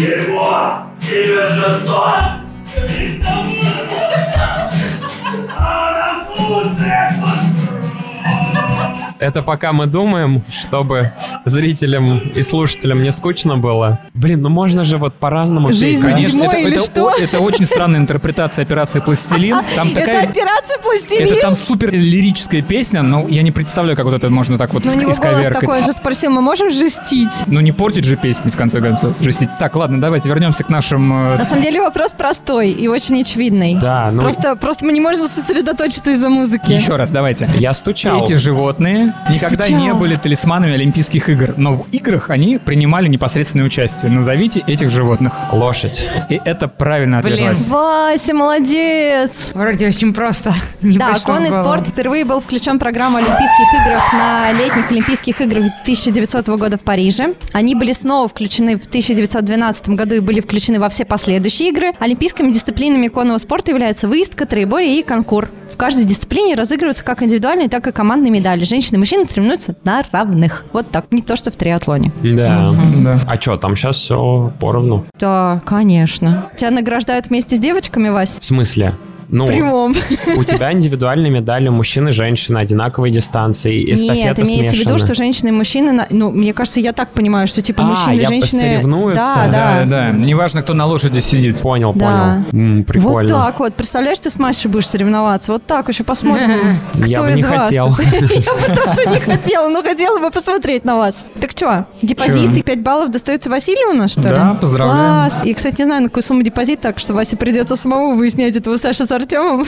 Это пока мы думаем, чтобы зрителям и слушателям не скучно было. Блин, ну можно же вот по-разному. Жизнь дерьмо или что? Это очень странная интерпретация операции «Пластилин». Там такая, это операция «Пластилин»? Это там супер лирическая песня, но я не представляю, как вот это можно так вот исковеркать. Ну, у него голос такой же спросил, мы можем жестить? Ну, не портить же песни, в конце концов, жестить. Так, ладно, давайте вернемся к нашим... На самом деле вопрос простой и очень очевидный. Да, ну... Просто мы не можем сосредоточиться из-за музыки. Еще раз, давайте. Я стучал. Эти животные никогда не были талисманами Олимпийских игр, но в играх они принимали непосредственное участие. Назовите этих животных. Lошадь. И это правильный ответ, Вася. Вася, молодец! Вроде очень просто. Да, конный спорт впервые был включен в программу Олимпийских играх на летних Олимпийских играх 1900 года в Париже. Они были снова включены в 1912 году и были включены во все последующие игры. Олимпийскими дисциплинами конного спорта являются выездка, троеборье и конкур. В каждой дисциплине разыгрываются как индивидуальные, так и командные медали. Женщины и мужчины соревнуются на равных. Вот так. Не то, что в триатлоне. Да. Да. А что, там сейчас все поровну? Да, конечно. Тебя награждают вместе с девочками, Вась? В смысле? Ну, прямом. У тебя индивидуальные медали мужчин и женщин, одинаковые дистанции, эстафета смешанная. Нет, имеется в виду, что женщины и мужчины... Ну, мне кажется, я так понимаю, что типа мужчины и женщины... соревнуются? Да. Неважно, кто на лошади сидит. Понял. Прикольно. Вот так вот. Представляешь, ты с Машей будешь соревноваться? Вот так еще посмотрим, кто из вас. Я бы тоже не хотела, но хотела бы посмотреть на вас. Так что, депозит и 5 баллов достается Василию у нас, что ли? Да, поздравляем. Класс. И, кстати, не знаю, на какую сумму депозит, так что Васе придется самому выяснять этого Саши с Артемом.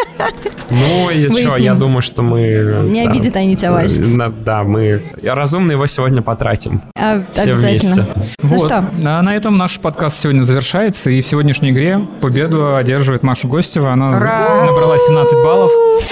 Ну, и что, я думаю, что мы... Не обидит они тебя, Вась. Да, мы разумно его сегодня потратим. Все вместе. Ну что? На этом наш подкаст сегодня завершается, и в сегодняшней игре победу одерживает Маша Гостева. Она набрала 17 баллов.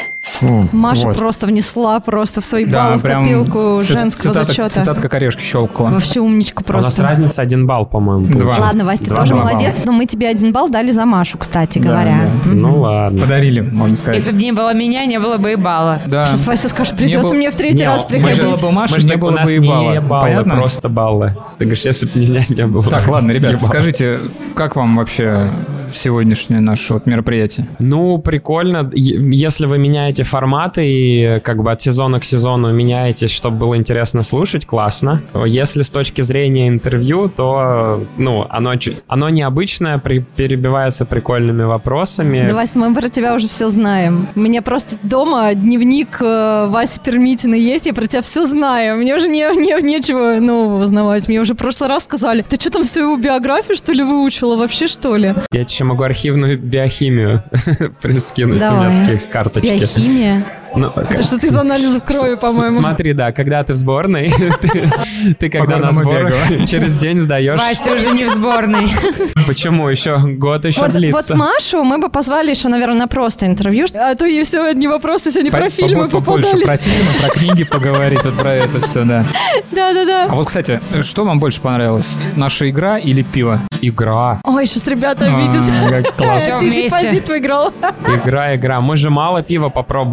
Маша просто внесла в свои баллы в копилку женского зачета. Цитата как орешки щелкала. Вообще умничка просто. У нас разница 1 балл, по-моему. 2. Ладно, Вась, ты тоже молодец, но мы тебе 1 балл дали за Машу, кстати говоря. Ну ладно. Подарили, можно сказать. Если бы не было меня, не было бы и балла. Сейчас Вася скажет, придется мне в 3-й раз приходить. Не было бы Маши, не было бы и балла. Понятно? Просто баллы. Ты говоришь, если бы меня не было. Так, ладно, ребят, скажите, как вам вообще сегодняшнее наше мероприятие? Ну, прикольно. Если вы меняете форматы и как бы от сезона к сезону меняетесь, чтобы было интересно слушать, классно. Если с точки зрения интервью, то оно необычное, перебивается прикольными вопросами. Да, Вася, мы про тебя уже все знаем. У меня просто дома дневник Васи Пермитина есть, я про тебя все знаю. Мне уже нечего нового узнавать. Мне уже в прошлый раз сказали, ты что там всю его биографию, что ли, выучила вообще, что ли? Я еще могу архивную биохимию прискинуть, у меня такие карточки. Биохимия? Это что ты из анализов крови, по-моему. Смотри, да, когда ты в сборной, ты когда на сборах, через день сдаешь. Вась, ты уже не в сборной. Почему? Год еще длится. Вот Машу мы бы позвали еще, наверное, на просто интервью, а то ей все одни вопросы сегодня про фильмы попадались. Про фильмы, про книги поговорить, вот про это все, да. Да. А вот, кстати, что вам больше понравилось? Наша игра или пиво? Игра. Ой, сейчас ребята обидятся. Как классно. Ты депозит выиграл. Игра. Мы же мало пива попробовали просто.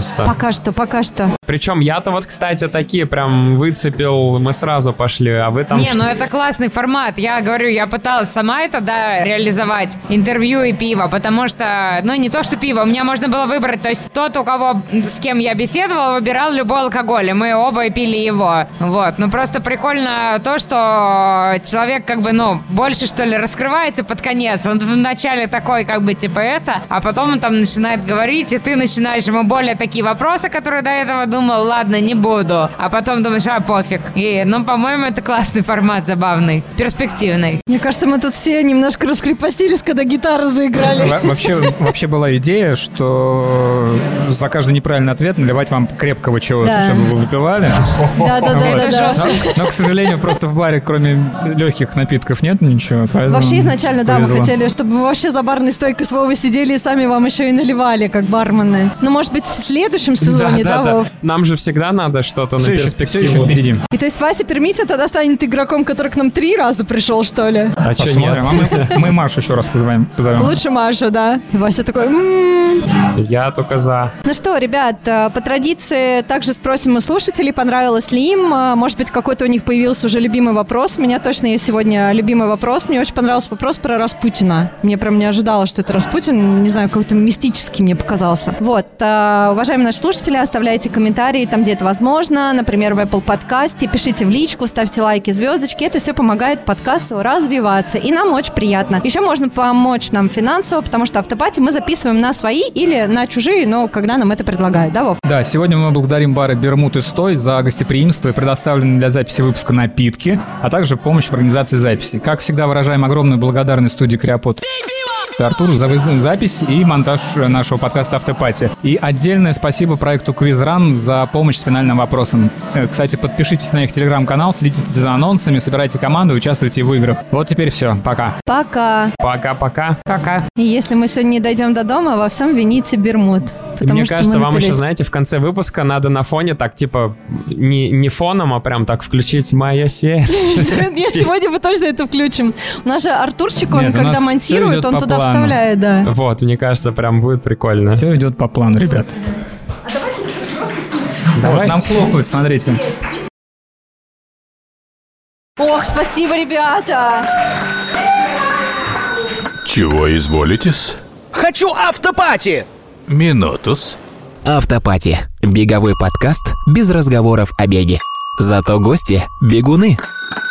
просто. Пока что. Причем я-то вот, кстати, такие прям выцепил, мы сразу пошли, а вы там... Не, ну это классный формат. Я говорю, я пыталась сама это, реализовать. Интервью и пиво, потому что, не то, что пиво, у меня можно было выбрать, то есть тот, у кого, с кем я беседовала, выбирал любой алкоголь, и мы оба пили его. Вот, просто прикольно то, что человек больше, что ли, раскрывается под конец. Он вначале такой, а потом он там начинает говорить, и ты начинаешь ему более такие вопросы, которые до этого думал, ладно, не буду. А потом думаешь, пофиг. И, по-моему, это классный формат, забавный, перспективный. Мне кажется, мы тут все немножко раскрепостились, когда гитару заиграли. Вообще была идея, что за каждый неправильный ответ наливать вам крепкого чего-то, чтобы вы выпивали. Да. Жестко. Но, к сожалению, просто в баре, кроме легких напитков, нет ничего. Вообще изначально, мы хотели, чтобы вы вообще за барной стойкой с Вовой сидели и сами вам еще и наливали, как бармены. Может быть, в следующем сезоне, Вов? Нам же всегда надо что-то на перспективу. Все еще впереди. И то есть Вася Пермися тогда станет игроком, который к нам 3 раза пришел, что ли? А что нет? Мы Машу еще раз позовем. Лучше Машу, да. Вася такой... Я только за. Ну что, ребят, по традиции также спросим у слушателей, понравилось ли им. Может быть, какой-то у них появился уже любимый вопрос. У меня точно есть сегодня любимый вопрос. Мне очень понравился вопрос про Распутина. Мне прям не ожидала, что это Распутин. Не знаю, какой-то мистический мне показался. Вот. Уважаемые наши слушатели, оставляйте комментарии там, где это возможно. Например, в Apple подкасте. Пишите в личку, ставьте лайки, звездочки. Это все помогает подкасту развиваться. И нам очень приятно. Еще можно помочь нам финансово, потому что автопати мы записываем на свои или на чужие, но когда нам это предлагают. Да, Вов? Да, сегодня мы благодарим бары «Бермуд» и «Стой» за гостеприимство и предоставленные для записи выпуска напитки, а также помощь в организации записи. Как всегда, выражаем огромную благодарность студии «Креапод» Артуру за выездную запись и монтаж нашего подкаста «Автопати». И отдельное спасибо проекту «Квизран» за помощь с финальным вопросом. Кстати, подпишитесь на их телеграм-канал, следите за анонсами, собирайте команду и участвуйте в играх. Вот теперь все. Пока. Пока. Пока. И если мы сегодня не дойдем до дома, во всем вините «Бермуд». Мне кажется, вам еще, знаете, в конце выпуска надо на фоне так, не фоном, а прям так включить «Моя сердце». Сегодня мы точно это включим. У нас же Артурчик, он когда монтирует, он туда вставляет, да. Вот, мне кажется, прям будет прикольно. Все идет по плану, ребят. Давайте. Нам хлопают, смотрите. Ох, спасибо, ребята! Чего изволитесь? Хочу автопати! Минутус. Автопати. Беговой подкаст без разговоров о беге. Зато гости – бегуны.